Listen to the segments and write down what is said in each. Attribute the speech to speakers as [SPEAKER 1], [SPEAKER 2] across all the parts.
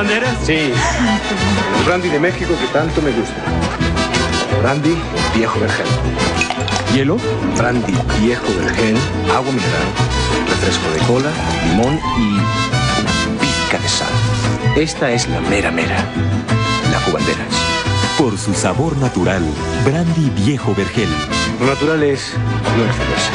[SPEAKER 1] banderas?
[SPEAKER 2] Sí, el brandy de México que tanto me gusta. Brandy viejo vergel.
[SPEAKER 1] ¿Hielo?
[SPEAKER 2] Brandy viejo vergel, agua mineral, refresco de cola, limón y pizca de sal. Esta es la mera mera, la Cubanderas.
[SPEAKER 3] Por su sabor natural, brandy viejo vergel.
[SPEAKER 2] Lo natural es buena cerveza.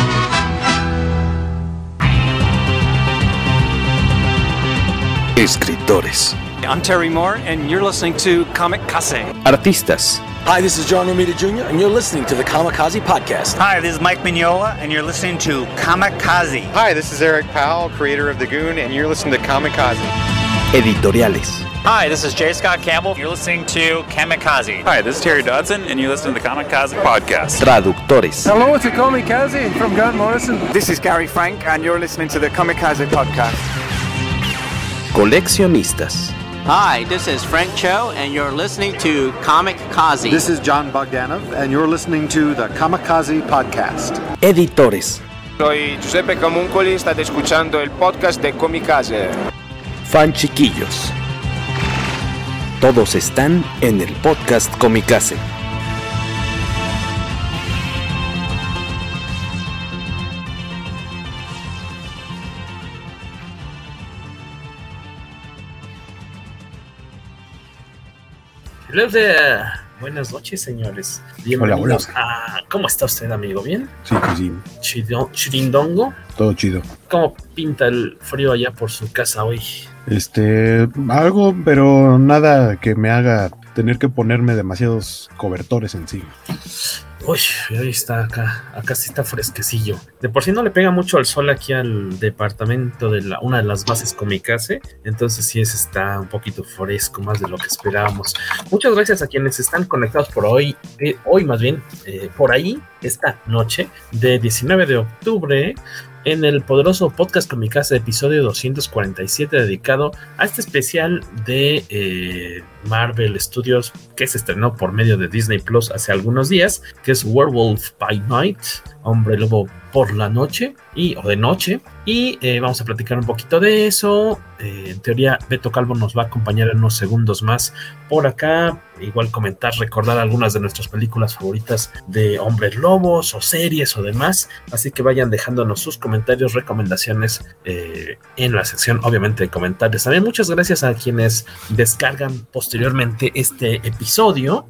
[SPEAKER 4] Escritores.
[SPEAKER 5] I'm Terry Moore, and you're listening to Kamikaze.
[SPEAKER 4] Artistas.
[SPEAKER 6] Hi, this is John Romita Jr., and you're listening to the Kamikaze Podcast.
[SPEAKER 7] Hi, this is Mike Mignola, and you're listening to Kamikaze.
[SPEAKER 8] Hi, this is Eric Powell, creator of The Goon, and you're listening to Kamikaze.
[SPEAKER 4] Editoriales.
[SPEAKER 9] Hi, this is J. Scott Campbell. You're listening to Kamikaze.
[SPEAKER 10] Hi, this is Terry Dodson, and you're listening to the Kamikaze Podcast.
[SPEAKER 4] Traductores.
[SPEAKER 11] Hello, it's Kamikaze from Grant Morrison.
[SPEAKER 12] This is Gary Frank, and you're listening to the Kamikaze Podcast.
[SPEAKER 4] Coleccionistas.
[SPEAKER 13] Hi, this is Frank Cho, and you're listening to Kamikaze.
[SPEAKER 14] This is John Bogdanov, and you're listening to the Kamikaze Podcast.
[SPEAKER 4] Editores.
[SPEAKER 15] Soy Giuseppe Camuncoli, state escuchando el podcast de Kamikaze.
[SPEAKER 4] Fanchiquillos. Todos están en el podcast Kamikaze.
[SPEAKER 16] Hello there. Buenas noches, señores. Bienvenidos a... ¿Cómo está usted, amigo? ¿Bien?
[SPEAKER 17] Sí.
[SPEAKER 16] ¿Chirindongo?
[SPEAKER 17] Todo chido.
[SPEAKER 16] ¿Cómo pinta el frío allá por su casa hoy?
[SPEAKER 17] Algo, pero nada que me haga tener que ponerme demasiados cobertores encima.
[SPEAKER 16] Uy, ahí está acá sí está fresquecillo. De por sí no le pega mucho el sol aquí al departamento de una de las bases Kamikaze, entonces sí está un poquito fresco, más de lo que esperábamos. Muchas gracias a quienes están conectados por hoy por ahí, esta noche de 19 de octubre, en el poderoso podcast Kamikaze, episodio 247, dedicado a este especial de Marvel Studios que se estrenó por medio de Disney Plus hace algunos días, que es Werewolf by Night, Hombre Lobo por la noche o de noche, y vamos a platicar un poquito de eso. En teoría Beto Calvo nos va a acompañar en unos segundos más por acá, igual recordar algunas de nuestras películas favoritas de hombres lobos o series o demás, así que vayan dejándonos sus comentarios, recomendaciones en la sección obviamente de comentarios. También muchas gracias a quienes descargan posteriormente este episodio.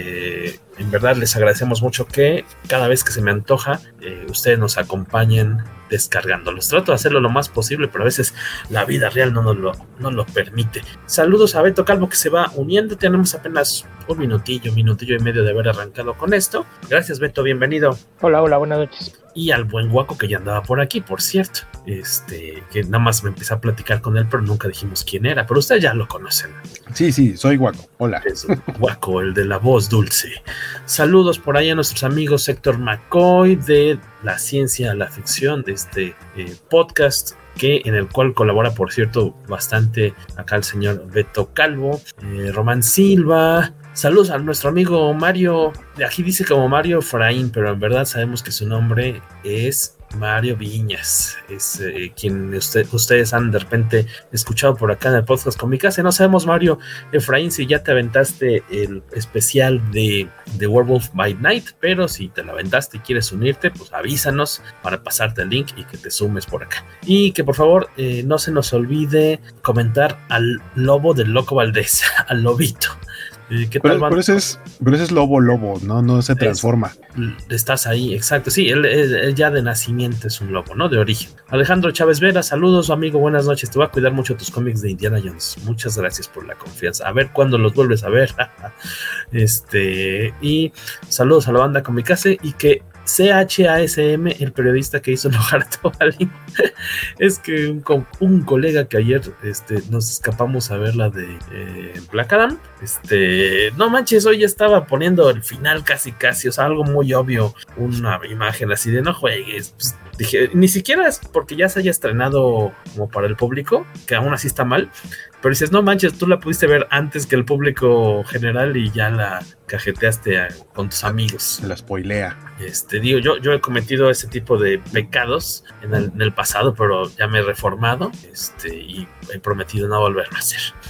[SPEAKER 16] En verdad les agradecemos mucho que cada vez que se me antoja ustedes nos acompañen descargándolos. Trato de hacerlo lo más posible, pero a veces la vida real no nos lo permite. Saludos a Beto Calvo que se va uniendo. Tenemos apenas un minutillo y medio de haber arrancado con esto. Gracias, Beto, bienvenido.
[SPEAKER 18] Hola, buenas noches.
[SPEAKER 16] Y al buen Guaco que ya andaba por aquí, por cierto, que nada más me empecé a platicar con él, pero nunca dijimos quién era, pero ustedes ya lo conocen.
[SPEAKER 17] Sí, soy Guaco, hola.
[SPEAKER 16] Es Guaco, el de la voz dulce. Saludos por ahí a nuestros amigos Héctor McCoy de La Ciencia a la Ficción, de este podcast, en el cual colabora, por cierto, bastante acá el señor Beto Calvo, Román Silva. Saludos a nuestro amigo Mario, aquí dice como Mario Fraín, pero en verdad sabemos que su nombre es Mario Viñas, es quien ustedes han de repente escuchado por acá en el podcast Kamikaze. No sabemos, Mario Efraín, si ya te aventaste el especial de Werewolf by Night, pero si te lo aventaste y quieres unirte, pues avísanos para pasarte el link y que te sumes por acá. Y que por favor no se nos olvide comentar al lobo del Loco Valdés, al lobito. ¿Qué tal,
[SPEAKER 17] pero ese es lobo, no se transforma.
[SPEAKER 16] Estás ahí, exacto. Sí, él ya de nacimiento es un lobo, ¿no? De origen. Alejandro Chávez Vera, saludos, amigo, buenas noches. Te voy a cuidar mucho tus cómics de Indiana Jones. Muchas gracias por la confianza. A ver cuándo los vuelves a ver. Y saludos a la banda Kamikaze y que CHASM, el periodista que hizo enojar a Tobalín, es que un colega que ayer nos escapamos a ver la de Black Adam, no manches, hoy estaba poniendo el final casi, o sea, algo muy obvio, una imagen así de no juegues, pues, dije, ni siquiera es porque ya se haya estrenado como para el público, que aún así está mal, pero dices, no manches, tú la pudiste ver antes que el público general y ya la cajeteaste con tus amigos.
[SPEAKER 17] Se la spoilea.
[SPEAKER 16] Digo, yo he cometido ese tipo de pecados en el pasado, pero ya me he reformado y he prometido no volverlo a hacer.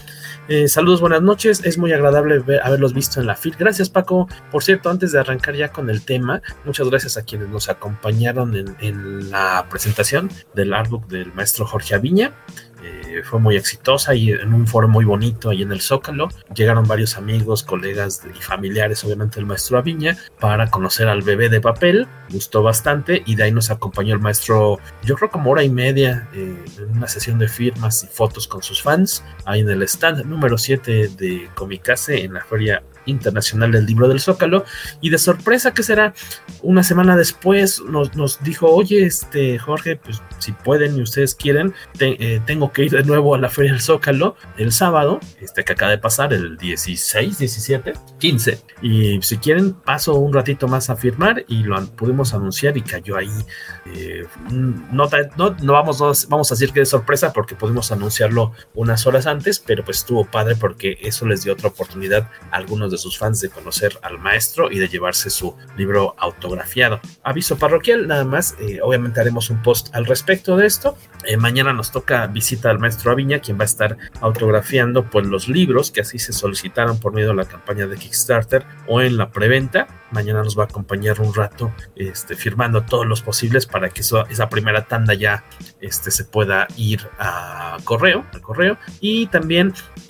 [SPEAKER 16] Saludos, buenas noches, es muy agradable haberlos visto en la FIL. Gracias, Paco. Por cierto, antes de arrancar ya con el tema, muchas gracias a quienes nos acompañaron en la presentación del artbook del maestro Jorge Aviña. Fue muy exitosa y en un foro muy bonito ahí en el Zócalo. Llegaron varios amigos, colegas y familiares, obviamente, del maestro Aviña, para conocer al bebé de papel. Gustó bastante y de ahí nos acompañó el maestro, yo creo como hora y media, en una sesión de firmas y fotos con sus fans, ahí en el stand número 7 de Comicase, en la Feria Internacional del Libro del Zócalo. Y de sorpresa, que será una semana después, nos dijo: oye, Jorge, pues si pueden y ustedes quieren, tengo que ir de nuevo a la Feria del Zócalo el sábado, que acaba de pasar, el 16, 17, 15, y si quieren paso un ratito más a firmar, y lo pudimos anunciar y cayó ahí. No vamos a decir que de sorpresa, porque pudimos anunciarlo unas horas antes, pero pues estuvo padre porque eso les dio otra oportunidad a algunos de sus fans de conocer al maestro y de llevarse su libro autografiado. Aviso parroquial nada más, obviamente haremos un post al respecto de esto. Mañana nos toca visita al maestro Aviña, quien va a estar autografiando pues los libros que así se solicitaron por medio de la campaña de Kickstarter o en la preventa. Mañana nos va a acompañar un rato firmando todos los posibles para que esa primera tanda ya se pueda ir al correo. Y también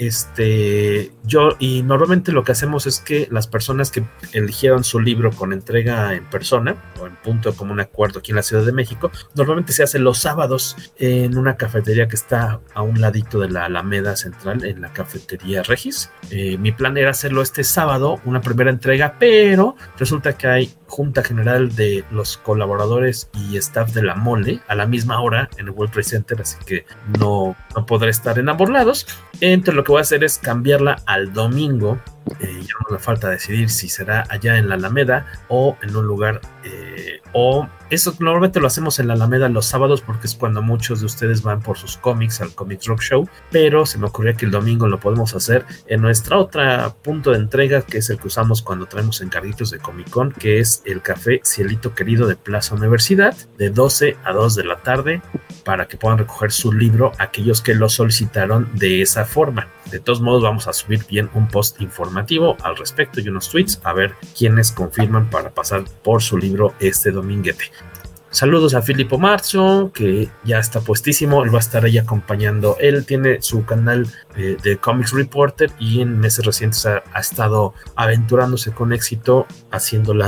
[SPEAKER 16] normalmente lo que hacemos es que las personas que eligieron su libro con entrega en persona o en punto de común acuerdo aquí en la Ciudad de México, normalmente se hace los sábados en una cafetería que está a un ladito de la Alameda Central, en la cafetería Regis. Mi plan era hacerlo este sábado, una primera entrega, pero resulta que hay junta general de los colaboradores y staff de la Mole a la misma hora en el World Trade Center, así que no podré estar en ambos lados. Entonces lo que voy a hacer es cambiarla al domingo. Ya no me falta decidir si será allá en la Alameda o en un lugar o eso normalmente lo hacemos en la Alameda los sábados porque es cuando muchos de ustedes van por sus cómics al Comics Rock Show, pero se me ocurrió que el domingo lo podemos hacer en nuestra otra punto de entrega, que es el que usamos cuando traemos encarguitos de Comic Con, que es el Café Cielito Querido de Plaza Universidad, de 12 a 2 de la tarde, para que puedan recoger su libro aquellos que lo solicitaron de esa forma. De todos modos, vamos a subir bien un post informativo al respecto y unos tweets a ver quiénes confirman para pasar por su libro este dominguete. Saludos a Filippo Marzo, que ya está puestísimo. Él va a estar ahí acompañando. Él tiene su canal de Comics Reporter y en meses recientes ha estado aventurándose con éxito haciéndola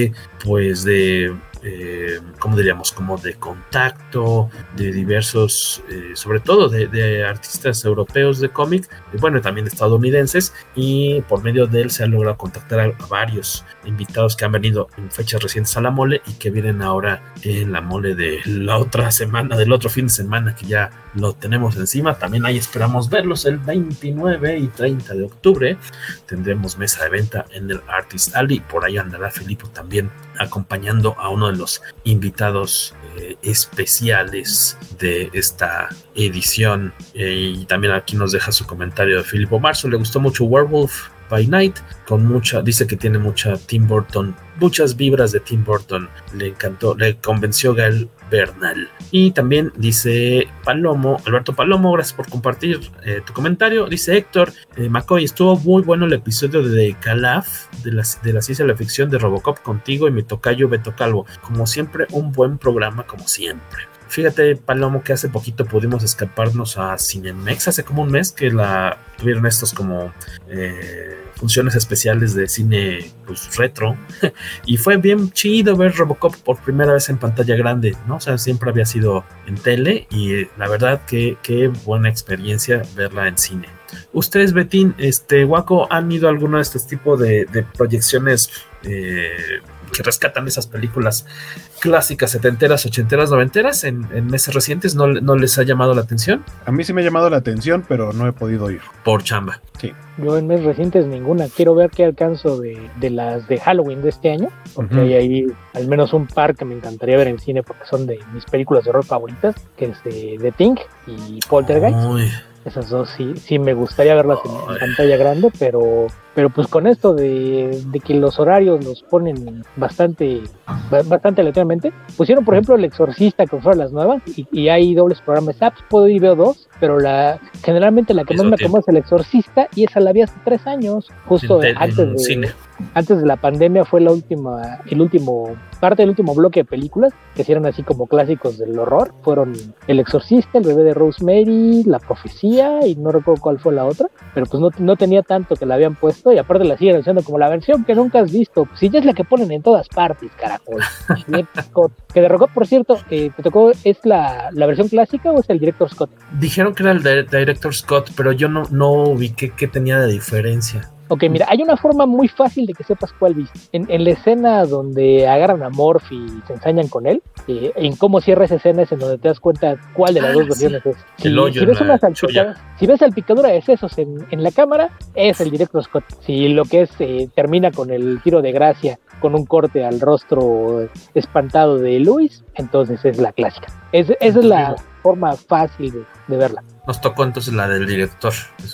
[SPEAKER 16] ¿cómo diríamos? Como de contacto de diversos, sobre todo de artistas europeos de cómic, y bueno, también estadounidenses, y por medio de él se ha logrado contactar a varios invitados que han venido en fechas recientes a la Mole y que vienen ahora en la Mole de la otra semana, del otro fin de semana, que ya lo tenemos encima. También ahí esperamos verlos el 29 y 30 de octubre. Tendremos mesa de venta en el Artist Alley. Por ahí andará Filippo también acompañando a uno de los invitados especiales de esta edición. Y también aquí nos deja su comentario de Filippo Marzo. Le gustó mucho Werewolf by Night, dice que tiene mucha Tim Burton, muchas vibras de Tim Burton. Le encantó, le convenció Gael Bernal. Y también dice Alberto Palomo, gracias por compartir tu comentario. Dice Héctor McCoy, estuvo muy bueno el episodio de Calaf, de la ciencia de la ficción de Robocop, contigo y mi tocayo Beto Calvo. Como siempre, un buen programa, como siempre. Fíjate, Palomo, que hace poquito pudimos escaparnos a Cinemex, hace como un mes que tuvieron estos como funciones especiales de cine retro, y fue bien chido ver Robocop por primera vez en pantalla grande, ¿no? O sea, siempre había sido en tele y la verdad que buena experiencia verla en cine. ¿Ustedes, Betín, Waco, han ido a alguno de estos tipos de proyecciones que rescatan esas películas clásicas, setenteras, ochenteras, noventeras en meses recientes? ¿No les ha llamado la atención?
[SPEAKER 17] A mí sí me ha llamado la atención, pero no he podido ir.
[SPEAKER 16] Por chamba.
[SPEAKER 17] Sí.
[SPEAKER 1] Yo en meses recientes ninguna. Quiero ver qué alcanzo de las de Halloween de este año, porque hay ahí al menos un par que me encantaría ver en cine porque son de mis películas de horror favoritas, que es de The Thing y Poltergeist. Esas dos sí me gustaría verlas en pantalla grande, pero pues con esto de que los horarios los ponen bastante aleatoriamente. Pusieron, por ejemplo, El Exorcista, que fueron las nuevas, y hay dobles programas. Puedo ir, veo dos, pero generalmente la que más me acomoda es El Exorcista, y esa la vi hace 3 años, justo antes de la pandemia. Fue parte del último bloque de películas que hicieron así como clásicos del horror. Fueron El Exorcista, El bebé de Rosemary, La Profecía, y no recuerdo cuál fue la otra, pero pues no tenía tanto que la habían puesto, y aparte la siguen haciendo como la versión que nunca has visto. Pues si ya es la que ponen en todas partes, caracol. Que de Robocop, por cierto, ¿te tocó, es la versión clásica o es el Director Scott?
[SPEAKER 16] Dijeron que era el Director Scott, pero yo no ubiqué qué tenía de diferencia.
[SPEAKER 1] Ok, mira, hay una forma muy fácil de que sepas cuál viste. En la escena donde agarran a Morph y se ensañan con él, en cómo cierra esa escena es en donde te das cuenta cuál de las dos versiones es. Si ves salpicadura de sesos en la cámara, es el Director Scott. Si lo que es termina con el tiro de gracia, con un corte al rostro espantado de Luis, entonces es la clásica. Esa es la forma fácil de verla.
[SPEAKER 16] Nos tocó entonces la del director.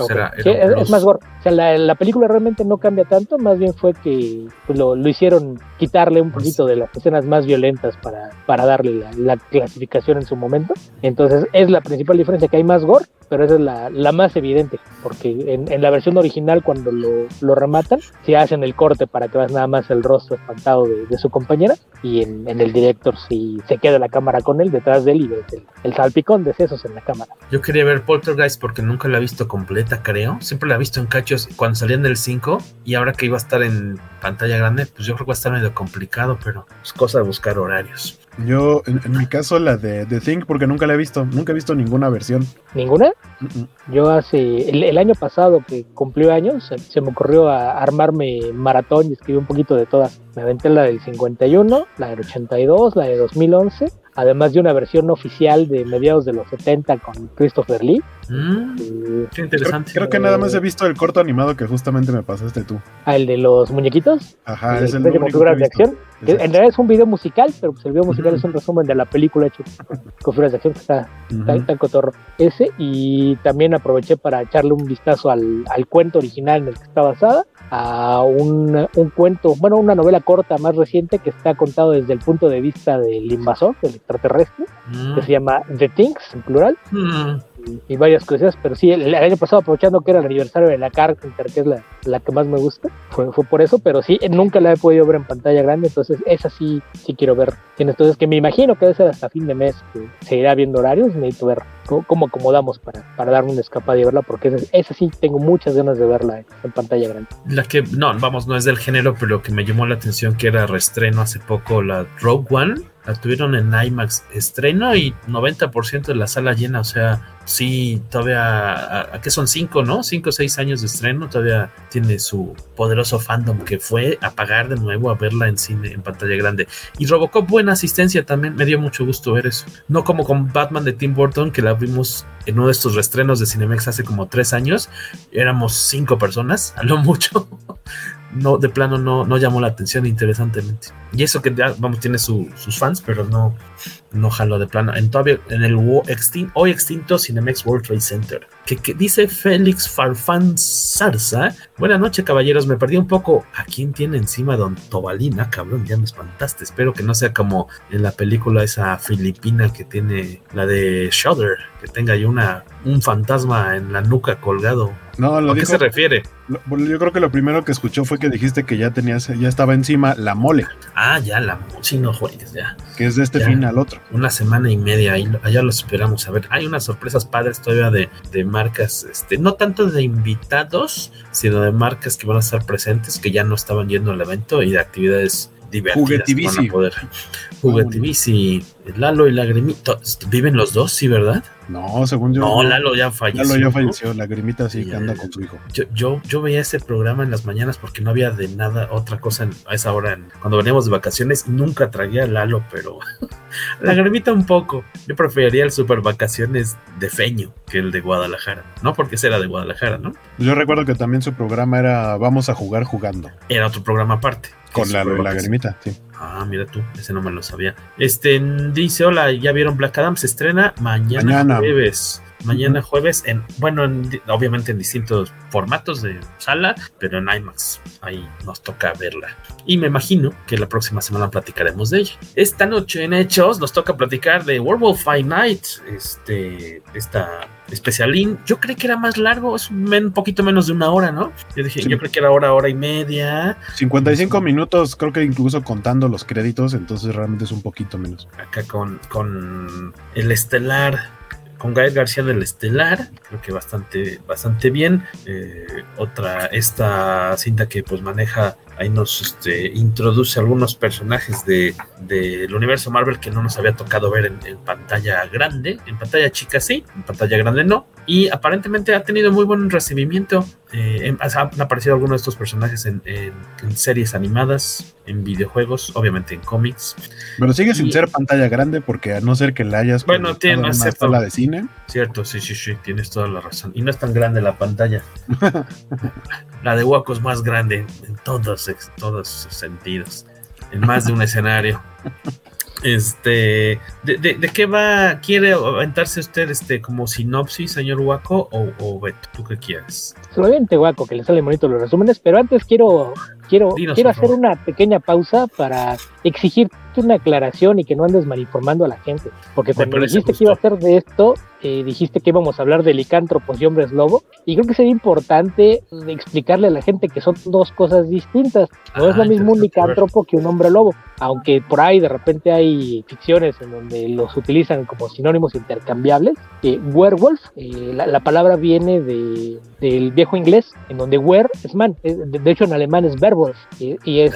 [SPEAKER 1] Es más gore. O sea, la película realmente no cambia tanto, más bien fue que pues, lo hicieron quitarle un poquito de las escenas más violentas para darle la clasificación en su momento. Entonces es la principal diferencia, que hay más gore, pero esa es la más evidente, porque en la versión original, cuando lo rematan, sí hacen el corte para que veas nada más el rostro espantado de su compañera, y en el director sí se queda la cámara con él, detrás de él, y ves el salpicón de sesos en la cámara.
[SPEAKER 16] Yo quería ver Poltergeist porque nunca la he visto completa, creo. Siempre la he visto en cachos cuando salía en el 5, y ahora que iba a estar en pantalla grande, pues yo creo que va a estar medio complicado, pero es cosa de buscar horarios.
[SPEAKER 17] Yo, en mi caso, la de The Thing, porque nunca la he visto. Nunca he visto ninguna versión.
[SPEAKER 1] ¿Ninguna? Yo hace el año pasado, que cumplió años, se me ocurrió armarme maratón y escribí un poquito de todas. Me aventé la del 51, la del 82, la de 2011, además de una versión oficial de mediados de los 70 con Christopher Lee.
[SPEAKER 16] Qué interesante.
[SPEAKER 17] Creo que nada más he visto el corto animado que justamente me pasaste tú.
[SPEAKER 1] ¿El de los muñequitos?
[SPEAKER 17] Ajá, es el único
[SPEAKER 1] figuras de acción. En realidad es un video musical, pero pues el video musical es un resumen de la película hecho con figuras de acción, que está cotorro. Ese, y también aproveché para echarle un vistazo al cuento original en el que está basada, a un cuento, bueno, una novela corta más reciente que está contado desde el punto de vista del invasor, del extraterrestre, que se llama The Things, en plural. Y varias cosas, pero sí, el año pasado, aprovechando que era el aniversario de la Carpenter, que es la que más me gusta, fue por eso, pero sí, nunca la he podido ver en pantalla grande, entonces esa sí quiero ver. Entonces, que me imagino que debe ser hasta fin de mes, que se irá viendo horarios, necesito ver cómo acomodamos para darme una escapada y verla, porque esa sí tengo muchas ganas de verla en pantalla grande.
[SPEAKER 16] La que, no es del género, pero lo que me llamó la atención, que era reestreno hace poco, la Rogue One, la tuvieron en IMAX estreno y 90% de la sala llena, o sea, sí, todavía, ¿qué son 5, no? 5 o 6 años de estreno, todavía tiene su poderoso fandom que fue a pagar de nuevo a verla en cine, en pantalla grande. Y Robocop, buena asistencia también, me dio mucho gusto ver eso. No como con Batman de Tim Burton, que la vimos en uno de estos reestrenos de Cinemex hace como 3 años, éramos 5 personas, a lo mucho. No, de plano no llamó la atención interesantemente. Y eso que ya, vamos, tiene sus fans, pero no jaló de plano. En el hoy extinto Cinemex World Trade Center. Que dice Félix Farfán Zarza: buenas noches, caballeros, me perdí un poco. ¿A quién tiene encima Don Tobalina? Cabrón, ya me espantaste. Espero que no sea como en la película esa filipina que tiene la de Shudder, que tenga ahí un fantasma en la nuca colgado.
[SPEAKER 17] No,
[SPEAKER 16] ¿A qué se refiere?
[SPEAKER 17] Yo creo que lo primero que escuchó fue que dijiste que ya estaba encima la mole.
[SPEAKER 16] Ah, ya la mole, sí, no juegues, ya.
[SPEAKER 17] Que es de este fin al otro.
[SPEAKER 16] Una semana y media, allá lo esperamos a ver. Hay unas sorpresas padres todavía de marcas, no tanto de invitados, sino de marcas que van a estar presentes, que ya no estaban yendo al evento, y de actividades divertidas que van a poder. Juguetivici, Lalo y Lagrimita, ¿viven los dos? Sí, ¿verdad?
[SPEAKER 17] No, según yo.
[SPEAKER 16] No, Lalo ya falleció.
[SPEAKER 17] Lalo ya falleció, Lagrimita sí que anda con su hijo.
[SPEAKER 16] Yo veía ese programa en las mañanas porque no había de nada otra cosa a esa hora cuando veníamos de vacaciones, y nunca traía a Lalo, pero Lagrimita un poco. Yo preferiría el Super Vacaciones de Feño que el de Guadalajara, no porque ese era de Guadalajara, ¿no?
[SPEAKER 17] Yo recuerdo que también su programa era Vamos a jugar jugando.
[SPEAKER 16] Era otro programa aparte.
[SPEAKER 17] Con la Lagrimita, sí.
[SPEAKER 16] Ah, mira tú, ese no me lo sabía. Dice, hola, ¿ya vieron Black Adam? Se estrena mañana jueves. Mañana jueves, obviamente en distintos formatos de sala, pero en IMAX. Ahí nos toca verla. Y me imagino que la próxima semana platicaremos de ella. Esta noche en Hechos nos toca platicar de Werewolf by Night. Esta especialín. Yo creí que era más largo, es un poquito menos de una hora, ¿no? Yo creo que era hora y media.
[SPEAKER 17] 55 minutos, creo que incluso contando los créditos, entonces realmente es un poquito menos.
[SPEAKER 16] Acá con el estelar, con Gael García del Estelar, creo que bastante bien. Esta cinta que pues maneja, ahí nos introduce algunos personajes del universo Marvel que no nos había tocado ver en pantalla grande, en pantalla chica sí, en pantalla grande no, y aparentemente ha tenido muy buen recibimiento. Han aparecido algunos de estos personajes en series animadas, en videojuegos, obviamente en cómics.
[SPEAKER 17] Pero sigue sin ser pantalla grande, porque a no ser que la hayas
[SPEAKER 16] tiene una
[SPEAKER 17] sala de cine.
[SPEAKER 16] Cierto, sí, tienes toda la razón. Y no es tan grande la pantalla. La de Waco es más grande en todos sus sentidos, en más de un escenario. ¿De qué va? ¿Quiere aventarse usted como sinopsis, señor Waco, o Beto? ¿Tú qué quieres?
[SPEAKER 1] Solamente Waco, que le salen bonitos los resúmenes, pero antes quiero hacer una pequeña pausa para exigirte una aclaración y que no andes malinformando a la gente, porque cuando dijiste que iba a hacer de esto, dijiste que íbamos a hablar de licántropos y hombres lobo, y creo que sería importante explicarle a la gente que son dos cosas distintas. No es lo mismo un licántropo que un hombre lobo, aunque por ahí de repente hay ficciones en donde los utilizan como sinónimos intercambiables. Werewolf, la palabra viene del viejo inglés, en donde wer es man, de hecho en alemán es Werwolf, y es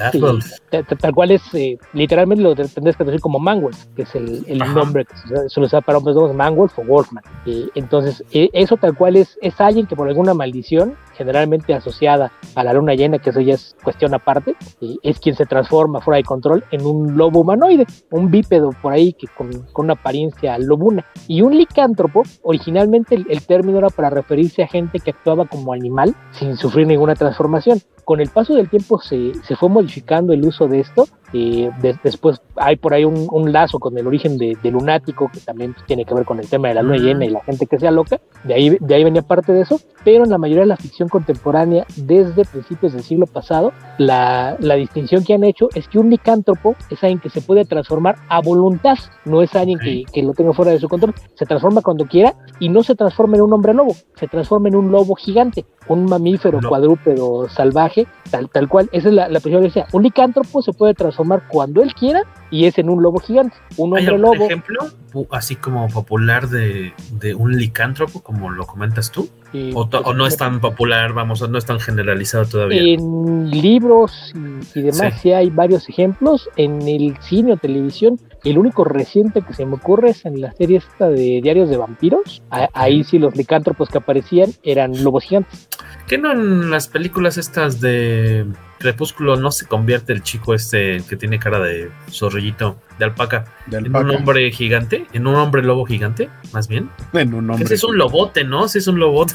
[SPEAKER 1] tal cual es, literalmente lo tendrás que decir como Manwolf, que es el nombre que se suele usar para hombres lobos, Manwolf o Wolfman. Entonces eso tal cual es alguien que por alguna maldición, generalmente asociada a la luna llena, que eso ya es cuestión aparte, es quien se transforma fuera de control en un lobo humanoide, un bípedo por ahí que con una apariencia lobuna. Y un licántropo, originalmente el término era para referirse a gente que actuaba como animal sin sufrir ninguna transformación. Con el paso del tiempo se fue modificando el uso de esto. Después hay por ahí un lazo con el origen de lunático, que también tiene que ver con el tema de la luna llena y la gente que sea loca. De ahí venía parte de eso, pero en la mayoría de la ficción contemporánea, desde principios del siglo pasado, la distinción que han hecho es que un licántropo es alguien que se puede transformar a voluntad, no es alguien que lo tenga fuera de su control, se transforma cuando quiera y no se transforma en un hombre lobo, se transforma en un lobo gigante, un mamífero cuadrúpedo salvaje, tal cual. Esa es la primera que decía. Un licántropo se puede transformar cuando él quiera y es en un lobo gigante. Un hombre lobo. ¿Hay algún
[SPEAKER 16] ejemplo así como popular de un licántropo, como lo comentas tú? ¿O no es tan popular, no es tan generalizado todavía?
[SPEAKER 1] En libros y demás sí hay varios ejemplos. En el cine o televisión, el único reciente que se me ocurre es en la serie esta de Diarios de Vampiros. Ahí sí los licántropos que aparecían eran lobos gigantes.
[SPEAKER 16] ¿Qué no en las películas estas de Crepúsculo no se convierte el chico que tiene cara de zorrillito, de alpaca, en un hombre gigante? ¿En un hombre lobo gigante, más bien?
[SPEAKER 17] En un hombre.
[SPEAKER 16] Ese es un lobote, ¿no? Sí, es un lobote.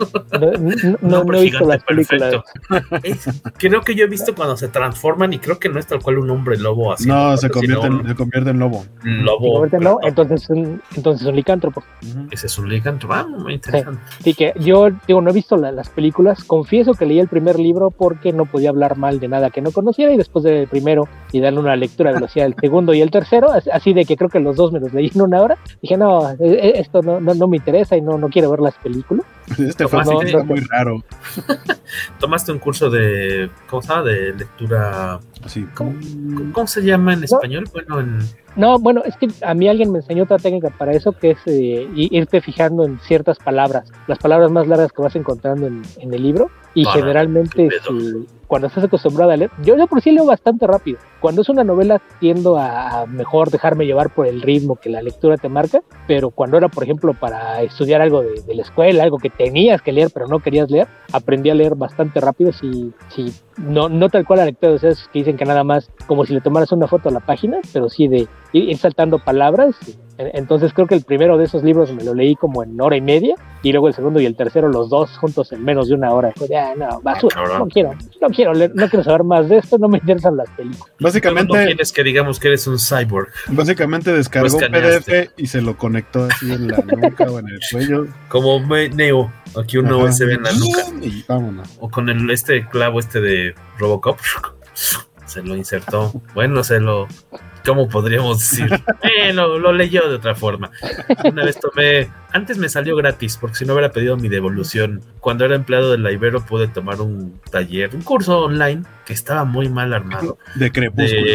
[SPEAKER 1] No he visto las películas.
[SPEAKER 16] Creo que yo he visto cuando se transforman y creo que no es tal cual un hombre lobo así.
[SPEAKER 17] No, se convierte en lobo.
[SPEAKER 16] Lobo.
[SPEAKER 1] Entonces un licántropo.
[SPEAKER 16] Ese es un licántropo. Muy interesante.
[SPEAKER 1] Sí, que yo no he visto las películas. Confieso que leí el primer libro porque no podía hablar mal de nada que no conociera, y después del primero y darle una lectura de velocidad del segundo y el tercero, así de que creo que los dos me los leí en una hora, dije no, esto no me interesa y no quiero ver las películas.
[SPEAKER 17] Es muy raro.
[SPEAKER 16] Tomaste un curso de, ¿cómo se llama? De lectura.
[SPEAKER 17] Sí.
[SPEAKER 16] ¿Cómo se llama en español?
[SPEAKER 1] Bueno, es que a mí alguien me enseñó otra técnica para eso, que es irte fijando en ciertas palabras, las palabras más largas que vas encontrando en el libro, y generalmente cuando estás acostumbrado a leer, yo por sí leo bastante rápido. Cuando es una novela tiendo a mejor dejarme llevar por el ritmo que la lectura te marca, pero cuando era, por ejemplo, para estudiar algo de la escuela, algo que tenías que leer pero no querías leer, aprendí a leer bastante rápido, no tal cual la lectura de ustedes que dicen que nada más como si le tomaras una foto a la página, pero sí de ir saltando palabras Entonces creo que el primero de esos libros me lo leí como en hora y media, y luego el segundo y el tercero, los dos juntos en menos de una hora. Pues ya, no, basura, no quiero leer, no quiero saber más de esto, no me interesan las películas.
[SPEAKER 17] Básicamente,
[SPEAKER 16] no quieres que digamos que eres un cyborg.
[SPEAKER 17] Básicamente descargó un PDF y se lo conectó así en la nuca o en el cuello.
[SPEAKER 16] Como Neo, aquí un USB en la nuca.
[SPEAKER 17] Y vámonos.
[SPEAKER 16] O con el clavo de Robocop, se lo insertó. Bueno, ¿cómo podríamos decir? Lo leyó de otra forma. Una vez antes me salió gratis, porque si no hubiera pedido mi devolución. Cuando era empleado de la Ibero pude tomar un curso online que estaba muy mal armado.
[SPEAKER 17] De Crepúsculo.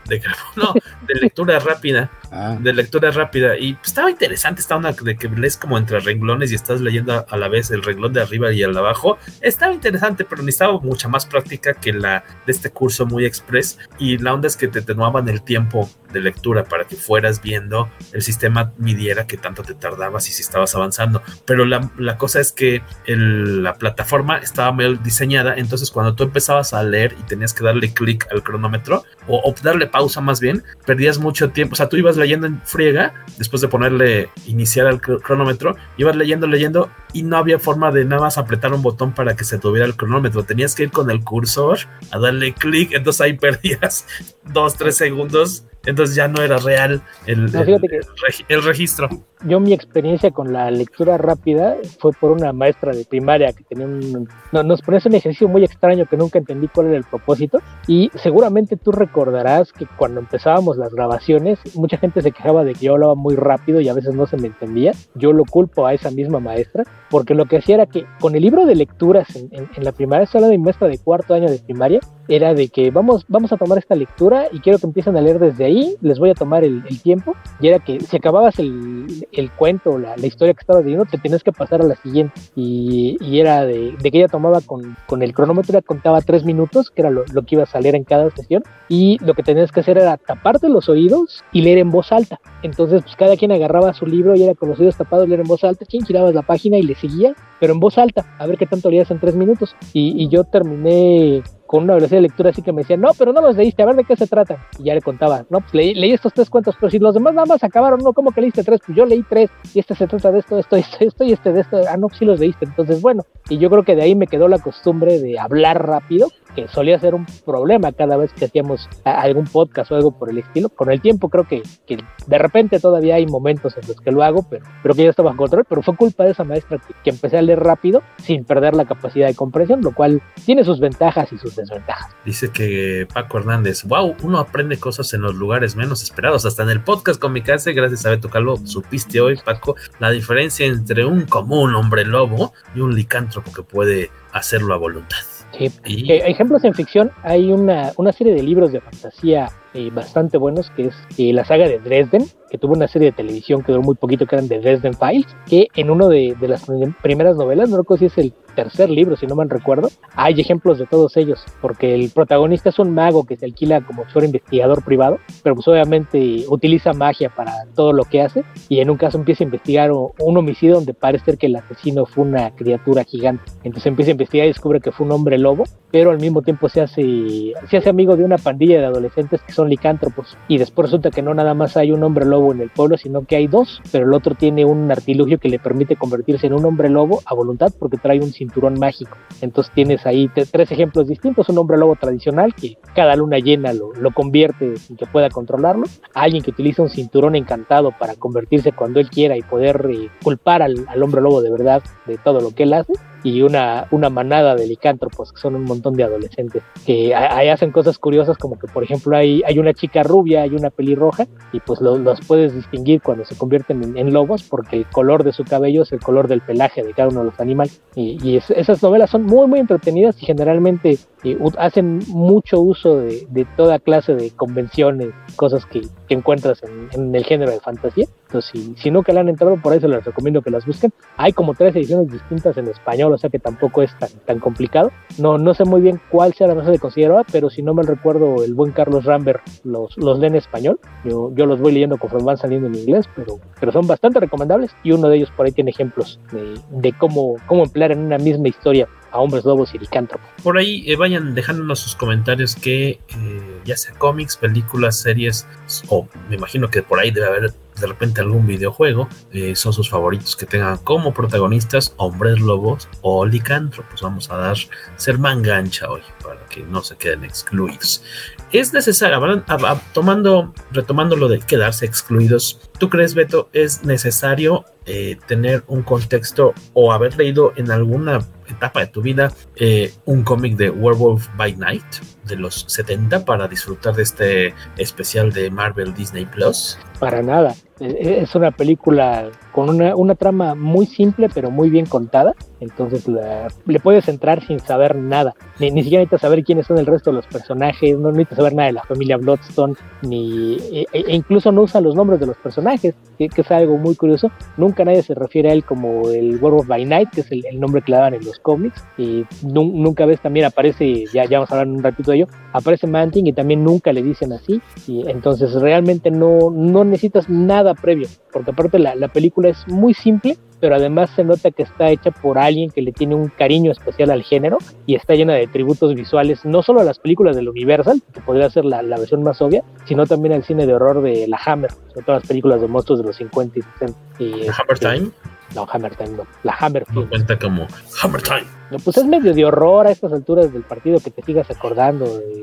[SPEAKER 16] De lectura rápida. De lectura rápida. Y pues, estaba interesante, estaba una de que lees como entre renglones y estás leyendo a la vez el renglón de arriba y el de abajo. Estaba interesante, pero necesitaba mucha más práctica que la de este curso muy express. Y la onda es que te tomaban el tiempo de lectura para que fueras viendo, el sistema midiera qué tanto te tardabas y si estabas avanzando. Pero la cosa es que la plataforma estaba mal diseñada, entonces cuando tú empezabas a leer y tenías que darle clic al cronómetro o darle pausa más bien, perdías mucho tiempo. O sea, tú ibas leyendo en friega, después de ponerle iniciar al cronómetro, ibas leyendo y no había forma de nada más apretar un botón para que se tuviera el cronómetro. Tenías que ir con el cursor a darle clic, entonces ahí perdías 2-3 segundos. Entonces ya no era real el registro.
[SPEAKER 1] Yo mi experiencia con la lectura rápida fue por una maestra de primaria que tenía nos ponía un ejercicio muy extraño que nunca entendí cuál era el propósito, y seguramente tú recordarás que cuando empezábamos las grabaciones mucha gente se quejaba de que yo hablaba muy rápido y a veces no se me entendía. Yo lo culpo a esa misma maestra, porque lo que hacía era que con el libro de lecturas en la primaria, estoy hablando de mi maestra de cuarto año de primaria, era de que vamos a tomar esta lectura y quiero que empiecen a leer desde ahí, les voy a tomar el tiempo, y era que si acababas el cuento, la historia que estabas leyendo, te tenías que pasar a la siguiente, y era de que ella tomaba con el cronómetro, ella contaba 3 minutos, que era lo que ibas a leer en cada sesión, y lo que tenías que hacer era taparte los oídos y leer en voz alta. Entonces pues cada quien agarraba su libro y era con los oídos tapados, leer en voz alta, quien girabas la página y le seguía, pero en voz alta, a ver qué tanto leías en 3 minutos, y yo terminé con una velocidad de lectura así que me decían, no, pero no los leíste, a ver de qué se trata. Y ya le contaba, no, pues leí estos 3 cuentos, pero si los demás nada más acabaron, no, ¿cómo que leíste 3? Pues yo leí 3, y se trata de esto y de esto, no, pues sí los leíste. Entonces, bueno, y yo creo que de ahí me quedó la costumbre de hablar rápido, que solía ser un problema cada vez que hacíamos algún podcast o algo por el estilo. Con el tiempo creo que de repente todavía hay momentos en los que lo hago, pero que ya estaba bajo control, pero fue culpa de esa maestra que empecé a leer rápido sin perder la capacidad de comprensión, lo cual tiene sus ventajas y sus desventajas.
[SPEAKER 16] Dice que Paco Hernández, wow, uno aprende cosas en los lugares menos esperados, hasta en el podcast Comicase, gracias a Beto Calvo, supiste hoy, Paco, la diferencia entre un común hombre lobo y un licántropo que puede hacerlo a voluntad.
[SPEAKER 1] Sí. Ejemplos en ficción, hay una serie de libros de fantasía bastante buenos, que es la saga de Dresden, que tuvo una serie de televisión que duró muy poquito, que eran de Dresden Files, que en uno de las primeras novelas, no recuerdo si es el tercer libro, si no mal recuerdo, hay ejemplos de todos ellos, porque el protagonista es un mago que se alquila como si fuera investigador privado, pero pues obviamente utiliza magia para todo lo que hace, y en un caso empieza a investigar un homicidio donde parece ser que el asesino fue una criatura gigante. Entonces empieza a investigar y descubre que fue un hombre lobo, pero al mismo tiempo se hace amigo de una pandilla de adolescentes que son licántropos, y después resulta que no nada más hay un hombre lobo en el pueblo, sino que hay 2, pero el otro tiene un artilugio que le permite convertirse en un hombre lobo a voluntad porque trae un cinturón mágico. Entonces tienes ahí 3 ejemplos distintos: un hombre lobo tradicional que cada luna llena lo convierte sin que pueda controlarlo, alguien que utiliza un cinturón encantado para convertirse cuando él quiera y poder culpar al hombre lobo de verdad de todo lo que él hace, y una manada de licántropos que son un montón de adolescentes que ahí hacen cosas curiosas, como que por ejemplo hay una chica rubia, hay una pelirroja, y pues los puedes distinguir cuando se convierten en lobos porque el color de su cabello es el color del pelaje de cada uno de los animales, y esas novelas son muy muy entretenidas y generalmente hacen mucho uso de toda clase de convenciones, cosas que encuentras en el género de fantasía. Entonces si nunca le han entrado, por ahí se les recomiendo que las busquen. Hay como 3 ediciones distintas en español, o sea que tampoco es tan complicado. No sé muy bien cuál sea la más de considerada, pero si no me recuerdo, el buen Carlos Rambert los lee en español. Yo los voy leyendo conforme van saliendo en inglés, pero son bastante recomendables, y uno de ellos por ahí tiene ejemplos de cómo emplear en una misma historia a hombres lobos y licántropos.
[SPEAKER 16] Por ahí vayan dejándonos sus comentarios que ya sea cómics, películas, series, o me imagino que por ahí debe haber de repente algún videojuego, son sus favoritos que tengan como protagonistas hombres lobos o licántropos. Vamos a ser manga ancha hoy para que no se queden excluidos. Es necesario, retomando lo de quedarse excluidos, ¿tú crees, Beto, es necesario tener un contexto o haber leído en alguna etapa de tu vida un cómic de Werewolf by Night de los 70 para disfrutar de este especial de Marvel Disney Plus?
[SPEAKER 1] Para nada. Es una película con una trama muy simple pero muy bien contada, entonces le puedes entrar sin saber nada, ni siquiera necesitas saber quiénes son el resto de los personajes, no necesitas saber nada de la familia Bloodstone, e incluso no usa los nombres de los personajes, que es algo muy curioso. Nunca nadie se refiere a él como el Werewolf by Night, que es el nombre que le daban en los cómics, y nunca ves, también aparece, ya vamos a hablar un ratito de ello, aparece Manting y también nunca le dicen así, y entonces realmente no necesitas nada previo, porque aparte la película es muy simple, pero además se nota que está hecha por alguien que le tiene un cariño especial al género y está llena de tributos visuales, no solo a las películas del Universal, que podría ser la versión más obvia, sino también al cine de horror de la Hammer, sobre todo las películas de monstruos de los 50 y 60.
[SPEAKER 16] ¿La Hammer Time?
[SPEAKER 1] No, Hammer Time no, la Hammer Film.
[SPEAKER 16] No cuenta como Hammer Time.
[SPEAKER 1] No, pues es medio de horror a estas alturas del partido que te sigas acordando.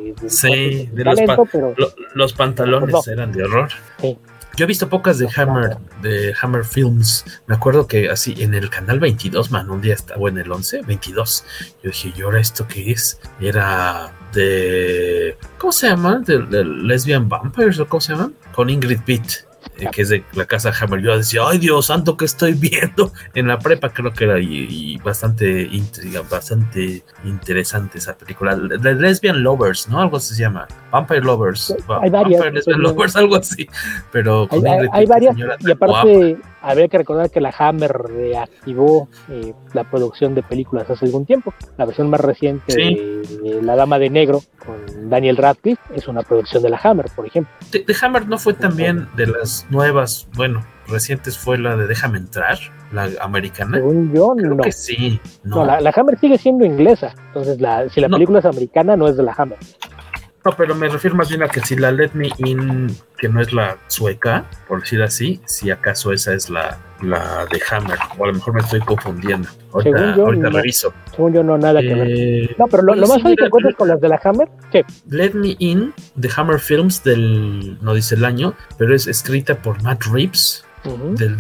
[SPEAKER 16] Sí, de
[SPEAKER 1] talento, pero
[SPEAKER 16] los pantalones no eran de horror.
[SPEAKER 1] Sí.
[SPEAKER 16] Yo he visto pocas de Hammer Films. Me acuerdo que así en el canal 22, un día estaba, o en el 11, 22. Yo dije, ¿y ahora esto qué es? Era de... ¿Cómo se llama? De Lesbian Vampires, ¿o cómo se llaman? Con Ingrid Pitt, que es de la casa Hammer. Yo decía, ¡ay, Dios santo, qué estoy viendo! En la prepa creo que era y bastante intriga, bastante interesante esa película. The Lesbian Lovers, ¿no? Algo así se llama. Vampire Lovers.
[SPEAKER 1] Hay varias.
[SPEAKER 16] Vampire Lesbian Lovers, algo así. Pero con
[SPEAKER 1] hay varias, y aparte habría que recordar que la Hammer reactivó la producción de películas hace algún tiempo. La versión más reciente de La Dama de Negro con Daniel Radcliffe es una producción de la Hammer, por ejemplo.
[SPEAKER 16] The Hammer no fue también de las nuevas, recientes, fue la de Déjame Entrar, la americana.
[SPEAKER 1] Según yo,
[SPEAKER 16] creo
[SPEAKER 1] no.
[SPEAKER 16] Que sí.
[SPEAKER 1] No, la Hammer sigue siendo inglesa, entonces si la película es americana, no es de la Hammer.
[SPEAKER 16] No, pero me refiero más bien a que si la Let Me In, que no es la sueca, por decir así, si acaso esa es la de Hammer, o a lo mejor me estoy confundiendo. Ahorita reviso.
[SPEAKER 1] Según yo, no, nada que ver. No, pero lo más fácil que encuentras con las de la Hammer, ¿qué?
[SPEAKER 16] Let Me In, de Hammer Films, no dice el año, pero es escrita por Matt Reeves, del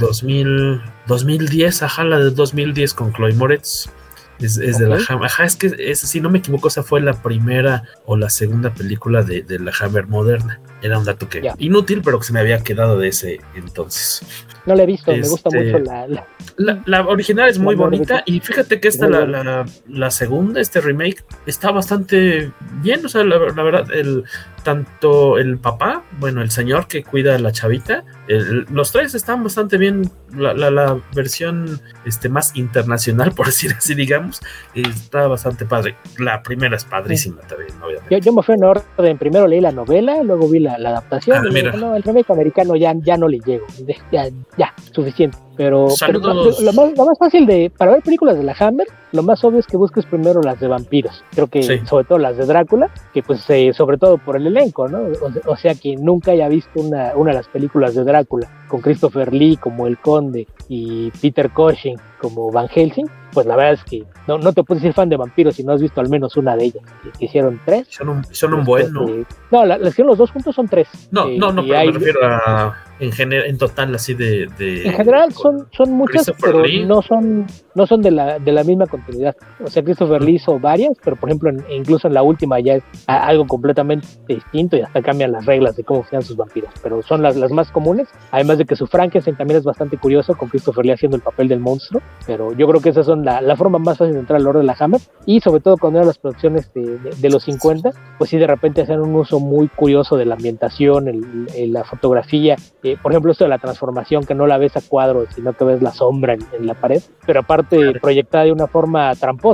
[SPEAKER 16] 2010, la del 2010 con Chloe Moretz. Es de la Hammer. Es que si no me equivoco, esa fue la primera o la segunda película de la Hammer moderna. Era un dato que inútil, pero que se me había quedado de ese entonces.
[SPEAKER 1] No la he visto, me gusta mucho
[SPEAKER 16] la original es muy bonita, y fíjate que esta, la segunda, este remake, está bastante bien. O sea, la verdad, tanto el papá, el señor que cuida a la chavita, los tres están bastante bien. La versión más internacional, por decir así, digamos, está bastante padre. La primera es padrísima también, obviamente.
[SPEAKER 1] Yo me fui en orden, primero leí la novela, luego vi la adaptación, y dije, no, el remake americano ya no le llego, ya, suficiente. Pero lo más fácil para ver películas de la Hammer, lo más obvio es que busques primero las de vampiros. Creo que sobre todo las de Drácula, que pues sobre todo por el elenco, ¿no? O sea, que nunca haya visto una de las películas de Drácula con Christopher Lee como el Conde y Peter Cushing como Van Helsing, pues la verdad es que no te puedes ser fan de vampiros si no has visto al menos una de ellas. Que hicieron 3.
[SPEAKER 16] Son un buen, ¿no?
[SPEAKER 1] No, las hicieron los dos juntos, son 3.
[SPEAKER 16] No, pero me refiero a en total, así de
[SPEAKER 1] en general son muchas, pero no son de la misma continuidad. O sea, Christopher Lee hizo varias, pero por ejemplo incluso en la última ya es algo completamente distinto y hasta cambian las reglas de cómo sean sus vampiros, pero son las más comunes, además de que su Frankenstein también es bastante curioso, con Christopher Lee haciendo el papel del monstruo. Pero yo creo que esas son la forma más fácil de entrar al orden de la Hammer, y sobre todo cuando eran las producciones de los 50, pues sí, de repente hacían un uso muy curioso de la ambientación, la fotografía. Por ejemplo, esto de la transformación, que no la ves a cuadro, sino que ves la sombra en la pared, pero aparte proyectada de una forma tramposa, ¿no?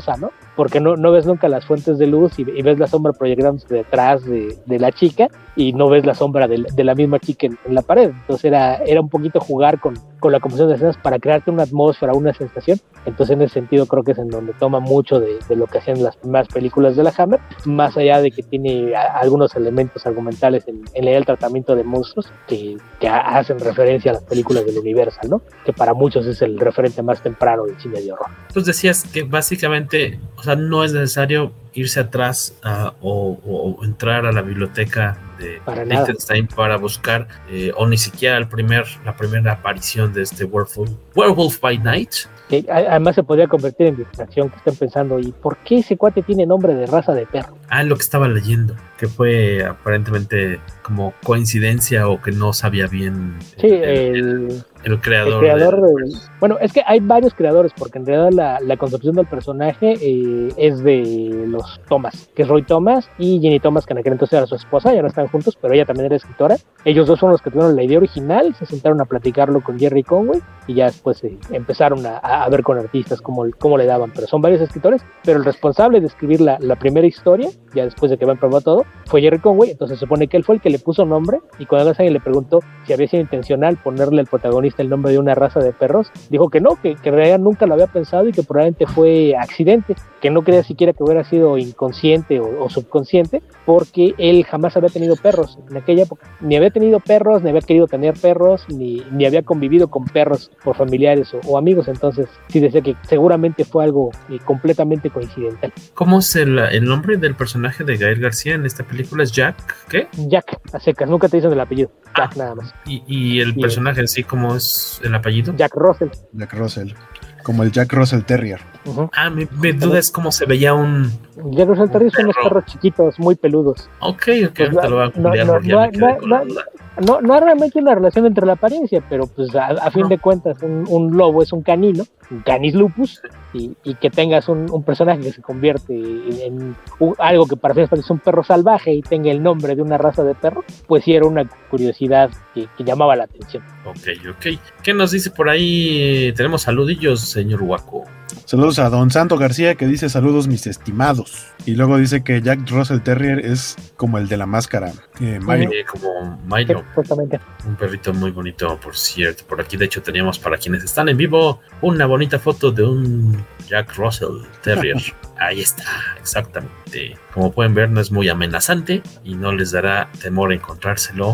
[SPEAKER 1] porque no ves nunca las fuentes de luz y ves la sombra proyectándose detrás de la chica y no ves la sombra de la misma chica en la pared. Entonces era un poquito jugar con la composición de escenas para crearte una atmósfera, una sensación. Entonces en ese sentido creo que es en donde toma mucho de lo que hacían las primeras películas de la Hammer, más allá de que tiene algunos elementos argumentales en el tratamiento de monstruos que hacen referencia a las películas del Universal, ¿no? Que para muchos es el referente más temprano del cine de horror.
[SPEAKER 16] Pues decías que básicamente, o sea, no es necesario irse atrás o entrar a la biblioteca de Liechtenstein para buscar o ni siquiera la primera aparición de este Werewolf by Night.
[SPEAKER 1] Que además se podría convertir en distracción, que estén pensando, ¿y por qué ese cuate tiene nombre de raza de perro?
[SPEAKER 16] Lo que estaba leyendo, que fue aparentemente como coincidencia o que no sabía bien el creador.
[SPEAKER 1] Bueno, es que hay varios creadores, porque en realidad la concepción del personaje es de los Thomas, que es Roy Thomas y Jenny Thomas, que en aquel entonces era su esposa, ya no están juntos, pero ella también era escritora. Ellos dos son los que tuvieron la idea original, se sentaron a platicarlo con Jerry Conway y ya después empezaron a ver con artistas cómo le daban, pero son varios escritores, pero el responsable de escribir la primera historia, ya después de que habían probado todo, fue Jerry Conway. Entonces se supone que él fue el que le puso nombre, y cuando alguien le preguntó si había sido intencional ponerle al protagonista el nombre de una raza de perros, dijo que no, que en realidad nunca lo había pensado y que probablemente fue accidente, que no creía siquiera que hubiera sido inconsciente o subconsciente, porque él jamás había tenido perros en aquella época, ni había tenido perros, ni había querido tener perros, ni había convivido con perros por familiares o amigos. Entonces sí decía que seguramente fue algo completamente coincidental.
[SPEAKER 16] ¿Cómo es el nombre del personaje de Gael García en esta película? ¿Es Jack? ¿Qué?
[SPEAKER 1] Jack, a secas, nunca te dicen el apellido. Jack nada más.
[SPEAKER 16] ¿Y el personaje en sí cómo es el apellido?
[SPEAKER 1] Jack Russell.
[SPEAKER 17] Jack Russell, como el Jack Russell Terrier.
[SPEAKER 1] Uh-huh.
[SPEAKER 16] Mi duda es cómo se veía un...
[SPEAKER 1] Jack Russell Terrier son unos perros chiquitos, muy peludos.
[SPEAKER 16] Ok, pues te lo voy a googlear.
[SPEAKER 1] No hay realmente una relación entre la apariencia, pero pues a fin de cuentas un lobo es un canino, un canis lupus, y que tengas un personaje que se convierte en algo que para es un perro salvaje y tenga el nombre de una raza de perro, pues sí era una curiosidad que llamaba la atención.
[SPEAKER 16] Ok. ¿Qué nos dice por ahí? Tenemos saludillos, señor Waco.
[SPEAKER 17] Saludos a Don Santo García, que dice saludos mis estimados. Y luego dice que Jack Russell Terrier es como el de la máscara, Milo.
[SPEAKER 16] Como Milo.
[SPEAKER 1] Exactamente.
[SPEAKER 16] Un perrito muy bonito, por cierto. Por aquí de hecho teníamos, para quienes están en vivo, una bonita foto de un Jack Russell Terrier. Ahí está, exactamente. Como pueden ver, no es muy amenazante y no les dará temor encontrárselo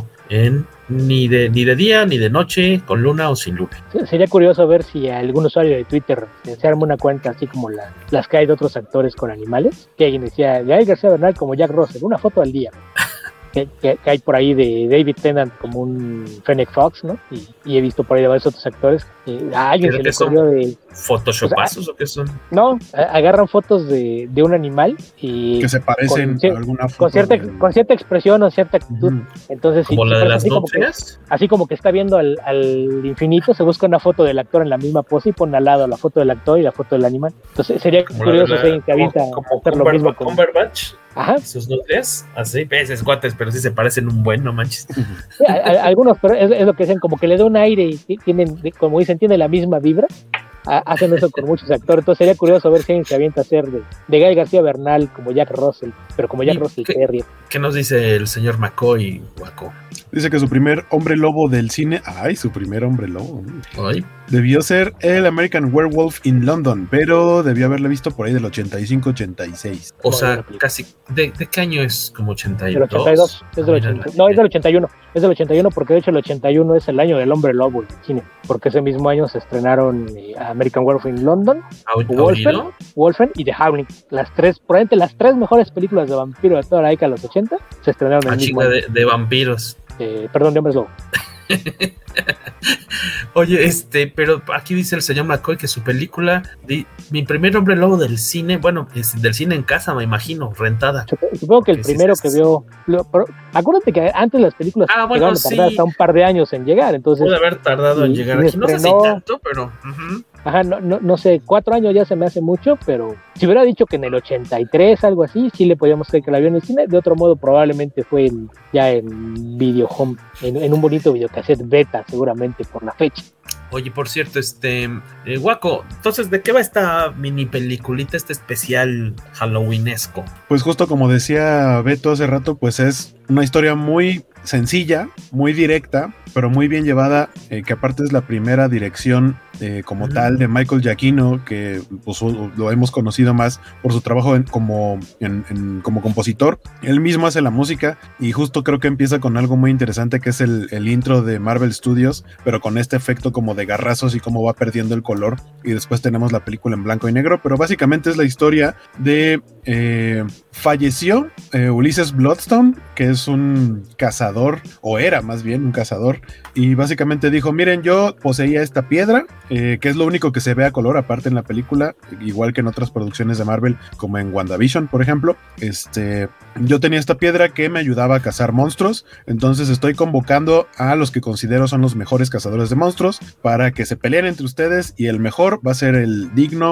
[SPEAKER 16] ni de día ni de noche, con luna o sin luna.
[SPEAKER 1] Sería curioso ver si algún usuario de Twitter se arma una cuenta así como las que hay de otros actores con animales, que alguien decía Gael García Bernal como Jack Russell, una foto al día. Que hay por ahí de David Tennant como un Fennec Fox, ¿no? Y he visto por ahí de varios otros actores. A alguien se le ocurrió de...
[SPEAKER 16] ¿Photoshopazos o qué son?
[SPEAKER 1] No, agarran fotos de un animal y...
[SPEAKER 17] Que se parecen a alguna foto.
[SPEAKER 1] Con cierta expresión o cierta actitud. Entonces,
[SPEAKER 16] ¿como la de las nutrias?
[SPEAKER 1] Así como que está viendo al infinito, se busca una foto del actor en la misma pose y pone al lado la foto del actor y la foto del animal. Entonces sería curioso si alguien que avienta hacer lo mismo con
[SPEAKER 16] Cumberbatch.
[SPEAKER 1] Ajá.
[SPEAKER 16] Sus nutrias, así, peces, guates, pero sí se parecen un buen, no manches.
[SPEAKER 1] Sí, algunos, pero es lo que dicen, como que le da un aire y tienen, como dicen, tiene la misma vibra. Hacen eso con muchos actores. Entonces sería curioso ver si alguien se avienta a hacer de Gael García Bernal como Jack Russell, pero como Jack Russell Terrier.
[SPEAKER 16] ¿Qué nos dice el señor McCoy, Waco?
[SPEAKER 17] Dice que su primer hombre lobo del cine, su primer hombre lobo,
[SPEAKER 16] Ay.
[SPEAKER 17] debió ser el American Werewolf in London, pero debió haberle visto por ahí del 85-86.
[SPEAKER 16] O sea, casi, ¿de qué año es? ¿Como 82?
[SPEAKER 1] Del 82, es del 81. No, es del 81. Es del 81 porque de hecho el 81 es el año del hombre lobo en el cine, porque ese mismo año se estrenaron American Werewolf in London, Wolfen y The Howling. Probablemente las tres mejores películas de vampiro de toda la década de los 80 se estrenaron en el mismo año.
[SPEAKER 16] De vampiros.
[SPEAKER 1] Perdón, de hombres lobo.
[SPEAKER 16] Oye, pero aquí dice el señor McCoy que su película, mi primer hombre lobo del cine, bueno, es del cine en casa, me imagino, rentada.
[SPEAKER 1] Supongo que el primero que vio, acuérdate que antes las películas llegaron a tardar hasta un par de años en llegar, entonces
[SPEAKER 16] puede haber tardado en llegar aquí, no sé si tanto, pero
[SPEAKER 1] Ajá, no sé, 4 años ya se me hace mucho, pero si hubiera dicho que en el 83, algo así, sí le podíamos creer que la vio en el cine. De otro modo, probablemente fue ya en video home, en un bonito videocassette beta, seguramente por la fecha.
[SPEAKER 16] Oye, por cierto, Guaco, entonces, ¿de qué va esta mini peliculita, este especial halloweenesco?
[SPEAKER 17] Pues justo como decía Beto hace rato, pues es una historia muy sencilla, muy directa, pero muy bien llevada, que aparte es la primera dirección como tal de Michael Giacchino, que pues, lo hemos conocido más por su trabajo como compositor. Él mismo hace la música y justo creo que empieza con algo muy interesante, que es el intro de Marvel Studios, pero con este efecto como de garrazos y cómo va perdiendo el color, y después tenemos la película en blanco y negro, pero básicamente es la historia de falleció Ulysses Bloodstone, que es un cazador, o era más bien un cazador, y básicamente dijo, miren, yo poseía esta piedra, que es lo único que se ve a color aparte en la película, igual que en otras producciones de Marvel, como en WandaVision, por ejemplo. Yo tenía esta piedra que me ayudaba a cazar monstruos, entonces estoy convocando a los que considero son los mejores cazadores de monstruos para que se peleen entre ustedes, y el mejor va a ser el digno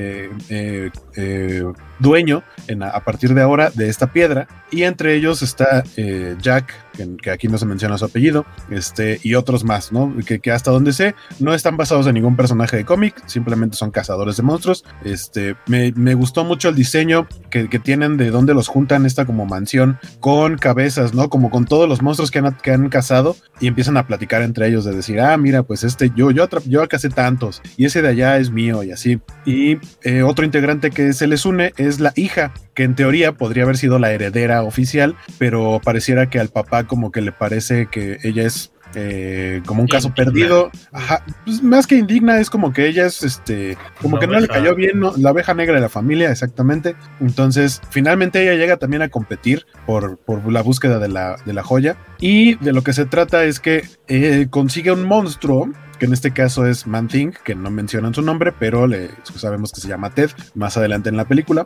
[SPEAKER 17] dueño a partir de ahora de esta piedra, y entre ellos está Jack, que aquí no se menciona su apellido, y otros más, ¿no? Que hasta donde sé no están basados en ningún personaje de cómic, simplemente son cazadores de monstruos. Me gustó mucho el diseño que tienen de dónde los juntan, esta como mansión con cabezas, ¿no? Como con todos los monstruos que han cazado, y empiezan a platicar entre ellos de decir, mira, pues yo cazé tantos y ese de allá es mío, y así. Y otro integrante que se les une es la hija, que en teoría podría haber sido la heredera oficial, pero pareciera que al papá como que le parece que ella es como un caso perdido. Ajá, pues más que indigna, es como que ella es como que no le cayó bien, ¿no? La oveja negra de la familia, exactamente. Entonces finalmente ella llega también a competir por la búsqueda de la joya, y de lo que se trata es que consigue un monstruo, que en este caso es Man-Thing, que no mencionan su nombre, pero sabemos que se llama Ted más adelante en la película,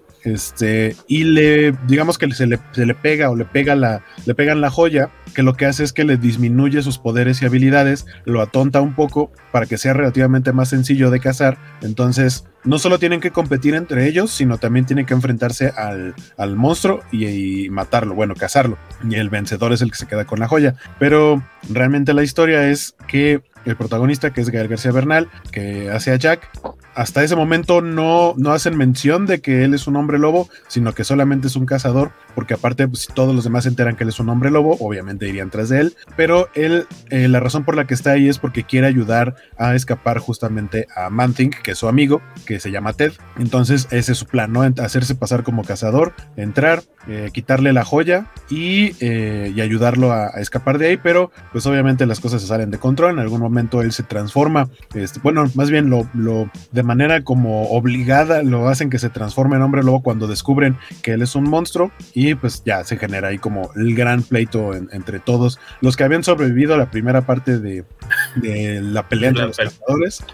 [SPEAKER 17] y digamos que se le pega o le pegan la joya, que lo que hace es que le disminuye sus poderes y habilidades, lo atonta un poco para que sea relativamente más sencillo de cazar. Entonces no solo tienen que competir entre ellos, sino también tienen que enfrentarse al monstruo y matarlo, bueno, cazarlo, y el vencedor es el que se queda con la joya. Pero realmente la historia es que el protagonista, que es Gael García Bernal, que hace a Jack, hasta ese momento no hacen mención de que él es un hombre lobo, sino que solamente es un cazador, porque aparte, pues, si todos los demás se enteran que él es un hombre lobo, obviamente irían tras de él, pero él, la razón por la que está ahí es porque quiere ayudar a escapar justamente a Man-Thing, que es su amigo, que se llama Ted. Entonces ese es su plan, ¿no? Hacerse pasar como cazador, entrar, quitarle la joya y ayudarlo a escapar de ahí, pero pues obviamente las cosas se salen de control. En algún momento él se transforma, bueno, más bien lo de manera como obligada lo hacen que se transforme en hombre lobo cuando descubren que él es un monstruo, y pues ya se genera ahí como el gran pleito entre todos los que habían sobrevivido a la primera parte de la pelea entre los cazadores.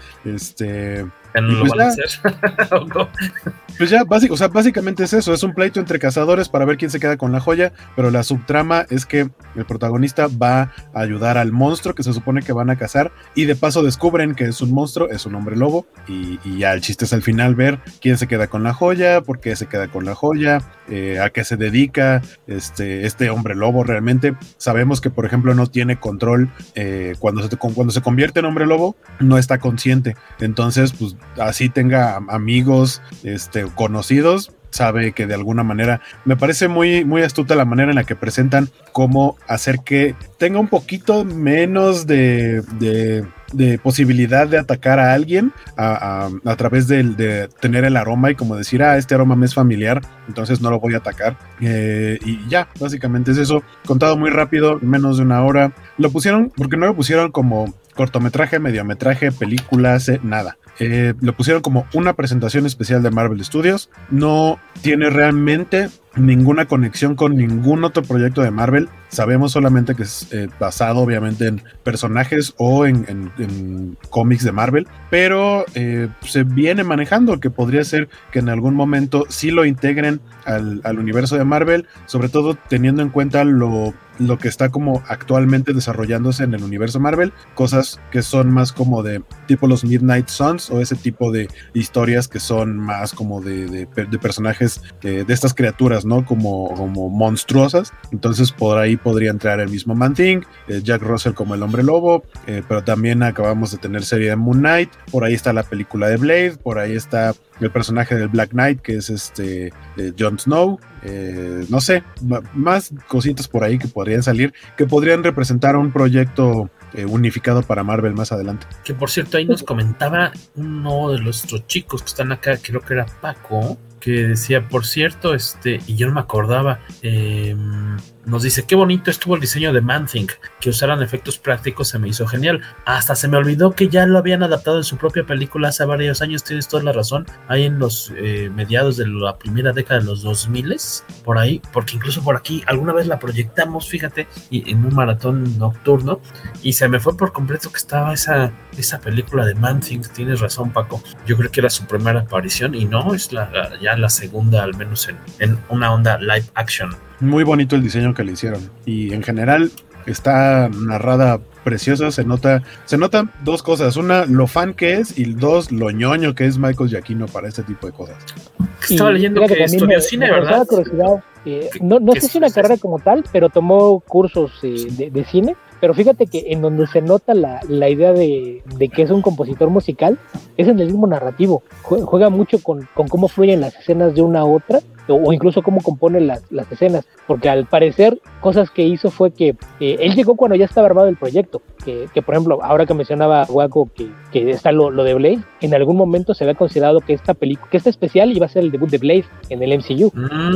[SPEAKER 16] Ya no lo van a hacer.
[SPEAKER 17] Pues ya, básicamente es eso, es un pleito entre cazadores para ver quién se queda con la joya, pero la subtrama es que el protagonista va a ayudar al monstruo que se supone que van a cazar, y de paso descubren que es un monstruo, es un hombre lobo, y ya el chiste es al final ver quién se queda con la joya, por qué se queda con la joya, a qué se dedica este hombre lobo realmente. Sabemos que, por ejemplo, no tiene control, cuando se convierte en hombre lobo, no está consciente, entonces pues así tenga amigos, conocidos, sabe que de alguna manera, me parece muy, muy astuta la manera en la que presentan cómo hacer que tenga un poquito menos de posibilidad de atacar a alguien a través de tener el aroma y como decir, este aroma me es familiar, entonces no lo voy a atacar, y ya, básicamente es eso, contado muy rápido, menos de una hora. Lo pusieron, porque no lo pusieron como cortometraje, mediometraje, película, nada. Lo pusieron como una presentación especial de Marvel Studios. No tiene realmente ninguna conexión con ningún otro proyecto de Marvel. Sabemos solamente que es basado obviamente en personajes o en cómics de Marvel, pero se viene manejando que podría ser que en algún momento sí lo integren al universo de Marvel, sobre todo teniendo en cuenta lo lo que está como actualmente desarrollándose en el universo Marvel, cosas que son más como de tipo los Midnight Suns o ese tipo de historias que son más como de personajes de estas criaturas, ¿no? Como monstruosas. Entonces por ahí podría entrar el mismo Man-Thing, Jack Russell como el Hombre Lobo, pero también acabamos de tener serie de Moon Knight, por ahí está la película de Blade, por ahí está el personaje del Black Knight, que es Jon Snow, no sé, más cositas por ahí que podrían salir, que podrían representar un proyecto unificado para Marvel más adelante.
[SPEAKER 16] Que por cierto, ahí nos comentaba uno de nuestros chicos que están acá, creo que era Paco, que decía, por cierto, y yo no me acordaba, nos dice, qué bonito estuvo el diseño de Man-Thing, que usaran efectos prácticos, se me hizo genial. Hasta se me olvidó que ya lo habían adaptado en su propia película hace varios años, tienes toda la razón, ahí en los mediados de la primera década de los 2000, por ahí, porque incluso por aquí alguna vez la proyectamos, fíjate, en un maratón nocturno, y se me fue por completo que estaba esa película de Man-Thing. Tienes razón, Paco, yo creo que era su primera aparición, y no, es ya la segunda, al menos en una onda live action.
[SPEAKER 17] Muy bonito el diseño que le hicieron, y en general está narrada preciosa. Se notan dos cosas: una, lo fan que es, y dos, lo ñoño que es Michael Giacchino para este tipo de cosas.
[SPEAKER 16] Estaba leyendo que estudió cine, ¿verdad?
[SPEAKER 1] Curiosidad. No sé si una carrera como tal, pero tomó cursos de cine. Pero fíjate que en donde se nota la idea de que es un compositor musical es en el mismo narrativo. Juega mucho con cómo fluyen las escenas de una a otra, o incluso cómo compone las escenas, porque al parecer cosas que hizo fue que él llegó cuando ya estaba armado el proyecto, que por ejemplo, ahora que mencionaba Waco que está lo de Blade, en algún momento se había considerado que esta especial iba a ser el debut de Blade en el MCU,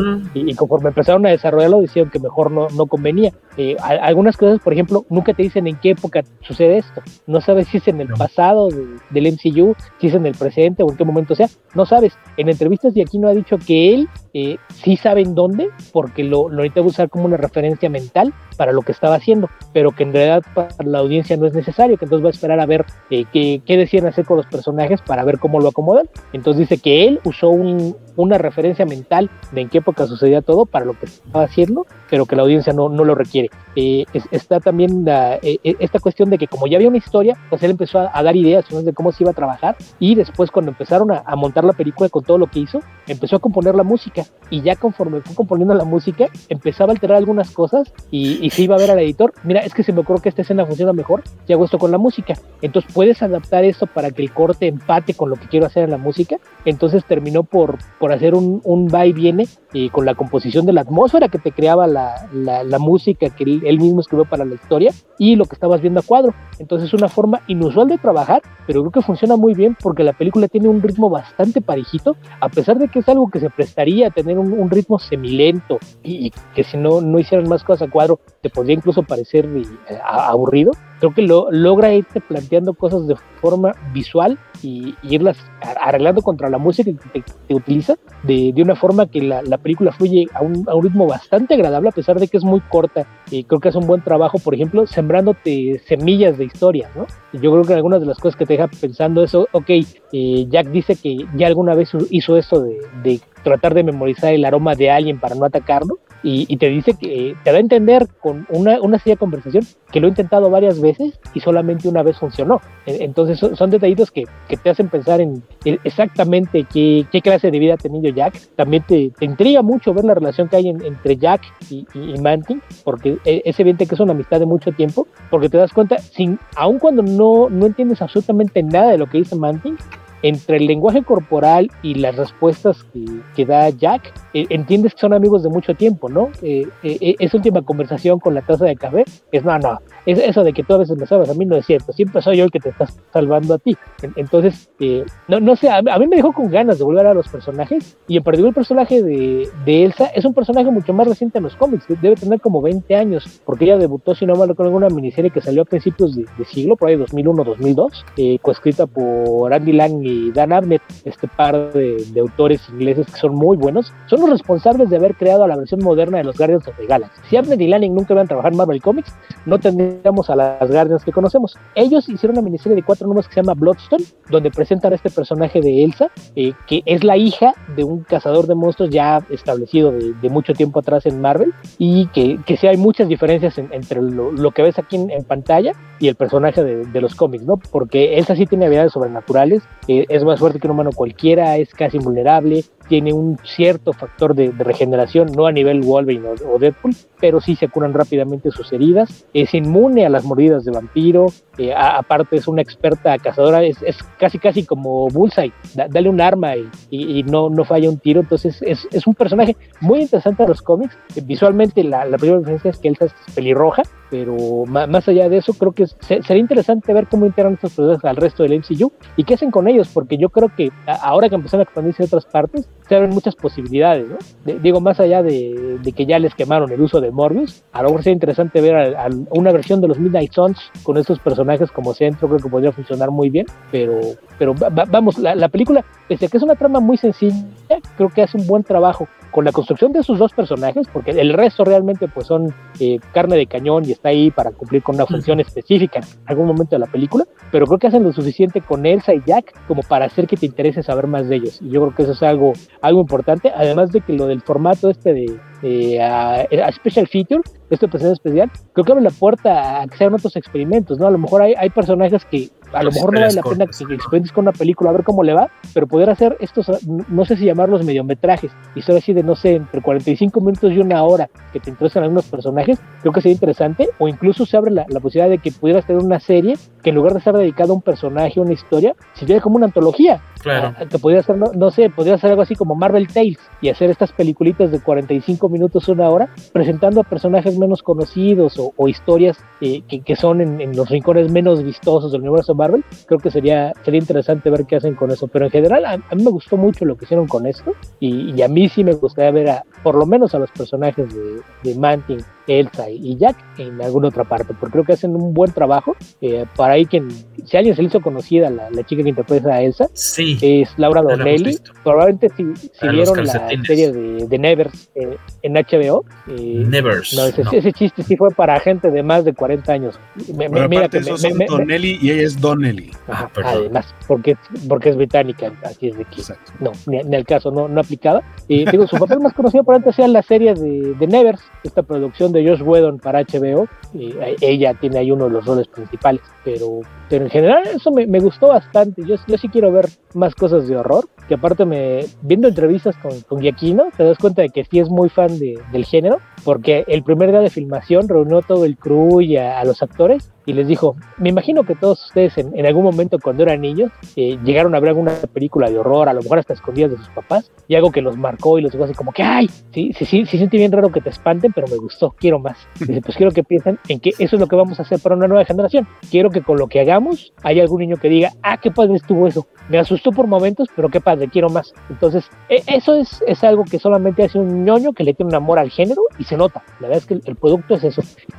[SPEAKER 1] y conforme empezaron a desarrollarlo decían que mejor no convenía. Algunas cosas, por ejemplo, nunca te dicen en qué época sucede esto, no sabes si es en el pasado del MCU, si es en el presente o en qué momento sea, no sabes. En entrevistas Giacchino ha dicho que él sí sabe en dónde, porque lo necesitaba usar como una referencia mental para lo que estaba haciendo, pero que en realidad para la audiencia no es necesario, que entonces va a esperar a ver qué deciden hacer con los personajes para ver cómo lo acomodan. Entonces dice que él usó una referencia mental de en qué época sucedía todo para lo que estaba haciendo, pero que la audiencia no lo requiere. Está también esta cuestión de que como ya había una historia, pues él empezó a dar ideas de cómo se iba a trabajar, y después cuando empezaron a montar la película con todo lo que hizo, empezó a componer la música, y ya conforme fue componiendo la música, empezaba a alterar algunas cosas, y se iba a ver al editor, mira, es que se me ocurrió que esta escena funciona mejor si hago esto con la música, entonces puedes adaptar esto para que el corte empate con lo que quiero hacer en la música. Entonces terminó por hacer un va y viene con la composición de la atmósfera que te creaba la música que él mismo escribió para la historia, y lo que estabas viendo a cuadro. Entonces es una forma inusual de trabajar, pero creo que funciona muy bien porque la película tiene un ritmo bastante parejito, a pesar de que es algo que se prestaría a tener un ritmo semilento, y que si no hicieran más cosas a cuadro te podría incluso parecer aburrido. Creo que logra irte planteando cosas de forma visual y irlas arreglando contra la música que te utiliza de una forma que la película fluye a un ritmo bastante agradable, a pesar de que es muy corta. Creo que hace un buen trabajo, por ejemplo, sembrándote semillas de historia, ¿no? Yo creo que algunas de las cosas que te deja pensando eso, Jack dice que ya alguna vez hizo esto de tratar de memorizar el aroma de alguien para no atacarlo, y te dice que te da a entender con una seria conversación que lo he intentado varias veces y solamente una vez funcionó. Entonces son detallitos que te hacen pensar en exactamente qué clase de vida ha tenido Jack. También te intriga mucho ver la relación que hay entre Jack y Man-Thing, porque es evidente que es una amistad de mucho tiempo, porque te das cuenta, aun cuando no entiendes absolutamente nada de lo que dice Man-Thing, entre el lenguaje corporal y las respuestas que da Jack, entiendes que son amigos de mucho tiempo, ¿no? Esa última conversación con la taza de café es eso de que tú a veces me salvas, a mí no es cierto, siempre soy yo el que te está salvando a ti. Entonces, no sé, a mí me dejó con ganas de volver a los personajes, y en particular el personaje de Elsa es un personaje mucho más reciente en los cómics, debe tener como 20 años, porque ella debutó, si no mal recuerdo, en una miniserie que salió a principios de siglo, por ahí 2001-2002, coescrita por Andy Lang y Dan Abnett, este par de autores ingleses que son muy buenos, son los responsables de haber creado la versión moderna de los Guardians of the Galaxy. Si Abnett y Lanning nunca iban a trabajar en Marvel Comics, no tendríamos a las Guardians que conocemos. Ellos hicieron una miniserie de 4 números que se llama Bloodstone, donde presentan a este personaje de Elsa, que es la hija de un cazador de monstruos ya establecido de mucho tiempo atrás en Marvel, y que sí hay muchas diferencias entre lo que ves aquí en pantalla y el personaje de los cómics, ¿no? Porque Elsa sí tiene habilidades sobrenaturales, es más fuerte que un humano cualquiera, es casi invulnerable, tiene un cierto factor de regeneración, no a nivel Wolverine o Deadpool, pero sí se curan rápidamente sus heridas, es inmune a las mordidas de vampiro, aparte es una experta cazadora, es casi como Bullseye, dale un arma y no falla un tiro. Entonces es un personaje muy interesante a los cómics. Visualmente la primera diferencia es que Elsa es pelirroja, pero más allá de eso creo que sería interesante ver cómo integran estos personajes al resto del MCU y qué hacen con ellos, porque yo creo que ahora que empezaron a expandirse a otras partes se abren muchas posibilidades, ¿no? Digo, más allá de que ya les quemaron el uso de Morbius, a lo mejor sería interesante ver a una versión de los Midnight Suns con estos personajes como centro. Creo que podría funcionar muy bien, pero vamos, la película, pese a que es una trama muy sencilla, creo que hace un buen trabajo con la construcción de sus dos personajes, porque el resto realmente pues son carne de cañón y está ahí para cumplir con una función específica en algún momento de la película, pero creo que hacen lo suficiente con Elsa y Jack como para hacer que te interese saber más de ellos, y yo creo que eso es algo importante, además de que lo del formato a Special Feature, este presentación especial, creo que abre la puerta a que se hagan otros experimentos, ¿no? A lo mejor hay personajes que a lo mejor no vale la pena que experimentes con una película a ver cómo le va, pero poder hacer estos, no sé si llamarlos mediometrajes, historias así de, no sé, entre 45 minutos y una hora, que te interesan algunos personajes, creo que sería interesante, o incluso se abre la posibilidad de que pudieras tener una serie que en lugar de estar dedicada a un personaje o una historia, sería como una antología.
[SPEAKER 16] Claro.
[SPEAKER 1] Que podría ser, no sé, podría ser algo así como Marvel Tales y hacer estas peliculitas de 45 minutos, una hora, presentando a personajes menos conocidos o historias que son en los rincones menos vistosos del universo Marvel. Creo que sería interesante ver qué hacen con eso, pero en general a mí me gustó mucho lo que hicieron con esto, y a mí sí me gustaría ver por lo menos a los personajes de Mantis, Elsa y Jack en alguna otra parte, porque creo que hacen un buen trabajo. Para ahí si alguien se le hizo conocida la chica que interpreta a Elsa,
[SPEAKER 16] sí,
[SPEAKER 1] es Laura Donnelly. Probablemente si vieron la serie de Nevers en HBO,
[SPEAKER 16] Nevers,
[SPEAKER 1] ese chiste sí fue para gente de más de 40 años.
[SPEAKER 17] Mira que son Donnelly y ella es Donnelly.
[SPEAKER 1] Ajá, además, porque es británica, así es de que exacto. No, ni al caso, no aplicaba. Digo, su papel más conocido probablemente sea la serie de Nevers, esta producción de Joss Whedon para HBO. Ella tiene ahí uno de los roles principales, pero en general eso me gustó bastante. Yo sí quiero ver más cosas de horror, que aparte viendo entrevistas con Giacchino, te das cuenta de que sí es muy fan del género, porque el primer día de filmación reunió todo el crew y a los actores y les dijo, me imagino que todos ustedes en algún momento cuando eran niños llegaron a ver alguna película de horror, a lo mejor hasta escondidas de sus papás, y algo que los marcó y los dejó así como que, ay, sí siente bien raro que te espanten, pero me gustó, quiero más. Dice, pues quiero que piensen en que eso es lo que vamos a hacer para una nueva generación. Quiero que con lo que hagamos haya algún niño que diga, qué padre estuvo eso, me asustó por momentos, pero qué padre, quiero más. Entonces eso es algo que solamente hace un ñoño que le tiene un amor al género y se nota. La verdad es que el producto es eso,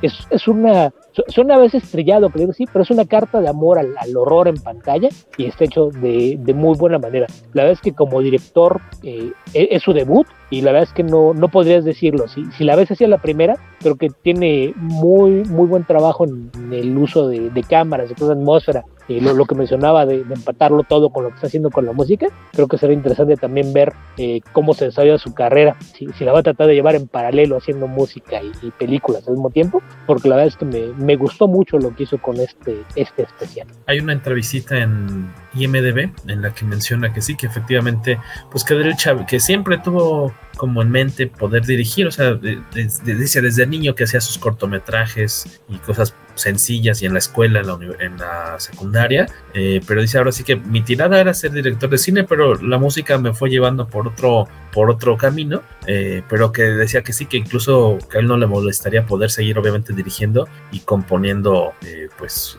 [SPEAKER 1] suena a veces trillado, que digo sí, pero es una carta de amor al horror en pantalla, y está hecho de muy buena manera. La verdad es que como director es su debut, y la verdad es que no podrías decirlo. Si la ves así a la primera, creo que tiene muy, muy buen trabajo en el uso de cámaras, de toda la atmósfera, lo que mencionaba de empatarlo todo con lo que está haciendo con la música. Creo que será interesante también ver cómo se desarrolla su carrera, si la va a tratar de llevar en paralelo haciendo música y películas al mismo tiempo, porque la verdad es que me gustó mucho lo que hizo con este especial.
[SPEAKER 16] Hay una entrevista en IMDb en la que menciona que sí, que efectivamente, pues que siempre tuvo como en mente poder dirigir, o sea, dice desde niño que hacía sus cortometrajes y cosas sencillas y en la escuela, en la secundaria, pero dice ahora sí que mi tirada era ser director de cine, pero la música me fue llevando por otro camino, pero que decía que sí, que incluso que a él no le molestaría poder seguir obviamente dirigiendo y componiendo pues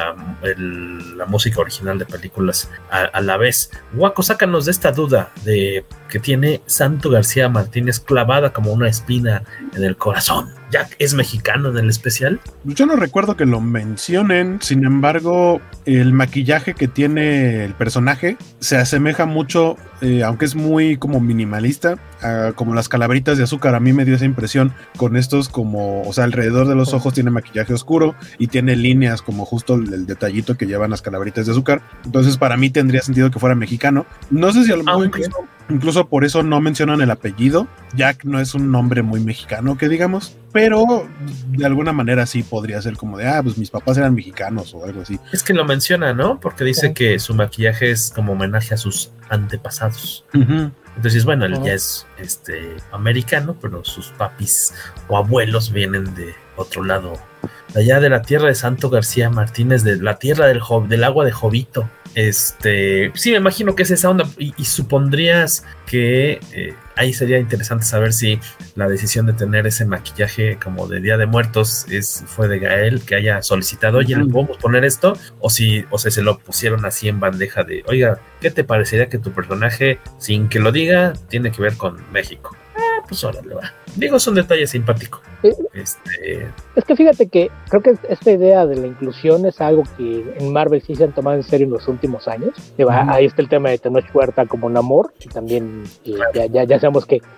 [SPEAKER 16] la música original de películas a la vez. Guaco, sácanos de esta duda de que tiene Santo García Martínez clavada como una espina en el corazón. ¿Jack es mexicano en el especial?
[SPEAKER 17] Yo no recuerdo recuerdo que lo mencionen, sin embargo, el maquillaje que tiene el personaje se asemeja mucho, aunque es muy como minimalista, como las calaveritas de azúcar. A mí me dio esa impresión con estos como, o sea, alrededor de los ojos tiene maquillaje oscuro y tiene líneas como justo el detallito que llevan las calaveritas de azúcar. Entonces para mí tendría sentido que fuera mexicano. No sé si a lo mejor incluso por eso no mencionan el apellido. Jack no es un nombre muy mexicano que digamos, pero de alguna manera sí podría ser como de, pues mis papás eran mexicanos o algo así.
[SPEAKER 16] Es que lo menciona, ¿no? Porque dice que su maquillaje es como homenaje a sus antepasados. Entonces, bueno, él ya es americano, pero sus papis o abuelos vienen de otro lado, de allá de la tierra de Santo García Martínez, de la tierra del agua de Jovito. Sí, me imagino que es esa onda, y supondrías que ahí sería interesante saber si la decisión de tener ese maquillaje como de Día de Muertos fue de Gael, que haya solicitado, oye, ¿le podemos poner esto? O si se lo pusieron así en bandeja de, oiga, ¿qué te parecería que tu personaje, sin que lo diga, tiene que ver con México? Pues órale, va. Digo, es un detalle simpático.
[SPEAKER 1] Es que fíjate que creo que esta idea de la inclusión es algo que en Marvel sí se han tomado en serio en los últimos años. Ahí está el tema de Tenoch Huerta como Namor, y también ya sabemos que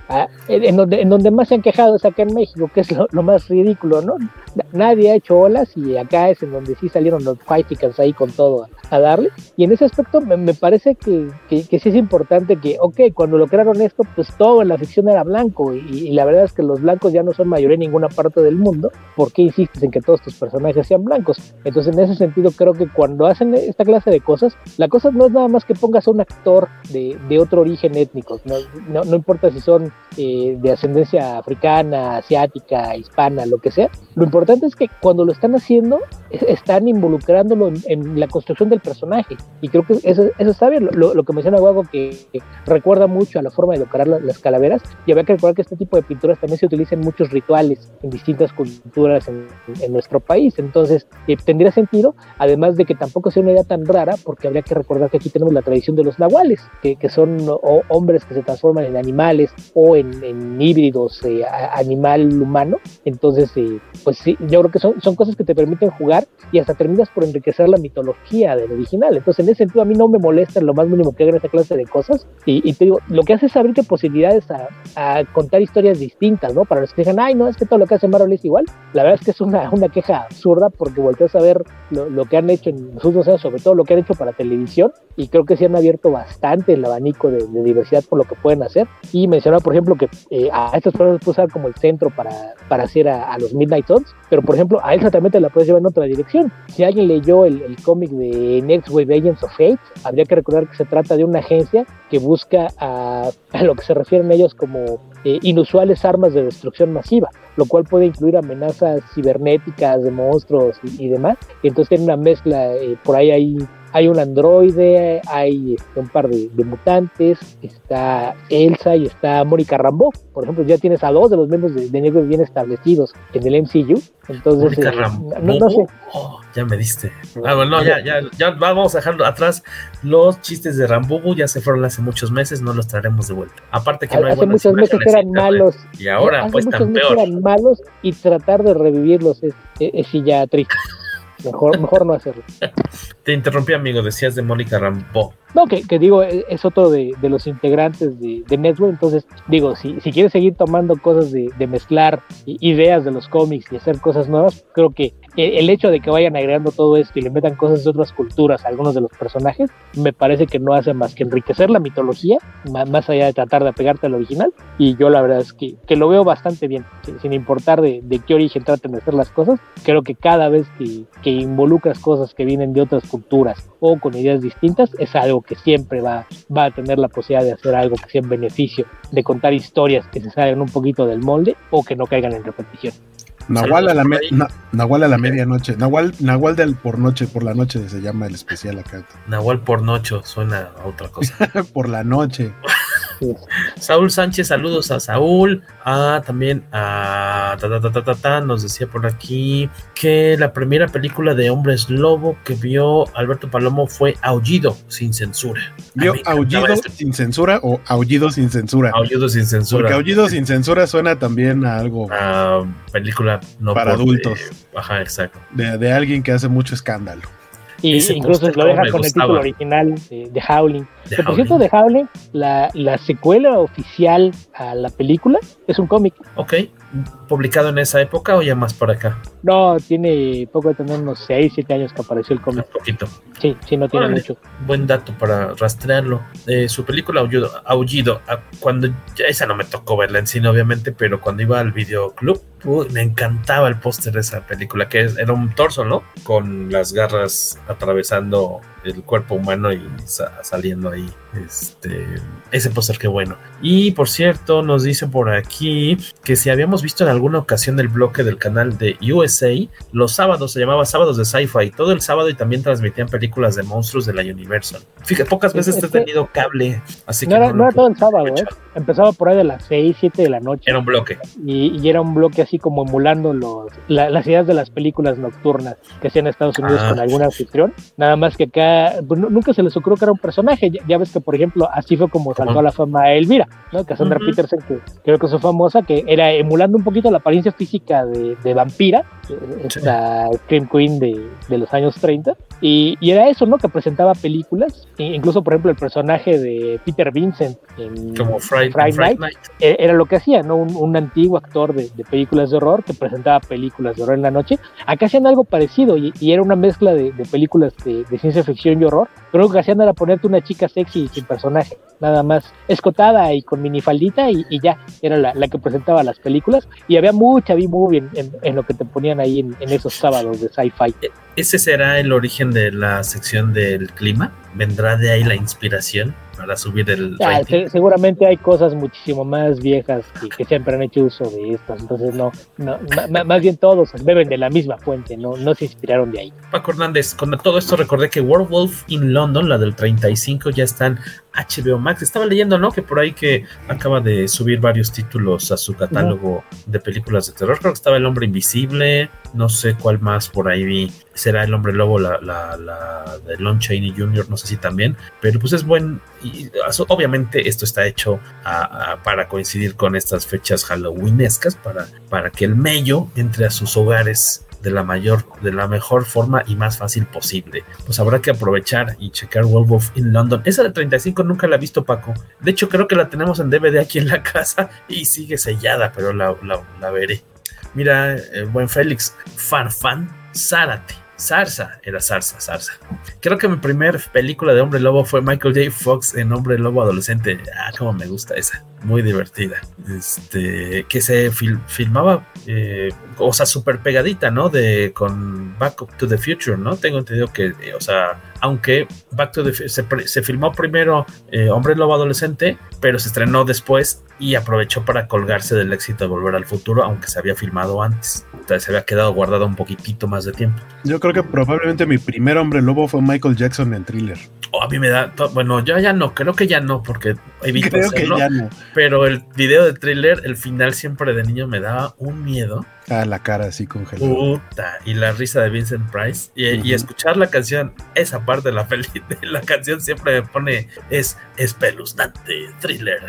[SPEAKER 1] en donde más se han quejado es acá en México, que es lo más ridículo, ¿no? Nadie ha hecho olas, y acá es en donde sí salieron los Whitexicans ahí con todo a darle. Y en ese aspecto me parece que sí es importante que, cuando lo crearon esto, pues todo en la ficción era blanco, y la verdad es que los blancos ya no son mayoría en ninguna parte del mundo. ¿Por qué insistes en que todos tus personajes sean blancos? Entonces, en ese sentido, creo que cuando hacen esta clase de cosas, la cosa no es nada más que pongas a un actor de otro origen étnico. No importa si son de ascendencia africana, asiática, hispana, lo que sea. Lo importante es que cuando lo están haciendo, están involucrándolo en la construcción del personaje. Y creo que eso está bien. Lo que menciona Guago, que recuerda mucho a la forma de decorar las calaveras. Y había que recordar que este tipo de pinturas también se utilizan en muchos rituales en distintas culturas en nuestro país. Entonces tendría sentido, además de que tampoco sea una idea tan rara, porque habría que recordar que aquí tenemos la tradición de los nahuales, que son hombres que se transforman en animales o en híbridos animal-humano. Entonces pues sí, yo creo que son cosas que te permiten jugar, y hasta terminas por enriquecer la mitología del original. Entonces en ese sentido a mí no me molesta en lo más mínimo que hagan esa clase de cosas, y te digo, lo que hace es abrirte posibilidades a contar historias distintas, ¿no? Para los que digan, no, es que todo lo que hace Marvel es igual. La verdad es que es una queja absurda, porque volteas a ver lo que han hecho en los últimos años, sobre todo lo que han hecho para televisión, y creo que sí han abierto bastante el abanico de diversidad por lo que pueden hacer. Y mencionaba, por ejemplo, que a estas personas puedes usar como el centro para hacer a los Midnight Suns, pero por ejemplo a Elsa también te la puedes llevar en otra dirección. Si alguien leyó el cómic de Next Wave Agents of Fate, habría que recordar que se trata de una agencia que busca a lo que se refieren ellos como inusuales armas de destrucción masiva, lo cual puede incluir amenazas cibernéticas de monstruos y demás. Y entonces tiene una mezcla, por ahí hay un androide, hay un par de mutantes, está Elsa y está Mónica Rambeau. Por ejemplo, ya tienes a dos de los miembros de Negros bien establecidos en el MCU. Entonces, no sé.
[SPEAKER 16] Ya me diste. Bueno, ya vamos a dejarlo atrás. Los chistes de Rambubu ya se fueron hace muchos meses, no los traeremos de vuelta. Aparte que no hay
[SPEAKER 1] hace muchos meses eran malos.
[SPEAKER 16] Y ahora pues están peor.
[SPEAKER 1] Eran malos, y tratar de revivirlos es ya triste. Mejor no hacerlo.
[SPEAKER 16] Te interrumpí, amigo, decías de Mónica Rambeau.
[SPEAKER 1] No, que digo, es otro de los integrantes de Network. Entonces, digo, si quieres seguir tomando cosas de mezclar ideas de los cómics y hacer cosas nuevas, creo que el hecho de que vayan agregando todo esto y le metan cosas de otras culturas a algunos de los personajes, me parece que no hace más que enriquecer la mitología, más allá de tratar de apegarte al original. Y yo la verdad es que lo veo bastante bien, sin importar de qué origen traten de hacer las cosas. Creo que cada vez que involucras cosas que vienen de otras culturas o con ideas distintas, es algo que siempre va a tener la posibilidad de hacer algo que sea en beneficio de contar historias que se salgan un poquito del molde o que no caigan en repetición.
[SPEAKER 17] Nahual a la medianoche. Nahual por la noche se llama el especial acá.
[SPEAKER 16] Nahual por noche suena a otra cosa.
[SPEAKER 17] Por la noche.
[SPEAKER 16] Saúl Sánchez, saludos a Saúl. También a nos decía por aquí que la primera película de Hombres Lobo que vio Alberto Palomo fue Aullido sin censura.
[SPEAKER 17] ¿Vio Aullido sin censura o Aullido sin censura?
[SPEAKER 16] Aullido sin censura.
[SPEAKER 17] Porque Aullido sin censura suena también a algo
[SPEAKER 16] película no
[SPEAKER 17] para adultos.
[SPEAKER 16] Ajá, exacto.
[SPEAKER 17] De alguien que hace mucho escándalo.
[SPEAKER 1] Y incluso lo deja con el título original de Howling. Por cierto, de Howling, la secuela oficial a la película es un cómic.
[SPEAKER 16] Ok. ¿Publicado en esa época o ya más por acá?
[SPEAKER 1] No, tiene poco de tener unos 6, 7 años que apareció el cómic.
[SPEAKER 16] Un poquito.
[SPEAKER 1] Sí, no tiene mucho.
[SPEAKER 16] Buen dato para rastrearlo. Su película Aullido, cuando ya esa no me tocó verla en cine obviamente, pero cuando iba al videoclub, me encantaba el póster de esa película, que era un torso, ¿no? Con las garras atravesando el cuerpo humano y saliendo ahí ese póster, qué bueno. Y por cierto, nos dice por aquí que si habíamos visto en alguna ocasión el bloque del canal de USA, los sábados se llamaba Sábados de Sci-Fi, todo el sábado, y también transmitían películas de monstruos de la Universal. Fíjate, pocas veces he tenido cable, así que
[SPEAKER 1] no era todo el sábado, empezaba por ahí de las 6, 7 de la noche.
[SPEAKER 16] Era un bloque.
[SPEAKER 1] Y era un bloque así como emulando las ideas de las películas nocturnas que hacían en Estados Unidos con alguna anfitrión, nada más que acá pues, nunca se les ocurrió que era un personaje. Ya ves que, por ejemplo, así fue como saltó a la fama a Elvira, ¿no? Cassandra Peterson, que creo que es famosa, que era emulando un poquito la apariencia física de vampira, esta Scream Queen de los años 30, y era eso, ¿no? Que presentaba películas, incluso, por ejemplo, el personaje de Peter Vincent en
[SPEAKER 16] como Friday Night
[SPEAKER 1] era lo que hacía, ¿no? Un antiguo actor de películas de horror que presentaba películas de horror en la noche. Acá hacían algo parecido y era una mezcla de películas de ciencia ficción y horror, pero lo que hacían era ponerte una chica sexy sin personaje, nada más escotada y con minifaldita y ya, era la que presentaba las películas, y había mucha B-movie en lo que te ponían ahí en esos sábados de sci-fi.
[SPEAKER 16] ¿Ese será el origen de la sección del clima? ¿Vendrá de ahí la inspiración para subir el rating?
[SPEAKER 1] Seguramente hay cosas muchísimo más viejas que siempre han hecho uso de estas, entonces no más bien todos beben de la misma fuente, no se inspiraron de ahí.
[SPEAKER 16] Paco Hernández, con todo esto recordé que Werewolf in London, la del 35, ya está en HBO Max. Estaba leyendo, ¿no? Que por ahí que acaba de subir varios títulos a su catálogo de películas de terror. Creo que estaba El Hombre Invisible, no sé cuál más por ahí vi. Será El Hombre Lobo, la de Lon Chaney Jr., no sé si también, pero pues es buen. Y obviamente esto está hecho para coincidir con estas fechas halloweenescas, para que el mello entre a sus hogares de la mejor forma y más fácil posible. Pues habrá que aprovechar y checar Werewolf in London. Esa de 35 nunca la he visto, Paco. De hecho, creo que la tenemos en DVD aquí en la casa y sigue sellada, pero la veré. Mira, buen Félix, Farfán Zárate. Zarza. Creo que mi primer película de Hombre Lobo fue Michael J. Fox en Hombre Lobo Adolescente. Cómo me gusta esa, muy divertida. Que se filmaba, o sea, súper pegadita, ¿no? Con Back to the Future, ¿no? Tengo entendido que, aunque Back to the Future se filmó primero Hombre Lobo Adolescente, pero se estrenó después y aprovechó para colgarse del éxito de Volver al Futuro, aunque se había filmado antes. Entonces se había quedado guardado un poquitito más de tiempo.
[SPEAKER 17] Yo creo que probablemente mi primer Hombre Lobo fue Michael Jackson en Thriller.
[SPEAKER 16] A mí me da, bueno, yo ya no, creo que ya no, porque evito
[SPEAKER 17] creo
[SPEAKER 16] hacerlo,
[SPEAKER 17] que ya no.
[SPEAKER 16] Pero el video de Thriller, el final siempre de niño me daba un miedo.
[SPEAKER 17] La cara así congelada.
[SPEAKER 16] Puta, y la risa de Vincent Price y escuchar la canción, esa parte de la canción siempre me pone espeluznante, Thriller.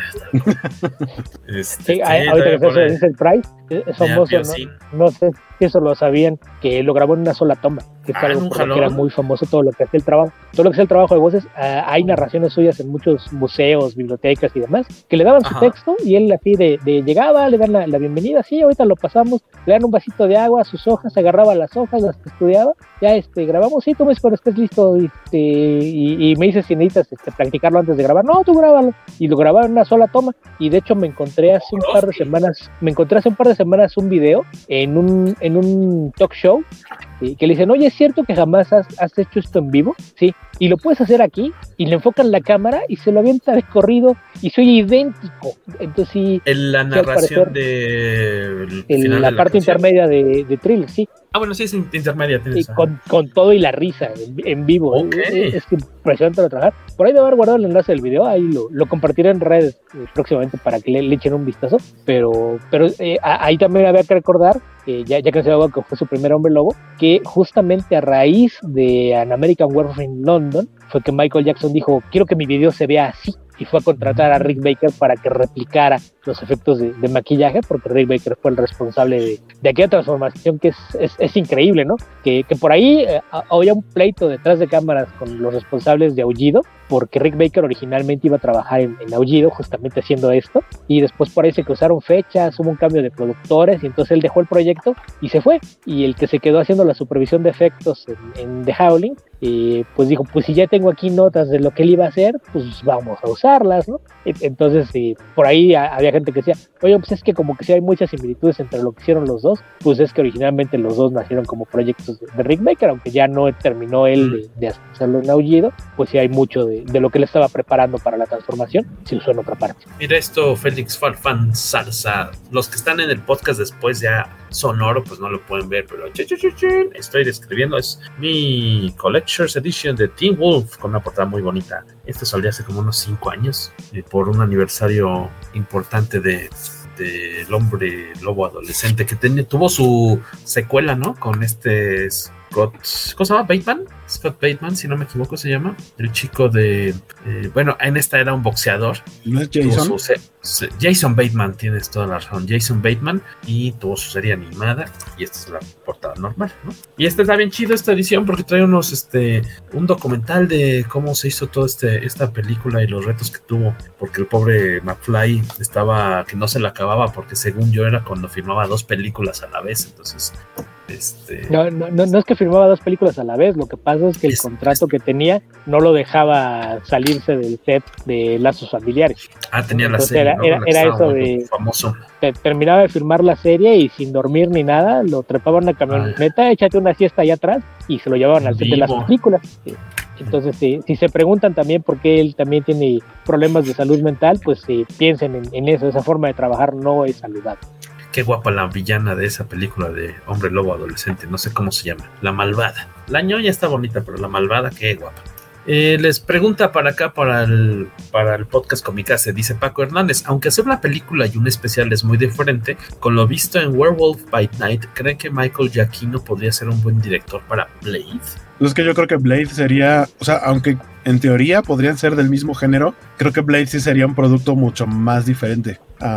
[SPEAKER 1] Sí, ahorita que fue de Vincent Price, es famoso, no sé si eso lo sabían, que lo grabó en una sola toma, que es algo porque era muy famoso todo lo que hacía el trabajo de voces. Hay narraciones suyas en muchos museos, bibliotecas y demás, que le daban su texto y él así de llegaba, le dan la bienvenida, sí, ahorita lo pasamos, le dan un vasito de agua, sus hojas, agarraba las hojas, las estudiaba, ya grabamos, sí, tú me cuando estés listo, y me dices si necesitas practicarlo antes de grabar, no, tú grábalo, y lo grababa en una sola toma. Y de hecho me encontré hace un par de semanas un video en un talk show que le dicen, oye, ¿es cierto que jamás has hecho esto en vivo? Sí, y lo puedes hacer aquí, y le enfocan la cámara y se lo avienta de corrido y se oye idéntico. Entonces sí.
[SPEAKER 16] En la narración de
[SPEAKER 1] la parte intermedia de Thriller, sí.
[SPEAKER 16] Ah, bueno, sí, es intermedia.
[SPEAKER 1] Con todo y la risa en vivo.
[SPEAKER 16] Okay.
[SPEAKER 1] Es impresionante lo trabajar. Por ahí debe haber guardado el enlace del video, ahí lo compartiré en redes próximamente para que le echen un vistazo. Pero ahí también había que recordar, ya que se que fue su primer Hombre Lobo, que justamente a raíz de An American Werewolf in London fue que Michael Jackson dijo, quiero que mi video se vea así, y fue a contratar a Rick Baker para que replicara los efectos de maquillaje, porque Rick Baker fue el responsable de aquella transformación que es increíble, ¿no? Que por ahí había un pleito detrás de cámaras con los responsables de Aullido, porque Rick Baker originalmente iba a trabajar en Aullido, justamente haciendo esto, y después por ahí se cruzaron fechas, hubo un cambio de productores, y entonces él dejó el proyecto y se fue, y el que se quedó haciendo la supervisión de efectos en The Howling, pues dijo, pues si ya tengo aquí notas de lo que él iba a hacer, pues vamos a usarlas, ¿no? Entonces por ahí había gente que decía, oye, pues es que como que sí hay muchas similitudes entre lo que hicieron los dos, pues es que originalmente los dos nacieron como proyectos de Rick Baker, aunque ya no terminó él de hacerlo en Aullido, pues sí hay mucho de lo que él estaba preparando para la transformación, se usó en otra parte.
[SPEAKER 16] Mira esto, Félix Farfán Salsa, los que están en el podcast después ya sonoro, pues no lo pueden ver, pero estoy describiendo, es mi Collector's Edition de Teen Wolf, con una portada muy bonita. Esto salió hace como unos 5 años, por un aniversario importante del Hombre Lobo Adolescente, que tuvo su secuela, ¿no? Con Scott, ¿cómo se llama? ¿Bateman? Scott Bateman, si no me equivoco se llama, el chico de bueno, en esta era un boxeador.
[SPEAKER 17] ¿No es Jason?
[SPEAKER 16] Jason Bateman, tienes toda la razón, Jason Bateman, y tuvo su serie animada, y esta es la portada normal, ¿no? Y esta está bien chido, esta edición, porque trae un documental de cómo se hizo toda esta película y los retos que tuvo, porque el pobre McFly estaba, que no se la acababa, porque según yo era cuando filmaba 2 películas a la vez, entonces...
[SPEAKER 1] No es que firmaba 2 películas a la vez, lo que pasa es que el contrato que tenía no lo dejaba salirse del set de Lazos Familiares.
[SPEAKER 16] Tenía la
[SPEAKER 1] serie. Era eso de
[SPEAKER 16] famoso.
[SPEAKER 1] Terminaba de filmar la serie y sin dormir ni nada, lo trepaban en una camioneta, échate una siesta allá atrás y se lo llevaban al set de las películas. Entonces, si se preguntan también por qué él también tiene problemas de salud mental, pues piensen en eso, esa forma de trabajar no es saludable.
[SPEAKER 16] Qué guapa la villana de esa película de Hombre Lobo Adolescente, no sé cómo se llama, la malvada. La ñoña está bonita, pero la malvada, qué guapa. Les pregunta para acá, para el podcast Comicase, dice Paco Hernández, aunque hacer una película y un especial es muy diferente, con lo visto en Werewolf by Night, ¿creen que Michael Giacchino podría ser un buen director para Blade?
[SPEAKER 17] Es que yo creo que Blade sería, o sea, aunque en teoría podrían ser del mismo género, creo que Blade sí sería un producto mucho más diferente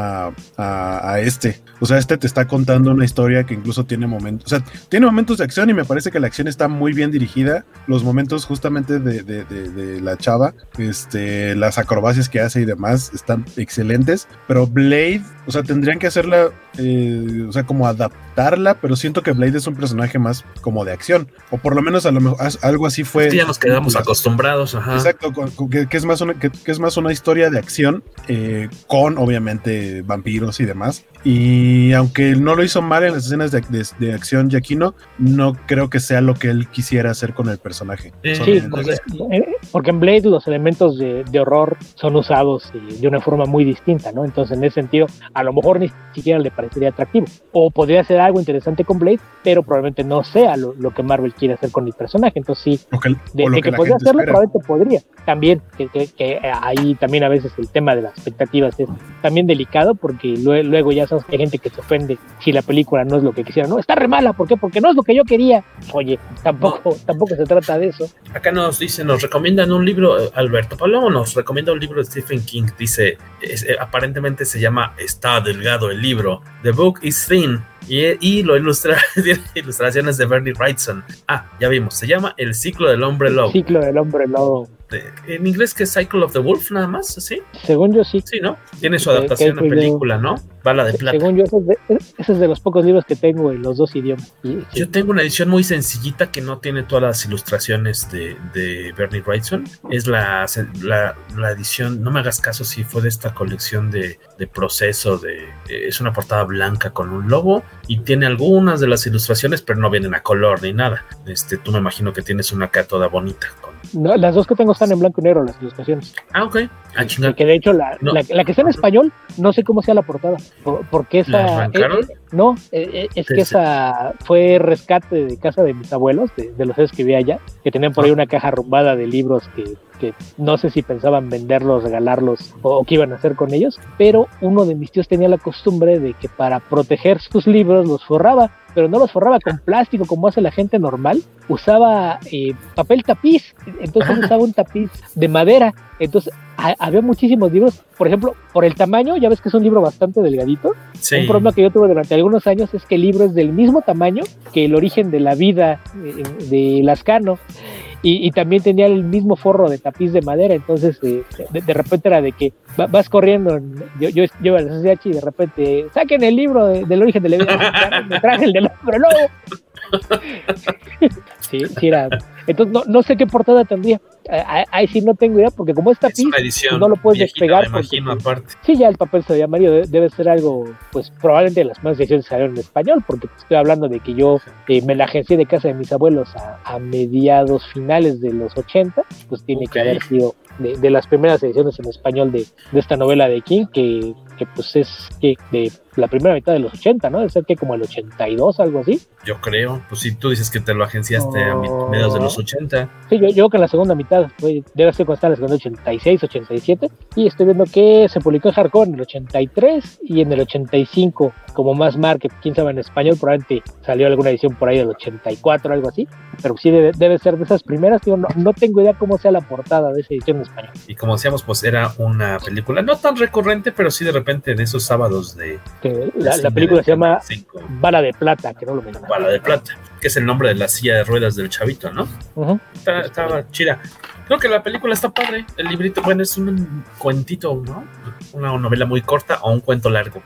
[SPEAKER 17] a este. O sea, te está contando una historia que incluso tiene momentos, o sea, tiene momentos de acción y me parece que la acción está muy bien dirigida. Los momentos justamente de la chava, las acrobacias que hace y demás están excelentes, pero Blade, o sea, tendrían que hacerla, o sea, como adaptarla, pero siento que Blade es un personaje más como de acción, o por lo menos a lo mejor algo así fue.
[SPEAKER 16] Es que ya nos quedamos acostumbrados, ajá.
[SPEAKER 17] Exacto, que es más una historia de acción, con obviamente vampiros y demás. Y aunque no lo hizo mal en las escenas de acción Giacchino, no creo que sea lo que él quisiera hacer con el personaje.
[SPEAKER 1] Sí, porque en Blade los elementos de horror son usados de una forma muy distinta, ¿no? Entonces, en ese sentido, a lo mejor ni siquiera le parecería atractivo. O podría ser algo interesante con Blade, pero probablemente no sea lo que Marvel quiere hacer con el personaje. Entonces, sí, de que podría hacerlo, espera. Probablemente podría. También, que ahí también a veces el tema de las expectativas es también delicado, porque luego ya sabes que hay gente que se ofende si la película no es lo que quisiera. No, está re mala, ¿por qué? Porque no es lo que yo quería. Oye, tampoco se trata de eso.
[SPEAKER 16] Acá nos recomiendan un libro, Alberto Palomo nos recomienda un libro de Stephen King, dice, aparentemente se llama Está delgado el libro, The Book is Thin, y lo ilustra, tiene ilustraciones de Bernie Wrightson. Ya vimos, se llama El Ciclo del Hombre Lobo.
[SPEAKER 1] Ciclo del Hombre Lobo.
[SPEAKER 16] En inglés, que es Cycle of the Wolf, nada más, ¿sí?
[SPEAKER 1] Según yo, sí.
[SPEAKER 16] Sí, ¿no? Tiene su adaptación a película, ¿no? Bala de Plata.
[SPEAKER 1] Según yo, ese es de los pocos libros que tengo en los dos idiomas.
[SPEAKER 16] Yo tengo una edición muy sencillita que no tiene todas las ilustraciones de Bernie Wrightson. Es la edición, no me hagas caso si fue de esta colección de Proceso, es una portada blanca con un lobo y tiene algunas de las ilustraciones, pero no vienen a color ni nada. Tú me imagino que tienes una acá toda bonita.
[SPEAKER 1] No, las dos que tengo están en blanco y negro, las ilustraciones.
[SPEAKER 16] Ah, ok.
[SPEAKER 1] Que de hecho la que está en español, no sé cómo sea la portada, porque esa... es que esa fue rescate de casa de mis abuelos, de los que vi allá, que tenían por ahí una caja arrumbada de libros que no sé si pensaban venderlos, regalarlos o qué iban a hacer con ellos, pero uno de mis tíos tenía la costumbre de que para proteger sus libros los forraba, pero no los forraba con plástico como hace la gente normal, usaba papel tapiz, entonces usaba un tapiz de madera. Entonces había muchísimos libros, por ejemplo, por el tamaño, ya ves que es un libro bastante delgadito. Sí. Un problema que yo tuve durante algunos años es que el libro es del mismo tamaño que El origen de la vida de Lascano. Y también tenía el mismo forro de tapiz de madera, entonces de repente era de que vas corriendo, yo iba al CCH y de repente saquen el libro del origen de la vida, me traje el del hombre lobo. Sí, era. Entonces no sé qué portada tendría. Ahí sí no tengo idea, porque como es tapiz,
[SPEAKER 16] edición,
[SPEAKER 1] no lo puedes despegar.
[SPEAKER 16] Me imagino, aparte.
[SPEAKER 1] Sí, ya el papel se veía amarillo, debe ser algo, pues probablemente de las más ediciones salieron en español, porque estoy hablando de que yo me la agencié de casa de mis abuelos a mediados finales de los 80, pues tiene que haber sido de las primeras ediciones en español de esta novela de King, que pues es que de la primera mitad de los 80, ¿no? Debe ser que como el 82, algo así.
[SPEAKER 16] Yo creo, pues si tú dices que te lo agenciaste a mediados de los 80.
[SPEAKER 1] Sí, yo creo que en la segunda mitad, debe ser cuando está en la segunda 86, 87, y estoy viendo que se publicó en hardcover en el 83 y en el 85 como más market, quién sabe en español, probablemente salió alguna edición por ahí del 84, algo así, pero sí debe ser de esas primeras. Digo, no tengo idea cómo sea la portada de esa edición en español.
[SPEAKER 16] Y como decíamos, pues era una película no tan recurrente, pero sí de repente de esos sábados de...
[SPEAKER 1] La película se llama Bala de Plata, que no lo mencionaba.
[SPEAKER 16] Bala de Plata, que es el nombre de la silla de ruedas del chavito, ¿no? Estaba chida. Creo que la película está padre. El librito, bueno, es un cuentito, ¿no? Una novela muy corta o un cuento largo.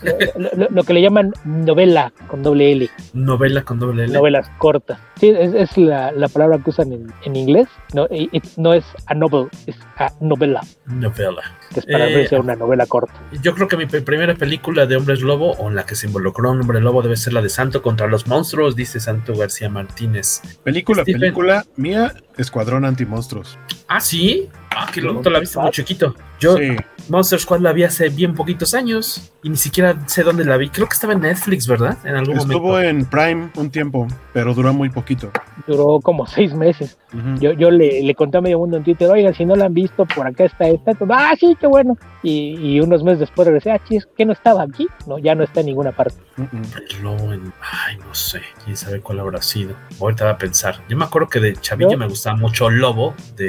[SPEAKER 1] Lo que le llaman novela con doble L.
[SPEAKER 16] Novela con doble L.
[SPEAKER 1] Novelas cortas. Sí, es la palabra que usan en inglés. No es a novel, es a novela.
[SPEAKER 16] Novela.
[SPEAKER 1] Que es para referirse a una novela corta.
[SPEAKER 16] Yo creo que mi primera película de hombres lobo, o en la que se involucró un hombre lobo, debe ser la de Santo contra los monstruos, dice Santo García Martínez.
[SPEAKER 17] Película mía, Escuadrón Antimonstruos.
[SPEAKER 16] ¿Ah, sí? Ah, que luego la viste muy chiquito. Yo sí. Monster Squad la vi hace bien poquitos años y ni siquiera sé dónde la vi. Creo que estaba en Netflix, ¿verdad? En algún momento.
[SPEAKER 17] Estuvo en Prime un tiempo, pero duró muy poquito.
[SPEAKER 1] Duró como 6 meses. Uh-huh. Yo le conté a medio mundo en Twitter, oigan, si no la han visto, por acá está esta. Sí, qué bueno. Y unos meses después regresé, chis, ¿qué no estaba aquí? No, ya no está en ninguna parte.
[SPEAKER 16] El lobo no sé, quién sabe cuál habrá sido. Ahorita va a pensar. Yo me acuerdo que de chavillo me gustaba mucho Lobo,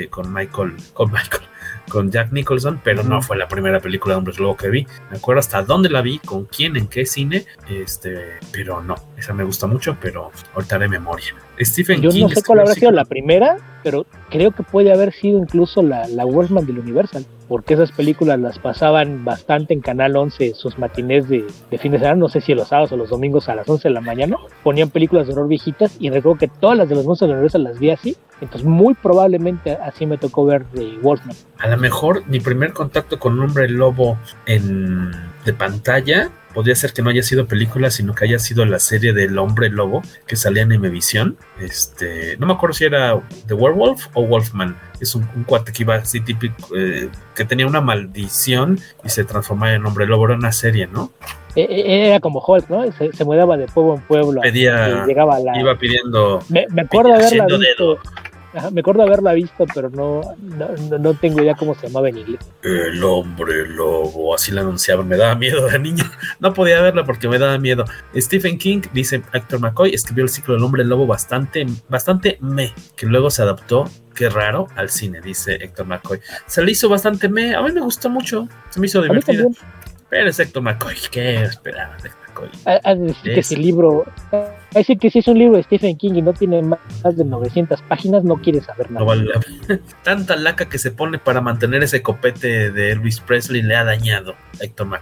[SPEAKER 16] con Jack Nicholson, pero no fue la primera película de hombres lobo que vi. Me acuerdo hasta dónde la vi, con quién, en qué cine, pero no, esa me gusta mucho, pero ahorita de memoria. Stephen King.
[SPEAKER 1] Yo no sé cuál habrá sido la primera, pero creo que puede haber sido incluso la Wolfman del Universal, porque esas películas las pasaban bastante en Canal 11, sus matinés de fin de semana, no sé si los sábados o los domingos a las 11 de la mañana, ponían películas de horror viejitas, y recuerdo que todas las de los monstruos del Universal las vi así, entonces muy probablemente así me tocó ver de Wolfman.
[SPEAKER 16] A lo mejor mi primer contacto con un hombre lobo de pantalla podría ser que no haya sido película, sino que haya sido la serie del Hombre Lobo que salía en Imevisión. No me acuerdo si era The Werewolf o Wolfman. Es un cuate que iba así típico, que tenía una maldición y se transformaba en Hombre Lobo. Era una serie, ¿no?
[SPEAKER 1] Era como Hulk, ¿no? Se mudaba de pueblo en pueblo.
[SPEAKER 16] Iba pidiendo.
[SPEAKER 1] Me acuerdo de haberla visto. Ajá, me acuerdo haberla visto, pero no tengo idea cómo se llamaba en inglés. El Hombre Lobo,
[SPEAKER 16] así la anunciaban, me daba miedo de niño. No podía verla porque me daba miedo. Stephen King, dice Héctor McCoy, escribió el ciclo del Hombre Lobo bastante que luego se adaptó, qué raro, al cine, dice Héctor McCoy. Se le hizo bastante a mí me gustó mucho, se me hizo divertida. Pero es Héctor McCoy, ¿qué esperaba de McCoy?
[SPEAKER 1] Decir que si el libro, decir que si es un libro de Stephen King y no tiene más de 900 páginas, no quieres saber nada.
[SPEAKER 16] No vale. Tanta laca que se pone para mantener ese copete de Elvis Presley le ha dañado a Héctor McCoy.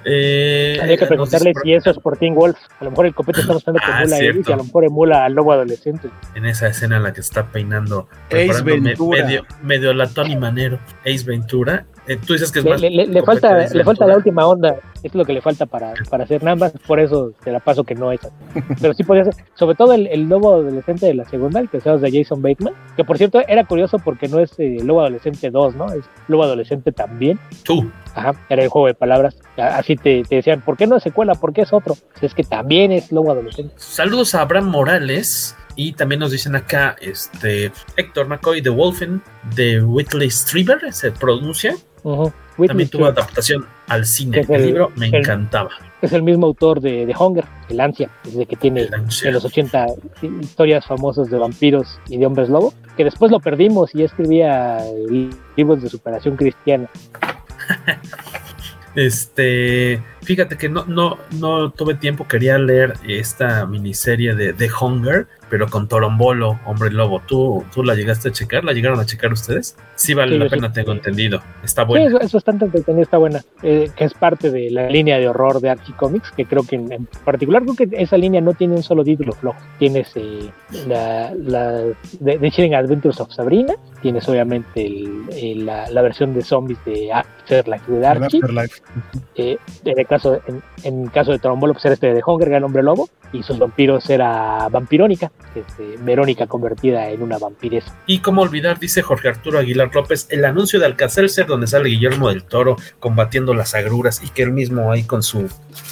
[SPEAKER 1] Había que preguntarle si eso es por Teen Wolf. A lo mejor el copete está mostrando que emula a Elvis y a lo mejor emula al lobo adolescente.
[SPEAKER 16] En esa escena en la que está peinando
[SPEAKER 17] Ace Ventura.
[SPEAKER 16] medio latón y manero. Ace Ventura. Tú dices que es más.
[SPEAKER 1] Le falta la última onda. Es lo que le falta para hacer nada más. Por eso te la paso que no es. Pero sí podría ser. Sobre todo el lobo adolescente de la segunda, el que sabes de Jason Bateman. Que por cierto era curioso porque no es Lobo Adolescente 2, ¿no? Es Lobo Adolescente también.
[SPEAKER 16] Tú.
[SPEAKER 1] Ajá, era el juego de palabras. Así te decían, ¿por qué no es secuela? ¿Por qué es otro? Es que también es Lobo Adolescente.
[SPEAKER 16] Saludos a Abraham Morales. Y también nos dicen acá, Héctor McCoy de Wolfen, de Whitley Strieber, se pronuncia. También tuvo adaptación al cine. El libro me encantaba.
[SPEAKER 1] Es el mismo autor de Hunger, el Ansia, desde que tiene en los 80 historias famosas de vampiros y de hombres lobo, que después lo perdimos y escribía libros de superación cristiana.
[SPEAKER 16] Fíjate que no tuve tiempo, quería leer esta miniserie de Hunger, pero con Torombolo, hombre lobo. ¿Tú la llegaste a checar? ¿La llegaron a checar ustedes? Sí vale la pena, tengo entendido. Está buena.
[SPEAKER 1] Sí, es bastante entretenida, está buena. Que es parte de la línea de horror de Archie Comics, que creo que en particular creo que esa línea no tiene un solo título flojo. Tienes The Chilling Adventures of Sabrina, tienes obviamente la versión de zombies de Afterlife de Archie. En caso de Torombolo, pues era de Hunger, era el hombre lobo, y sus vampiros era Vampirónica, que es Verónica convertida en una vampiresa.
[SPEAKER 16] Y cómo olvidar, dice Jorge Arturo Aguilar López, el anuncio de Alka-Seltzer donde sale Guillermo del Toro combatiendo las agruras y que él mismo ahí con su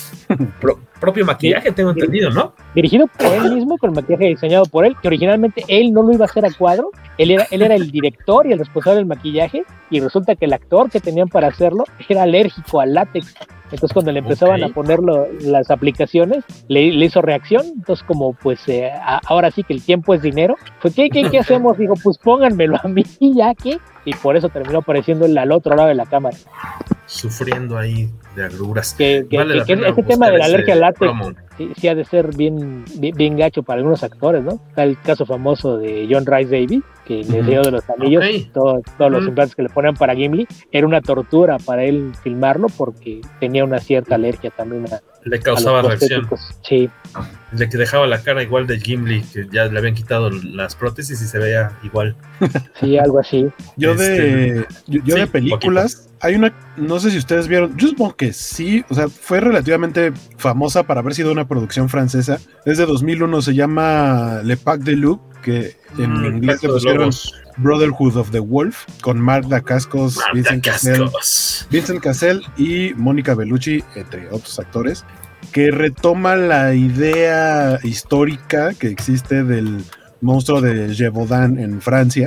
[SPEAKER 16] propio maquillaje, tengo entendido, ¿no?
[SPEAKER 1] Dirigido por él mismo, con el maquillaje diseñado por él, que originalmente él no lo iba a hacer a cuadro, él era el director y el responsable del maquillaje, y resulta que el actor que tenían para hacerlo era alérgico al látex. Entonces cuando le empezaban a poner las aplicaciones, le hizo reacción. Entonces como pues ahora sí que el tiempo es dinero, fue ¿qué hacemos? Dijo, pues pónganmelo a mí ya que, y por eso terminó apareciendo al otro lado de la cámara.
[SPEAKER 16] Sufriendo ahí de agruras.
[SPEAKER 1] Ese tema de la alergia al látex sí ha de ser bien gacho para algunos actores, ¿no? Está el caso famoso de John Rhys Davies, que en El Señor de los Anillos, todos los implantes que le ponían para Gimli, era una tortura para él filmarlo porque tenía una cierta alergia también
[SPEAKER 16] le causaba reacción.
[SPEAKER 1] Sí.
[SPEAKER 16] Le dejaba la cara igual de Gimli, que ya le habían quitado las prótesis y se veía igual.
[SPEAKER 1] Sí, algo así.
[SPEAKER 17] Yo de películas, hay una, no sé si ustedes vieron, yo supongo que sí, o sea, fue relativamente famosa para haber sido una producción francesa. Es de 2001, se llama Le Pack de Loup, que en inglés le pusieron Brotherhood of the Wolf, con Marc Dacascos, Vincent Cassel y Mónica Bellucci, entre otros actores, que retoma la idea histórica que existe del monstruo de Gévaudan en Francia,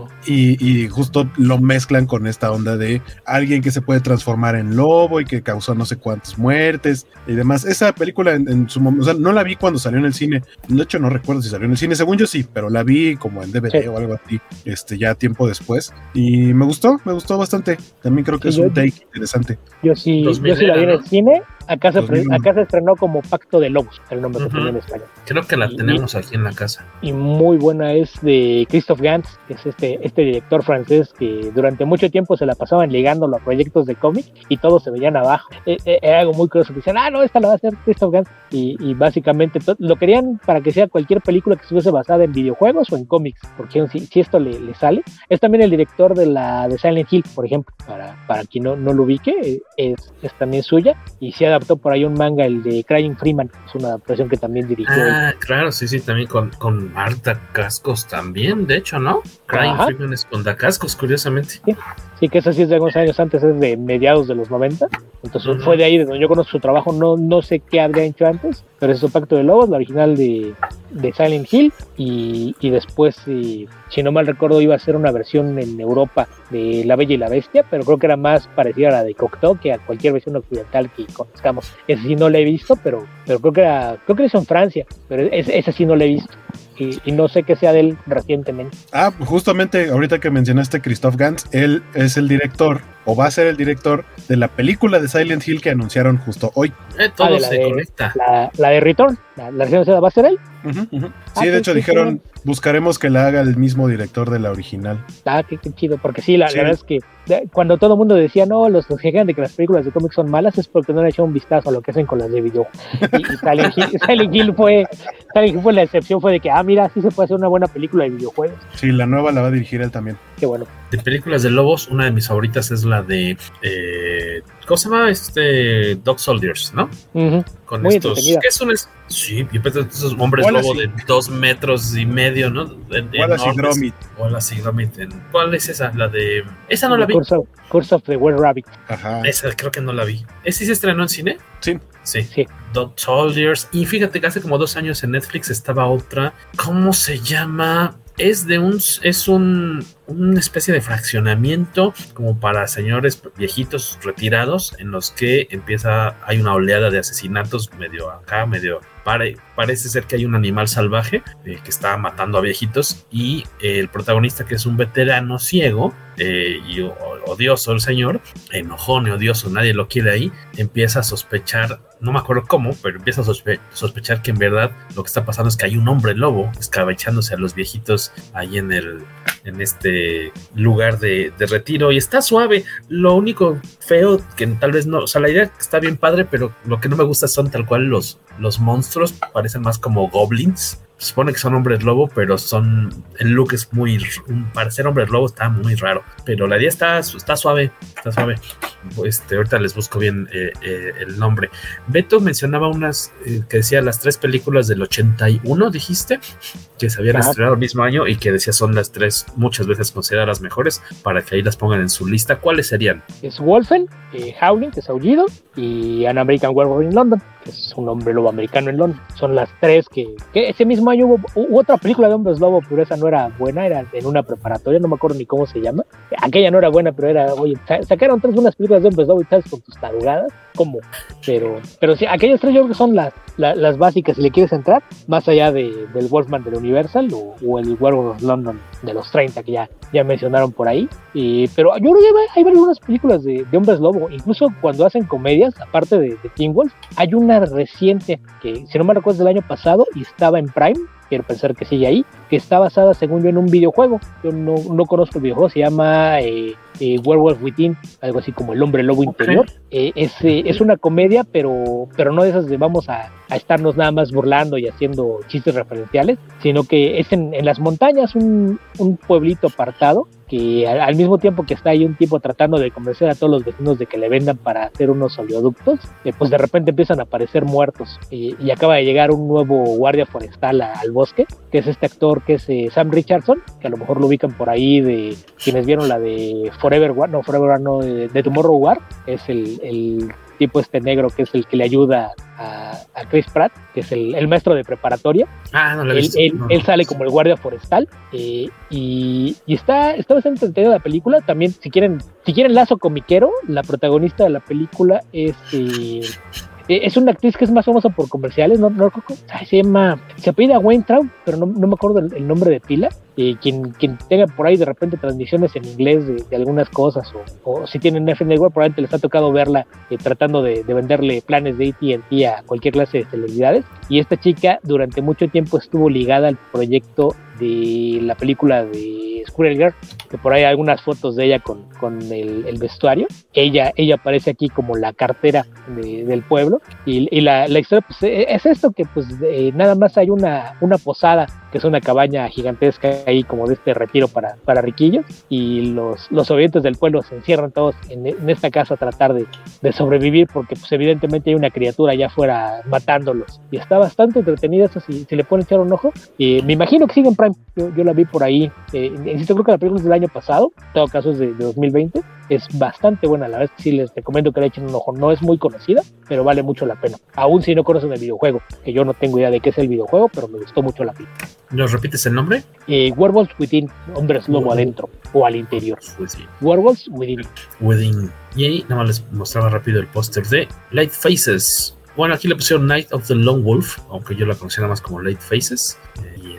[SPEAKER 17] y justo lo mezclan con esta onda de alguien que se puede transformar en lobo y que causó no sé cuántas muertes y demás. Esa película en su momento, o sea, no la vi cuando salió en el cine, de hecho no recuerdo si salió en el cine, según yo sí, pero la vi como en DVD o algo así, ya tiempo después, y me gustó bastante. También creo que es un take interesante.
[SPEAKER 1] Yo sí la vi en el cine. Acá se estrenó como Pacto de Lobos, el nombre que tenía en español.
[SPEAKER 16] Creo que la tenemos aquí en la casa.
[SPEAKER 1] Y muy buena, es de Christophe Gans, que es este director francés que durante mucho tiempo se la pasaban ligándolo a proyectos de cómic y todos se veían abajo. Era algo muy curioso, que decían, no, esta la va a hacer Christophe Gans, y básicamente lo querían para que sea cualquier película que estuviese basada en videojuegos o en cómics, porque si esto le sale. Es también el director de Silent Hill, por ejemplo, para quien no lo ubique, es también suya, y se adaptó por ahí un manga, el de Crying Freeman, es una adaptación que también dirigió.
[SPEAKER 16] Claro, sí, también con Marc Dacascos también, de hecho, ¿no? Crying Freeman es con Dacascos, curiosamente.
[SPEAKER 1] Sí, que eso sí es de algunos años antes, es de mediados de los 90, entonces fue de ahí de donde yo conozco su trabajo. No sé qué habría hecho antes, pero es su Pacto de Lobos, la original de Silent Hill, y después, si no mal recuerdo, iba a ser una versión en Europa de La Bella y la Bestia, pero creo que era más parecida a la de Cocteau que a cualquier versión occidental que conozcamos. Ese sí no la he visto, pero creo que lo hizo en Francia, pero ese sí no la he visto. Y no sé qué sea de él recientemente.
[SPEAKER 17] Justamente ahorita que mencionaste Christophe Gans, él es el director o va a ser el director de la película de Silent Hill que anunciaron justo hoy.
[SPEAKER 16] Todo se conecta.
[SPEAKER 1] La de Return, la versión va a ser él.
[SPEAKER 17] Sí, de hecho dijeron, buscaremos que la haga el mismo director de la original.
[SPEAKER 1] Qué chido, porque sí, la verdad es que cuando todo el mundo decía, no, los que quejan de que las películas de cómics son malas es porque no le han echado un vistazo a lo que hacen con las de video. Y Silent Hill fue la excepción, fue de que, mira, sí se puede hacer una buena película de videojuegos.
[SPEAKER 17] Sí, la nueva la va a dirigir él también.
[SPEAKER 1] Qué bueno.
[SPEAKER 16] De películas de lobos, una de mis favoritas es la de ¿cómo se llama? Dog Soldiers, ¿no? Con muy estos, ¿qué son? Sí, yo pensé esos hombres lobo de 2 metros y medio, ¿no? Wallace y Gromit. ¿Cuál es esa? La de... Esa no la vi.
[SPEAKER 1] Curse of the Were Rabbit.
[SPEAKER 16] Ajá. Esa creo que no la vi. ¿Esa sí se estrenó en cine?
[SPEAKER 17] Sí.
[SPEAKER 16] Dog Soldiers. Y fíjate que hace como 2 años en Netflix estaba otra. ¿Cómo se llama? Es una especie de fraccionamiento como para señores viejitos retirados en los que hay una oleada de asesinatos medio acá, medio... Parece ser que hay un animal salvaje que está matando a viejitos y el protagonista, que es un veterano ciego y odioso el señor, enojón y odioso, nadie lo quiere ahí, empieza a sospechar, no me acuerdo cómo, pero empieza a sospechar que en verdad lo que está pasando es que hay un hombre lobo escabechándose a los viejitos ahí en este lugar de retiro, y está suave. Lo único feo que tal vez no, o sea, la idea está bien padre, pero lo que no me gusta son tal cual los monstruos, parecen más como goblins. Se supone que son hombres lobo, pero el look es para ser hombres lobo está muy raro, pero la idea está suave. Ahorita les busco bien el nombre. Beto mencionaba unas que decía las 3 películas del 81, dijiste, que se habían estrenado el mismo año y que decía son las 3 muchas veces consideradas las mejores, para que ahí las pongan en su lista. ¿Cuáles serían?
[SPEAKER 1] Es Wolfen, Howling, que es aullido, y An American Werewolf in London, que es un hombre lobo americano en London. Son las 3 que ese mismo año hubo otra película de hombres lobo, pero esa no era buena, era en una preparatoria, no me acuerdo ni cómo se llama. Aquella no era buena, pero era, oye, sacaron 3 buenas películas de hombres lobo y tal con tus tarugadas, ¿cómo? Pero sí, aquellas 3 yo creo que son las básicas si le quieres entrar, más allá del Wolfman del Universal o el Werewolf of London de los 30 que ya mencionaron por ahí. Pero yo creo que hay varias películas de hombres lobo, incluso cuando hacen comedias, aparte de Teen Wolf, hay una reciente que, si no me recuerdo, del año pasado y estaba en Prime, quiero pensar que sigue ahí, que está basada, según yo, en un videojuego. Yo no conozco el videojuego, se llama Werewolf Within, algo así como el hombre lobo interior. Es una comedia, pero no de esas de vamos a estarnos nada más burlando y haciendo chistes referenciales, sino que es en las montañas, un pueblito apartado, que al mismo tiempo que está ahí un tipo tratando de convencer a todos los vecinos de que le vendan para hacer unos oleoductos, pues de repente empiezan a aparecer muertos y acaba de llegar un nuevo guardia forestal al bosque, que es este actor que es Sam Richardson, que a lo mejor lo ubican por ahí de quienes vieron la de de Tomorrow War. Es el tipo este negro que es el que le ayuda a Chris Pratt, que es el maestro de preparatoria.
[SPEAKER 16] No lo he visto.
[SPEAKER 1] Él sale como el guardia forestal y está bastante entretenida la película. También, si quieren lazo comiquero, la protagonista de la película es una actriz que es más famosa por comerciales, se apellida Weintraub, pero no me acuerdo el nombre de pila. Quien tenga por ahí de repente transmisiones en inglés de algunas cosas, o si tienen F Network, probablemente les ha tocado verla tratando de venderle planes de AT&T a cualquier clase de celebridades. Y esta chica durante mucho tiempo estuvo ligada al proyecto de la película de Squirrel Girl, que por ahí hay algunas fotos de ella con el vestuario. Ella aparece aquí como la cartera del pueblo, y la historia pues, es esto, que pues nada más hay una posada, que es una cabaña gigantesca ahí como de este retiro para riquillos, y los habitantes del pueblo se encierran todos en esta casa a tratar de sobrevivir, porque pues evidentemente hay una criatura allá afuera matándolos, y está bastante entretenida eso si le pueden echar un ojo. Me imagino que sigue en Prime, yo la vi por ahí, insisto, creo que la película es del año pasado, en todo caso es de 2020, es bastante buena, la verdad es que sí les recomiendo que le echen un ojo. No es muy conocida, pero vale mucho la pena, aún si no conocen el videojuego, que yo no tengo idea de qué es el videojuego, pero me gustó mucho la película.
[SPEAKER 16] ¿Nos repites el nombre?
[SPEAKER 1] Werewolves Within, hombres lobo adentro o al interior. Werewolves Within.
[SPEAKER 16] Y ahí nada más les mostraba rápido el póster de Light Faces. Bueno, aquí le pusieron Night of the Lone Wolf, aunque yo la conocía nada más como Light Faces. Y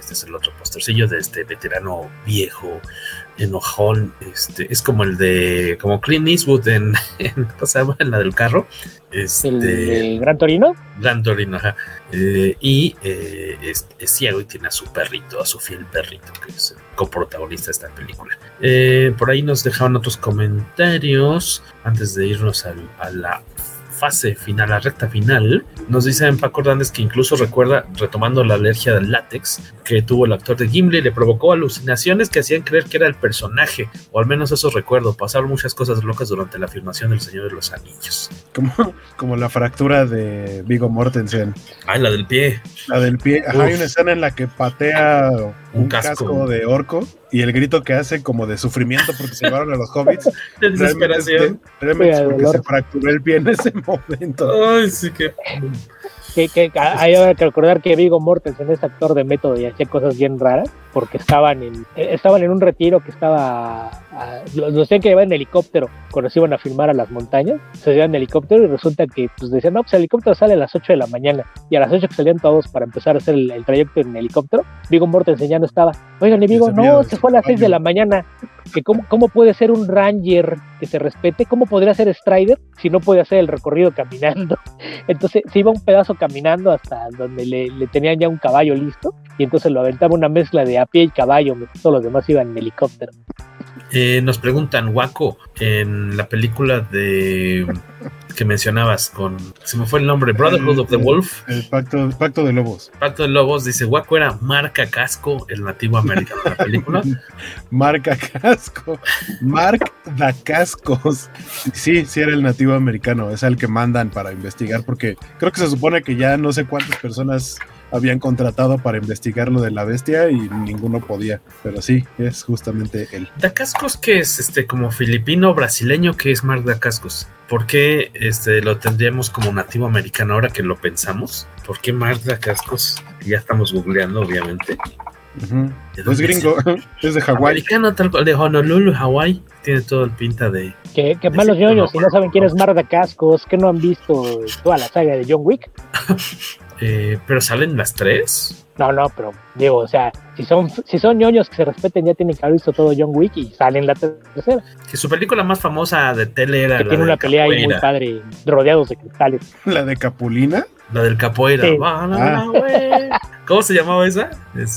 [SPEAKER 16] este es el otro postorcillo de este veterano viejo, enojón, es como el de, como Clint Eastwood en ¿cómo se llama? En la del carro.
[SPEAKER 1] ¿El Gran Torino?
[SPEAKER 16] Gran Torino, ajá. Y es ciego y tiene a su perrito, a su fiel perrito, que es el coprotagonista de esta película. Por ahí nos dejaban otros comentarios antes de irnos a la fase final, la recta final. Nos dicen Paco Hernández que incluso recuerda, retomando la alergia del látex que tuvo el actor de Gimli, le provocó alucinaciones que hacían creer que era el personaje, o al menos eso recuerdo. Pasaron muchas cosas locas durante la filmación del Señor de los Anillos.
[SPEAKER 17] Como la fractura de Viggo Mortensen.
[SPEAKER 16] Ah, la del pie.
[SPEAKER 17] La del pie. Ajá, hay una escena en la que patea un casco de orco y el grito que hace como de sufrimiento porque se llevaron a los hobbits.
[SPEAKER 16] De desesperación.
[SPEAKER 17] Realmente es porque se fracturó el pie en ese momento.
[SPEAKER 16] Ay, sí que...
[SPEAKER 1] Hay que recordar que Viggo Mortensen es actor de método y hacía cosas bien raras porque estaban en un retiro que los tenían que llevar en helicóptero cuando se iban a filmar a las montañas. Se llevan en helicóptero y resulta que pues decían, no, pues el helicóptero sale a las 8 de la mañana, y a las 8 que salían todos para empezar a hacer el trayecto en helicóptero, Viggo Mortensen ya no estaba. Oigan, y Viggo, no, se fue a las 6 de la mañana. Que cómo puede ser un Ranger que se respete, cómo podría ser Strider si no puede hacer el recorrido caminando. Entonces se iba un pedazo caminando hasta donde le tenían ya un caballo listo, y entonces lo aventaba una mezcla de a pie y caballo, todos los demás iban en helicóptero.
[SPEAKER 16] Nos preguntan, Waco, en la película de que mencionabas se me fue el nombre, Brotherhood of the Wolf.
[SPEAKER 17] El Pacto de Lobos.
[SPEAKER 16] Pacto de Lobos, dice, Waco era marca casco, el nativo americano de la película.
[SPEAKER 17] Marca casco. Mark da Cascos. Sí era el nativo americano, es el que mandan para investigar, porque creo que se supone que ya no sé cuántas personas habían contratado para investigar lo de la bestia y ninguno podía, pero sí, es justamente él.
[SPEAKER 16] Dacascos, ¿qué es? Como filipino, brasileño, ¿qué es Mark Dacascos? ¿Por qué lo tendríamos como nativo americano ahora que lo pensamos? ¿Por qué Mark Dacascos? Ya estamos googleando, obviamente.
[SPEAKER 17] Uh-huh. Es gringo, es de Hawái.
[SPEAKER 16] Americano, tal cual, de Honolulu, Hawái. Tiene todo el pinta de...
[SPEAKER 1] Que malos ñoños, si no saben quién es Mark Dacascos, que no han visto toda la saga de John Wick.
[SPEAKER 16] ¿Pero salen las 3?
[SPEAKER 1] No, pero digo, o sea, si son ñoños que se respeten, ya tienen que haber visto todo John Wick y salen la tercera.
[SPEAKER 16] Que su película más famosa de tele era
[SPEAKER 1] que
[SPEAKER 16] la
[SPEAKER 1] tiene una pelea
[SPEAKER 16] capoeira.
[SPEAKER 1] Ahí muy padre, rodeados de cristales.
[SPEAKER 17] ¿La de Capulina?
[SPEAKER 16] La del capoeira.
[SPEAKER 1] Sí.
[SPEAKER 16] ¿Cómo se llamaba esa?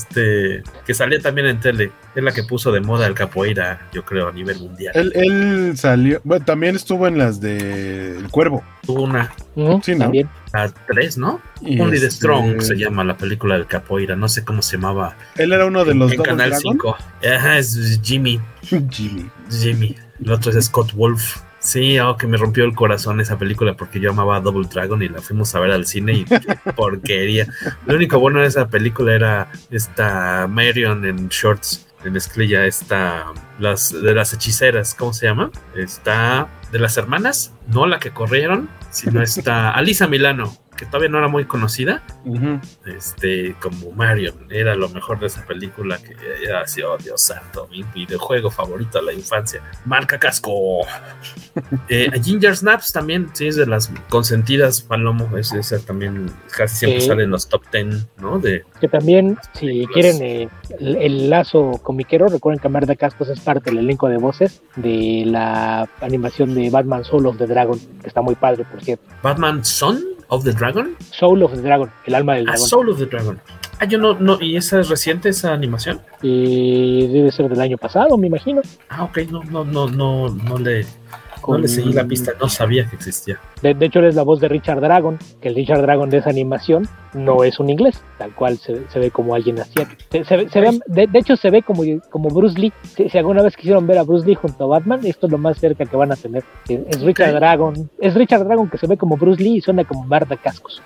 [SPEAKER 16] Que salía también en tele. Es la que puso de moda el capoeira, yo creo, a nivel mundial.
[SPEAKER 17] Él salió, bueno, también estuvo en las de El Cuervo.
[SPEAKER 16] Tuvo una.
[SPEAKER 17] Sí, ¿no?
[SPEAKER 1] También.
[SPEAKER 16] La 3, ¿no? Only the Strong se llama la película del capoeira. No sé cómo se llamaba.
[SPEAKER 17] Él era uno de los
[SPEAKER 16] en Canal
[SPEAKER 17] Dragon?
[SPEAKER 16] 5. Ajá, es Jimmy. Jimmy. El otro es Scott Wolf. Sí, que me rompió el corazón esa película porque yo amaba Double Dragon y la fuimos a ver al cine y qué porquería. Lo único bueno de esa película era esta Marion en shorts, en mezclilla, de las hechiceras, ¿cómo se llama? De las hermanas, no la que corrieron, sino Alisa Milano, que todavía no era muy conocida.
[SPEAKER 17] Uh-huh.
[SPEAKER 16] Como Marion, era lo mejor de esa película, que era así, oh Dios santo, mi videojuego favorito de la infancia, Marca Casco. Ginger Snaps también, sí, es de las consentidas, Palomo, esa también casi siempre sale en los top 10, ¿no? Que
[SPEAKER 1] también, si quieren el lazo comiquero, recuerden que Marca Cascos es parte del elenco de voces de la animación de Batman Soul of the Dragon, que está muy padre, por cierto.
[SPEAKER 16] ¿Batman Son of the Dragon?
[SPEAKER 1] Soul of the Dragon, el alma del dragón.
[SPEAKER 16] Soul of the Dragon. Yo no, ¿y esa es reciente, esa animación?
[SPEAKER 1] Debe ser del año pasado, me imagino.
[SPEAKER 16] Ok, no le seguí la pista, no sabía que existía.
[SPEAKER 1] De hecho, es la voz de Richard Dragon, que el Richard Dragon de esa animación no es un inglés, tal cual se ve como alguien asiático. De hecho, se ve como Bruce Lee. Si alguna vez quisieron ver a Bruce Lee junto a Batman, esto es lo más cerca que van a tener. Es Richard Dragon. Es Richard Dragon que se ve como Bruce Lee y suena como Marta Cascos.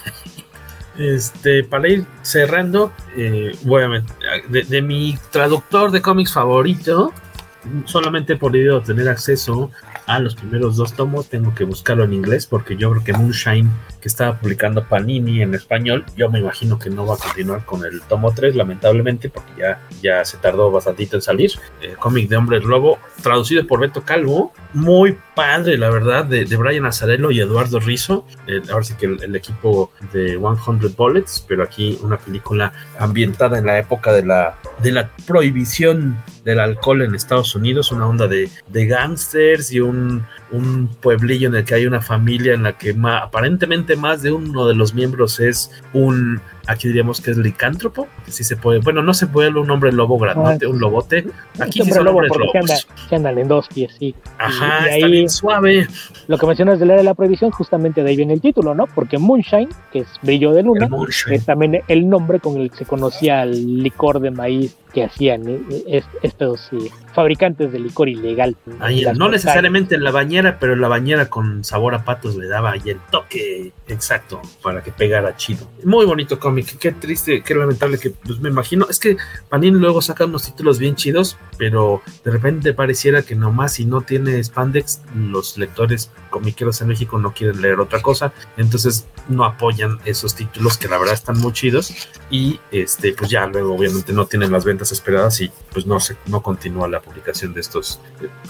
[SPEAKER 16] Para ir cerrando, obviamente, de mi traductor de cómics favorito, solamente he podido tener acceso a los primeros 2 tomos. Tengo que buscarlo en inglés porque yo creo que Moonshine, que estaba publicando Panini en español, yo me imagino que no va a continuar con el tomo 3, lamentablemente, porque ya se tardó bastantito en salir. Cómic de Hombre Lobo, traducido por Beto Calvo, muy padre, la verdad, de Brian Azzarello y Eduardo Rizzo. Ahora sí que el equipo de 100 Bullets, pero aquí una película ambientada en la época de la prohibición del alcohol en Estados Unidos, una onda de gángsters y un pueblillo en el que hay una familia en la que aparentemente más de uno de los miembros es aquí diríamos que es licántropo, que sí se puede, bueno, no se vuelve un hombre lobo grandote, un lobote. Aquí sí son hombres lobos.
[SPEAKER 1] Se andan en 2 pies, sí.
[SPEAKER 16] Ajá,
[SPEAKER 1] y
[SPEAKER 16] está
[SPEAKER 1] ahí,
[SPEAKER 16] bien suave.
[SPEAKER 1] Lo que mencionas de la era de la prohibición, justamente de ahí viene el título, ¿no? Porque Moonshine, que es brillo de luna, es también el nombre con el que se conocía el licor de maíz que hacían estos fabricantes de licor ilegal.
[SPEAKER 16] Ahí, no necesariamente en la bañera, pero la bañera con sabor a patos le daba ahí el toque exacto para que pegara chido. Muy bonito cómic, qué triste, qué lamentable que, pues me imagino, es que Panini luego saca unos títulos bien chidos, pero de repente pareciera que nomás si no tiene spandex, los lectores comiqueros en México no quieren leer otra cosa, entonces no apoyan esos títulos que la verdad están muy chidos y pues ya luego obviamente no tienen las ventas esperadas y pues no continúa la publicación de estos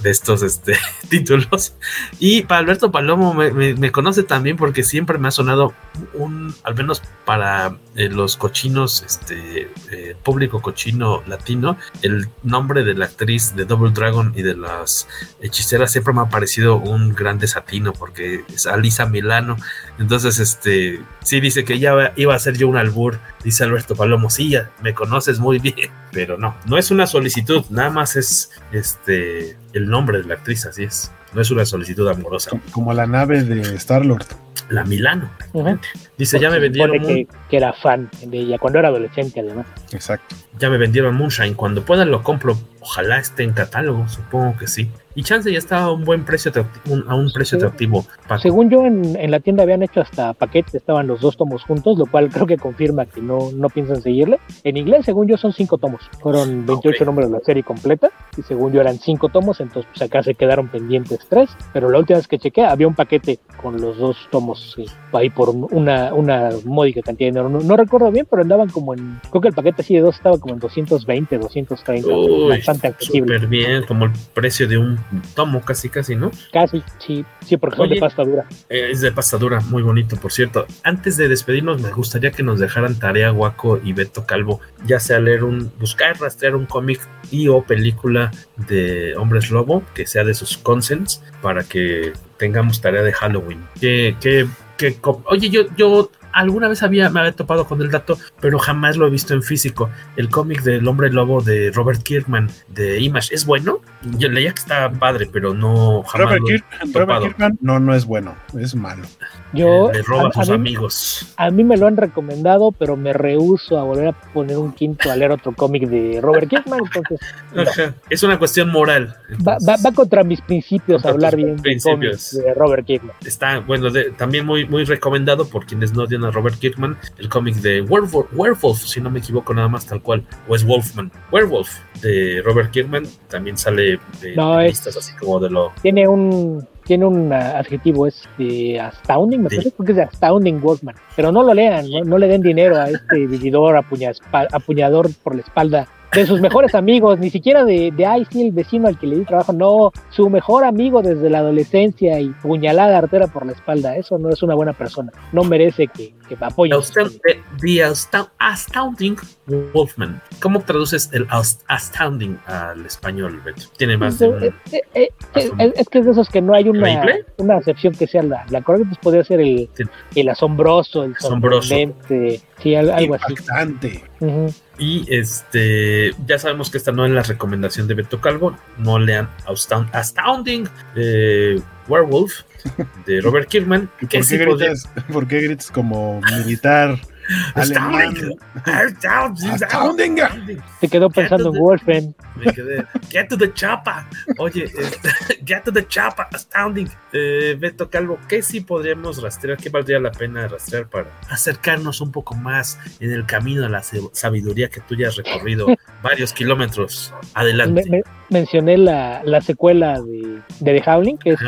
[SPEAKER 16] títulos. Y para Alberto Palomo me conoce también porque siempre me ha sonado al menos para los cochinos, público cochino latino, el nombre de la actriz de Double Dragon y de las hechiceras siempre me ha parecido un gran desatino porque es Alisa Milano. Entonces sí dice que ya iba a ser yo un albur, dice Alberto Palomo, sí, ya me conoces muy bien, pero no es una solicitud, nada más es el nombre de la actriz, así es, no es una solicitud amorosa.
[SPEAKER 17] Como la nave de Star-Lord.
[SPEAKER 16] La Milano. Dice, ya me vendieron
[SPEAKER 1] que era fan de ella cuando era adolescente, además.
[SPEAKER 17] Exacto.
[SPEAKER 16] Ya me vendieron Moonshine, cuando pueda lo compro, ojalá esté en catálogo, supongo que sí. Y chance ya está a un buen precio, a un precio atractivo. Paco.
[SPEAKER 1] Según yo, en la tienda habían hecho hasta paquetes, estaban los 2 tomos juntos, lo cual creo que confirma que no piensan seguirle. En inglés, según yo, son 5 tomos. Fueron 28 números de la serie completa, y según yo eran 5 tomos, entonces pues acá se quedaron pendientes 3, pero la última vez que chequé, había un paquete con los 2 tomos, ahí por una módica cantidad de dinero. No recuerdo bien, pero andaban como creo que el paquete así de 2 estaba como en 220, 230, bastante accesible.
[SPEAKER 16] Súper bien, como el precio de un tomo, casi, ¿no?
[SPEAKER 1] Casi, sí, porque son de pasta dura.
[SPEAKER 16] Es de pasta dura, muy bonito, por cierto. Antes de despedirnos, me gustaría que nos dejaran tarea Guaco y Beto Calvo, ya sea buscar, rastrear un cómic y o película de Hombres Lobo, que sea de sus consents, para que tengamos tarea de Halloween. Oye, yo alguna vez me había topado con el dato, pero jamás lo he visto en físico. El cómic del Hombre Lobo de Robert Kirkman de Image, ¿es bueno? Yo leía que estaba padre, pero no jamás
[SPEAKER 17] Robert Kirkman no es bueno, es malo.
[SPEAKER 16] Le roba a sus amigos.
[SPEAKER 1] A mí me lo han recomendado, pero me rehúso a volver a poner un quinto a leer otro cómic de Robert Kirkman, entonces
[SPEAKER 16] no. Es una cuestión moral.
[SPEAKER 1] Va contra mis principios hablar bien de cómics de Robert Kirkman.
[SPEAKER 16] Está, bueno, también muy, muy recomendado por quienes no tienen a Robert Kirkman, el cómic de Werewolf, si no me equivoco, nada más tal cual, o es Wolfman, Werewolf de Robert Kirkman, también sale de listas así como de lo...
[SPEAKER 1] Tiene un adjetivo, es de astounding, me parece, porque es de Astounding Wolfman, pero no lo lean, no le den dinero a este vividor apuñador por la espalda de sus mejores amigos, ni siquiera de el vecino al que le di trabajo, no, su mejor amigo desde la adolescencia y puñalada artera por la espalda. Eso no es una buena persona, no merece que apoyen.
[SPEAKER 16] The Astounding Wolfman. ¿Cómo traduces el astounding al español, Beto? Tiene más de
[SPEAKER 1] es que es de esos que no hay una acepción que sea la correcta, pues podría ser el asombroso, el sorprendente, sí, algo
[SPEAKER 17] impactante.
[SPEAKER 1] Así. Uh-huh.
[SPEAKER 16] Y ya sabemos que esta no es la recomendación de Beto Calvo, no lean Astounding Werewolf de Robert Kirkman.
[SPEAKER 17] ¿Por qué gritas como militar?
[SPEAKER 16] Astounding.
[SPEAKER 1] Se quedó pensando en Wolfen.
[SPEAKER 16] Me quedé. Get to the chopper. Oye, get to the chopper. Astounding. Beto Calvo, ¿qué sí podríamos rastrear? ¿Qué valdría la pena rastrear para acercarnos un poco más en el camino a la sabiduría que tú ya has recorrido varios kilómetros? Adelante.
[SPEAKER 1] mencioné la secuela de The Howling, que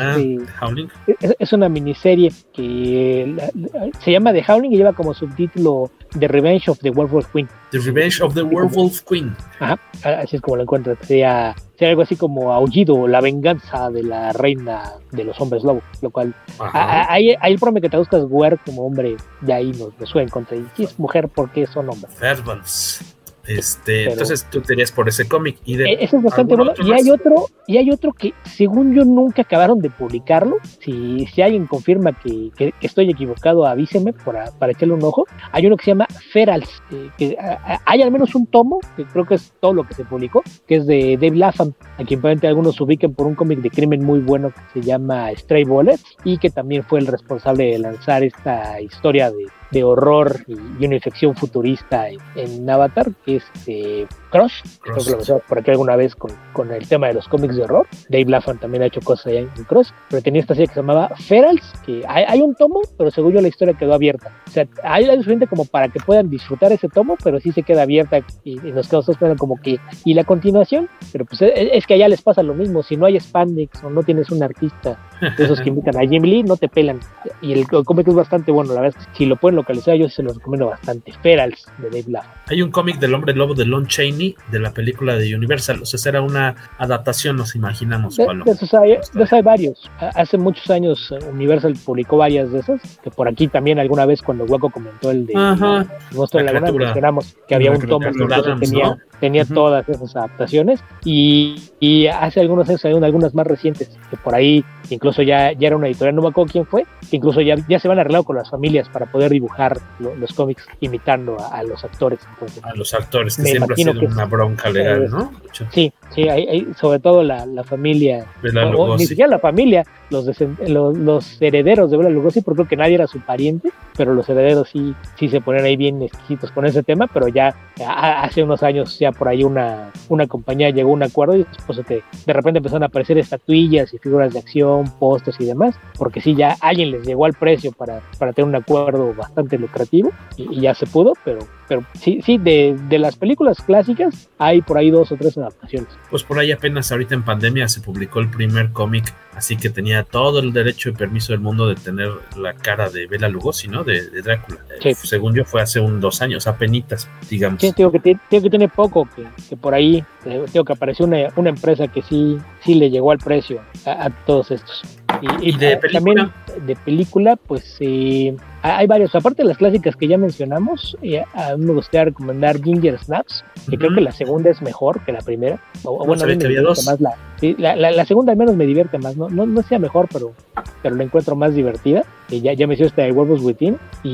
[SPEAKER 1] es una miniserie que se llama The Howling y lleva como subtítulo The Revenge of the Werewolf Queen.
[SPEAKER 16] The Revenge of the Werewolf Queen.
[SPEAKER 1] Ajá, así es como lo encuentro. Sea algo así como Aullido, la venganza de la reina de los hombres lobo, lo cual ahí el problema que traduzcas were como hombre, de ahí nos suena en contra. Y si es mujer, ¿por qué son hombres?
[SPEAKER 16] Werewolves. Entonces tú te irías por ese cómic.
[SPEAKER 1] Ese es bastante bueno. Y hay otro que según yo nunca acabaron de publicarlo. Si alguien confirma que estoy equivocado, avíseme para echarle un ojo. Hay uno que se llama Ferals, que hay al menos un tomo, que creo que es todo lo que se publicó, que es de Dave Lapham, a quien probablemente algunos ubiquen por un cómic de crimen muy bueno que se llama Stray Bullets, y que también fue el responsable de lanzar esta historia de horror y una infección futurista en Avatar, que es Crush. Creo que lo mencionamos por aquí alguna vez con el tema de los cómics de horror. Dave Lapham también ha hecho cosas allá en Crush, pero tenía esta serie que se llamaba Ferals, que hay un tomo, pero según yo la historia quedó abierta. O sea, hay algo suficiente como para que puedan disfrutar ese tomo, pero sí se queda abierta y nos quedamos esperando como que, ¿y la continuación? Pero pues es que allá les pasa lo mismo. Si no hay spandex o no tienes un artista de esos que invitan a Jim Lee, no te pelan. Y el cómic es bastante bueno, la verdad es que si lo pueden localizar, yo se los recomiendo bastante. Ferals, de Dave Lapham.
[SPEAKER 16] Hay un cómic del Hombre Lobo de Lon Chaney, de la película de Universal. O sea, era una adaptación, nos imonamos.
[SPEAKER 1] De esos hay varios. Hace muchos años Universal publicó varias de esas, que por aquí también alguna vez cuando Hueco comentó el de Monstruo de la Laguna, mencionamos que había un tomo que tenía todas esas adaptaciones, y hace algunos años hay algunas más recientes, que por ahí incluso ya era una editorial, no me acuerdo quién fue, que incluso ya se van arreglando con las familias para poder dibujar los cómics imitando a los actores. Entonces,
[SPEAKER 16] a los actores, que siempre ha sido una bronca legal, ¿no?
[SPEAKER 1] Sí, hay, sobre todo la familia, o ni siquiera la familia, los herederos de Bela Lugosi, porque creo que nadie era su pariente, pero los herederos sí se ponen ahí bien exquisitos con ese tema, pero ya hace unos años ya por ahí una compañía llegó a un acuerdo y después que de repente empezaron a aparecer estatuillas y figuras de acción, pósters y demás, porque sí, ya alguien les llegó al precio para tener un acuerdo bastante lucrativo y ya se pudo, pero sí, de las películas clásicas hay por ahí 2 o 3 adaptaciones.
[SPEAKER 16] Pues por ahí apenas ahorita en pandemia se publicó el primer cómic, así que tenía todo el derecho y permiso del mundo de tener la cara de Bela Lugosi, ¿no? De Drácula. Sí. Según yo fue hace 2 años, apenitas, digamos.
[SPEAKER 1] Sí, digo que tiene poco, que por ahí, digo que apareció una empresa que sí le llegó al precio a todos estos.
[SPEAKER 16] Y de película.
[SPEAKER 1] También de película, pues hay varios. Aparte de las clásicas que ya mencionamos, a mí me gustaría recomendar Ginger Snaps, que creo que la segunda es mejor que la primera. Bueno, a mí me divierte más la segunda, al menos me divierte más. No sea mejor, pero la encuentro más divertida. Ya mencioné esta de Werewolves Within,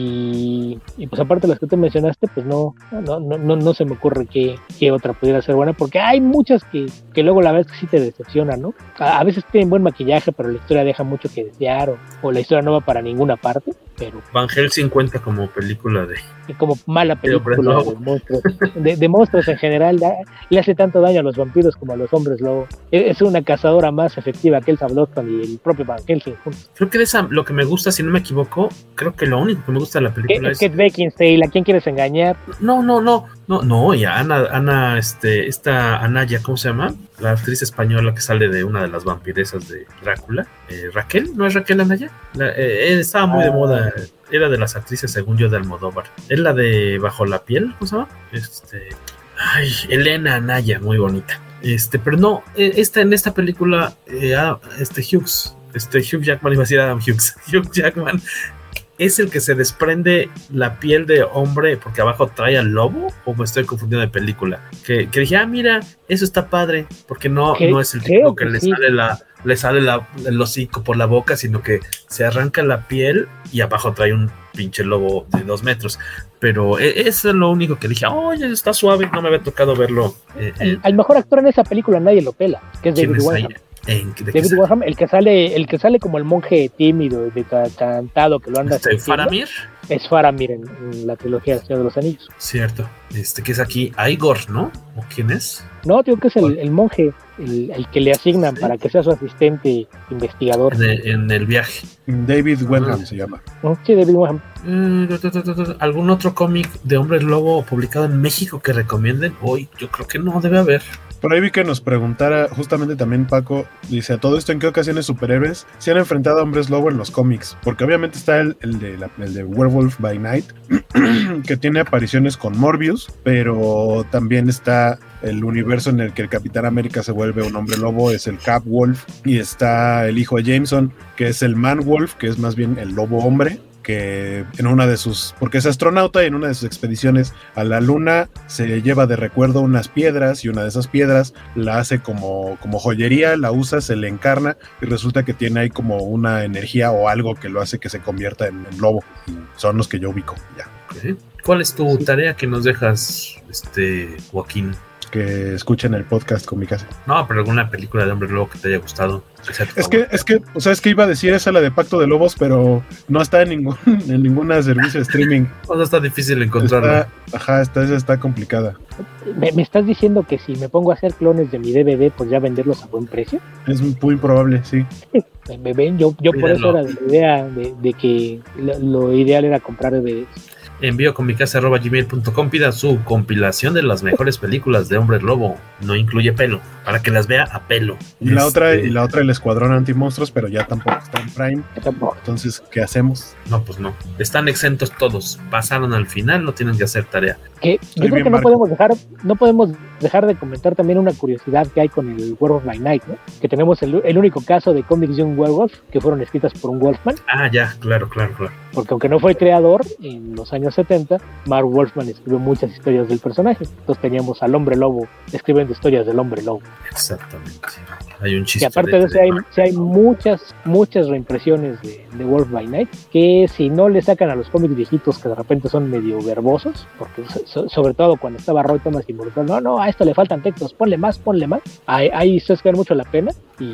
[SPEAKER 1] y pues aparte de las que tú mencionaste, pues no se me ocurre qué otra pudiera ser buena, porque hay muchas que luego la verdad es que sí te decepcionan, ¿no? A veces tienen buen maquillaje, pero la historia deja mucho que desear, o la historia no va para ninguna parte, pero...
[SPEAKER 16] Van Helsing cuenta como película
[SPEAKER 1] como mala película de monstruos, de monstruos en general. Le hace tanto daño a los vampiros como a los hombres lobo. Es una cazadora más efectiva que Elsa Bloodstone y el propio Van Helsing juntos.
[SPEAKER 16] Creo que de esa, lo que me gusta, si no me equivoco, creo que lo único que me gusta de la película es
[SPEAKER 1] Kate Beckinsale. ¿A quién quieres engañar?
[SPEAKER 16] No, ya Ana, esta Anaya, ¿cómo se llama? La actriz española que sale de una de las vampiresas de Drácula. Raquel, ¿no es Raquel Anaya? Estaba muy de moda. Era de las actrices, según yo, de Almodóvar. Es la de Bajo la piel, ¿cómo se llama? Elena Anaya, muy bonita. Pero no, en esta película, Hugh Jackman, iba a decir Adam Hughes. Hugh Jackman es el que se desprende la piel de hombre porque abajo trae al lobo, o me estoy confundiendo de película. Que dije, mira, eso está padre, porque no es el tipo que le sale el hocico por la boca, sino que se arranca la piel y abajo trae un pinche lobo de 2 metros. Pero eso es lo único que dije, oye, está suave, no me había tocado verlo.
[SPEAKER 1] Al mejor actor en esa película nadie lo pela, que es David Warham. David Warham, el que sale como el monje tímido, decantado, que lo anda
[SPEAKER 16] Faramir.
[SPEAKER 1] Es Faramir en la trilogía del Señor de los Anillos.
[SPEAKER 16] Cierto. Que es aquí Igor, ¿no? ¿O quién es?
[SPEAKER 1] No, digo que es el monje, el que le asignan para que sea su asistente investigador.
[SPEAKER 16] En el viaje.
[SPEAKER 17] David Wenham se llama.
[SPEAKER 1] Sí, David Wenham.
[SPEAKER 16] ¿Algún otro cómic de hombres lobo publicado en México que recomienden? Hoy yo creo que no debe haber.
[SPEAKER 17] Por ahí vi que nos preguntara justamente también Paco, dice, a todo esto, ¿en qué ocasiones superhéroes se han enfrentado a hombres lobo en los cómics? Porque obviamente está el de Werewolf by Night, que tiene apariciones con Morbius, pero también está el universo en el que el Capitán América se vuelve un hombre lobo, es el Cap Wolf, y está el hijo de Jameson, que es el Man Wolf, que es más bien el lobo hombre, que en una de sus, porque es astronauta y en una de sus expediciones a la luna se lleva de recuerdo unas piedras y una de esas piedras la hace como joyería, la usa, se le encarna y resulta que tiene ahí como una energía o algo que lo hace que se convierta en lobo. Y son los que yo ubico ya.
[SPEAKER 16] Okay. ¿Cuál es tu tarea que nos dejas, Joaquín?
[SPEAKER 17] Que escuchen el podcast con mi casa.
[SPEAKER 16] No, pero alguna película de hombre lobo que te haya gustado.
[SPEAKER 17] Es que iba a decir esa, la de Pacto de Lobos, pero no está en ninguna servicio de streaming.
[SPEAKER 16] O sea, está difícil encontrarla.
[SPEAKER 17] Esa está complicada.
[SPEAKER 1] ¿Me estás diciendo que si me pongo a hacer clones de mi DVD, pues ya venderlos a buen precio?
[SPEAKER 17] Es muy probable, sí.
[SPEAKER 1] Me ven, yo por eso era de la idea de que lo ideal era comprar DVDs.
[SPEAKER 16] envíocomicasa@gmail.com. Pida su compilación de las mejores películas de Hombre Lobo. No incluye pelo, para que las vea a pelo.
[SPEAKER 17] Y la otra, el Escuadrón Antimonstruos, pero ya tampoco está en Prime. Entonces, ¿qué hacemos?
[SPEAKER 16] No, pues no. Están exentos todos. Pasaron al final, no tienen que hacer tarea.
[SPEAKER 1] Yo creo que no podemos dejar de comentar también una curiosidad que hay con el Werewolf by Night, ¿no? Que tenemos el único caso de cómics de un werewolf que fueron escritas por un Wolfman.
[SPEAKER 16] Ah, ya, claro.
[SPEAKER 1] Porque aunque no fue creador, en los años 70, Marv Wolfman escribió muchas historias del personaje. Entonces teníamos al Hombre Lobo escribiendo historias del Hombre Lobo.
[SPEAKER 16] Exactamente. Hay un chiste.
[SPEAKER 1] Y aparte de eso, hay muchas reimpresiones de Wolf by Night, que si no le sacan a los cómics viejitos que de repente son medio verbosos, porque sobre todo cuando estaba Roy Thomas involucrado, no, a esto le faltan textos, ponle más. Ahí se vale mucho la pena.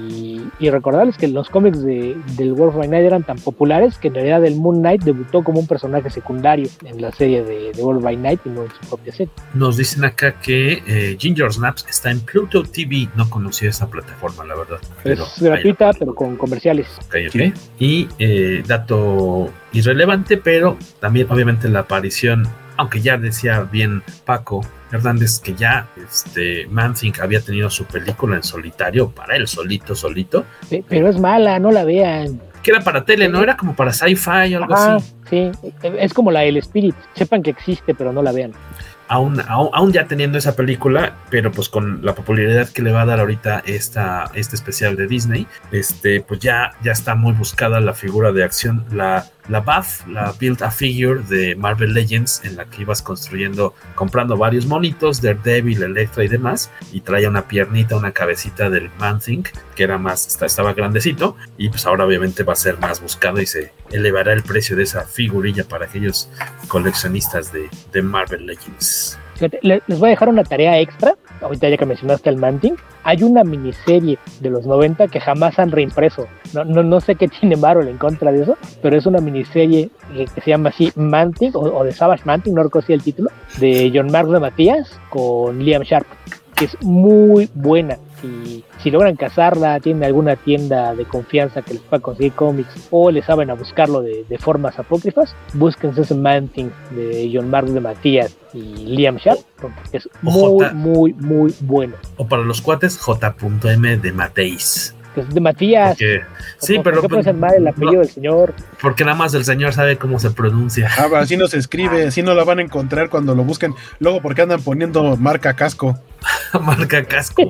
[SPEAKER 1] Y recordarles que los cómics del Wolf by Night eran tan populares que en realidad el Moon Knight debutó como un personaje secundario en la serie de Wolf by Night y no en su propia serie.
[SPEAKER 16] Nos dicen acá que Ginger Snaps está en Pluto TV. No conocía esa plataforma, la verdad.
[SPEAKER 1] Es gratuita, pero con comerciales.
[SPEAKER 16] Okay. Y dato irrelevante, pero también obviamente la aparición, aunque ya decía bien Paco Hernández que ya Man-Thing había tenido su película en solitario, para él solito.
[SPEAKER 1] Pero es mala, no la vean.
[SPEAKER 16] Que era para tele, ¿no? Era como para sci-fi o algo así.
[SPEAKER 1] Sí, es como la El Spirit. Sepan que existe, pero no la vean.
[SPEAKER 16] Aún ya teniendo esa película, pero pues con la popularidad que le va a dar ahorita este especial de Disney, pues ya está muy buscada la figura de acción, la BAF, la Build a Figure de Marvel Legends, en la que ibas comprando varios monitos, Daredevil, Electra y demás, y traía una piernita, una cabecita del Man-Thing, que era estaba grandecito, y pues ahora obviamente va a ser más buscado y se elevará el precio de esa figurilla para aquellos coleccionistas de Marvel Legends.
[SPEAKER 1] Les voy a dejar una tarea extra, ahorita ya que mencionaste al Man-Thing. Hay una miniserie de los 90 que jamás han reimpreso. No sé qué tiene Marvel en contra de eso, pero es una miniserie que se llama así Man-Thing o de Savage Man-Thing, no recuerdo si el título, de John Mark de Matías con Liam Sharp, que es muy buena. Y si logran cazarla, tienen alguna tienda de confianza que les pueda conseguir cómics o les saben a buscarlo de formas apócrifas, búsquense ese Man-Thing de John Mark de Matías y Liam Sharp, porque es muy bueno.
[SPEAKER 16] O para los cuates, J.M. de Mateis.
[SPEAKER 1] Pues de Matías.
[SPEAKER 16] Sí, pero
[SPEAKER 1] ¿por qué pronuncian mal el apellido del señor?
[SPEAKER 16] Porque nada más el señor sabe cómo se pronuncia.
[SPEAKER 17] Así no se escribe, así no la van a encontrar cuando lo busquen. Luego, ¿por qué andan poniendo marca casco?
[SPEAKER 16] Marca casco.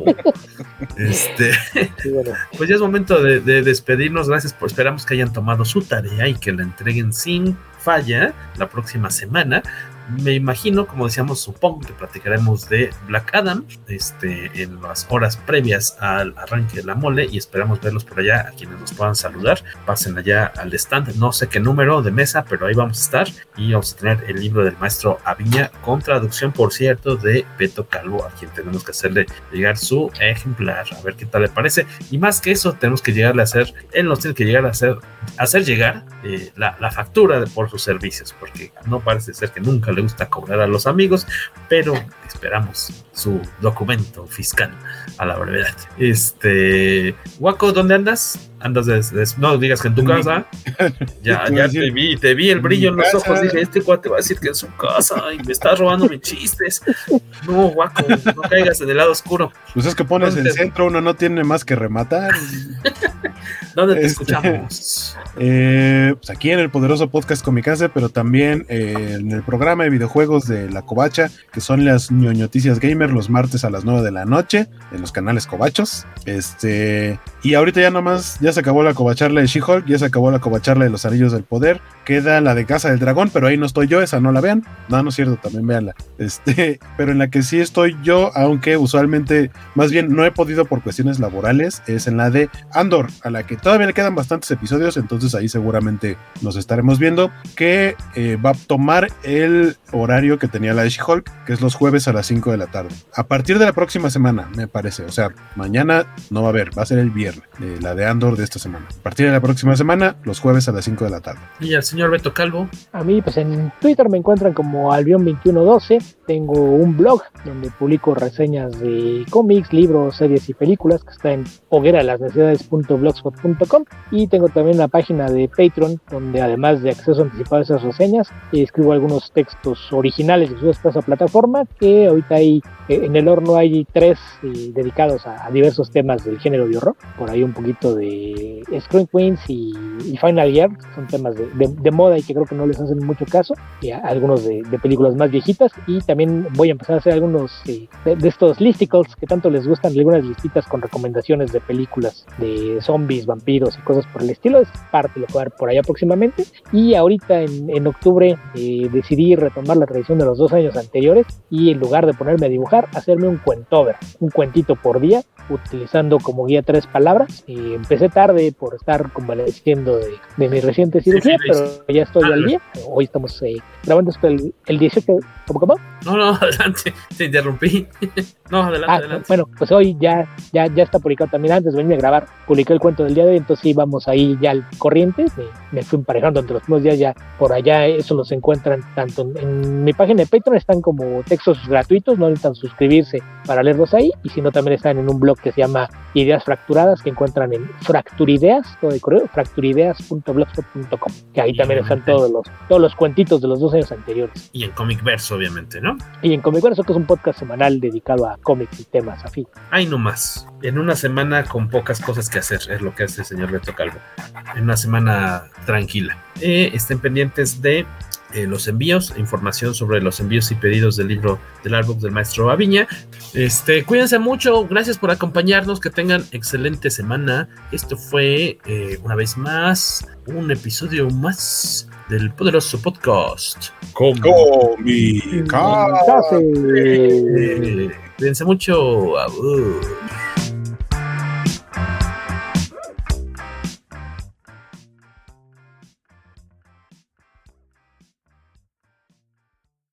[SPEAKER 16] Sí, bueno. Pues ya es momento de despedirnos. Gracias esperamos que hayan tomado su tarea y que la entreguen sin falla la próxima semana. Me imagino, como decíamos, supongo que platicaremos de Black Adam en las horas previas al arranque de la mole, y esperamos verlos por allá. A quienes nos puedan saludar, pasen allá al stand, no sé qué número de mesa, pero ahí vamos a estar, y vamos a tener el libro del maestro Aviña, con traducción, por cierto, de Beto Calvo, a quien tenemos que hacerle llegar su ejemplar, a ver qué tal le parece. Y más que eso, tenemos que llegarle a hacer, él nos tiene que llegar a hacer llegar la factura por sus servicios, porque no parece ser que nunca le gusta cobrar a los amigos, pero esperamos su documento fiscal a la brevedad. Guaco, ¿dónde andas? no digas que en tu casa. Ya te vi el brillo en los ojos. Dije, este cuate va a decir que en su casa y me está robando mis chistes. No, guaco, no caigas en el lado oscuro.
[SPEAKER 17] Pues es que pones el centro, uno no tiene más que rematar.
[SPEAKER 16] ¿Dónde te escuchamos?
[SPEAKER 17] Pues aquí en el poderoso podcast Comicase, pero también en el programa de videojuegos de La Covacha, que son las ñoñoticias gamer, los martes a las 9 de la noche, en los canales Covachos. Y ahorita ya nomás, ya se acabó la covacharla de She-Hulk, ya se acabó la covacharla de los Anillos del Poder, queda la de Casa del Dragón, pero ahí no estoy yo, esa no la vean. No es cierto, también véanla. Pero en la que sí estoy yo, aunque usualmente, más bien no he podido por cuestiones laborales, es en la de Andor, a la que todavía le quedan bastantes episodios, entonces ahí seguramente nos estaremos viendo, que va a tomar el horario que tenía la de She-Hulk, que es los jueves a las 5 de la tarde. A partir de la próxima semana, me parece, o sea, mañana no va a haber, va a ser el viernes, la de Andor de esta semana. A partir de la próxima semana, los jueves a las 5 de la tarde.
[SPEAKER 16] ¿Y al señor Beto Calvo?
[SPEAKER 1] A mí, pues en Twitter me encuentran como Albion2112. Tengo un blog donde publico reseñas de cómics, libros, series y películas, que está en hogueralasnecesidades.blogspot.com, y tengo también una página de Patreon donde, además de acceso anticipado a esas reseñas, escribo algunos textos originales que subo a esa plataforma, que ahorita hay en el horno hay 3 dedicados a diversos temas del género de horror. Por ahí un poquito de Scream Queens y Final Year, son temas de moda y que creo que no les hacen mucho caso, y algunos de películas más viejitas. Y también voy a empezar a hacer algunos de estos listicles que tanto les gustan, algunas listitas con recomendaciones de películas de zombies, vampiros y cosas por el estilo. Es parte de lo que va a haber por allá próximamente. Y ahorita en octubre decidí retomar la tradición de los 2 años anteriores, y en lugar de ponerme a dibujar, hacerme un cuentover, un cuentito por día, utilizando como guía 3 palabras. Empecé tarde por estar convaleciendo de mi reciente cirugía, pero ya estoy al día. Hoy estamos grabando esto el 18. ¿Cómo?
[SPEAKER 16] No, adelante, te interrumpí. No, adelante.
[SPEAKER 1] Bueno, pues hoy ya está publicado también. Antes de venirme a grabar, publiqué el cuento del día de hoy, entonces sí, vamos ahí ya al corriente. Me fui emparejando entre los primeros días ya por allá. Eso los encuentran tanto en mi página de Patreon, están como textos gratuitos, no necesitan suscribirse para leerlos ahí, y si no, también están en un blog que se llama Ideas Fracturadas, que encuentran en Fracturideas, todo de correo, fracturideas.blogspot.com, que ahí también están todos los cuentitos de los 2 años anteriores.
[SPEAKER 16] Y en Comicverso, obviamente, ¿no?
[SPEAKER 1] Y en Comicverso, que es un podcast semanal dedicado a cómics y temas afín.
[SPEAKER 16] Ahí nomás, en una semana con pocas cosas que hacer, es lo que hace el señor Beto Calvo. En una semana tranquila. Estén pendientes de los envíos, información sobre los envíos y pedidos del libro del artbook del maestro Aviña. Cuídense mucho, gracias por acompañarnos, que tengan excelente semana. Esto fue una vez más un episodio más del poderoso podcast
[SPEAKER 17] Comicase.
[SPEAKER 16] Cuídense mucho.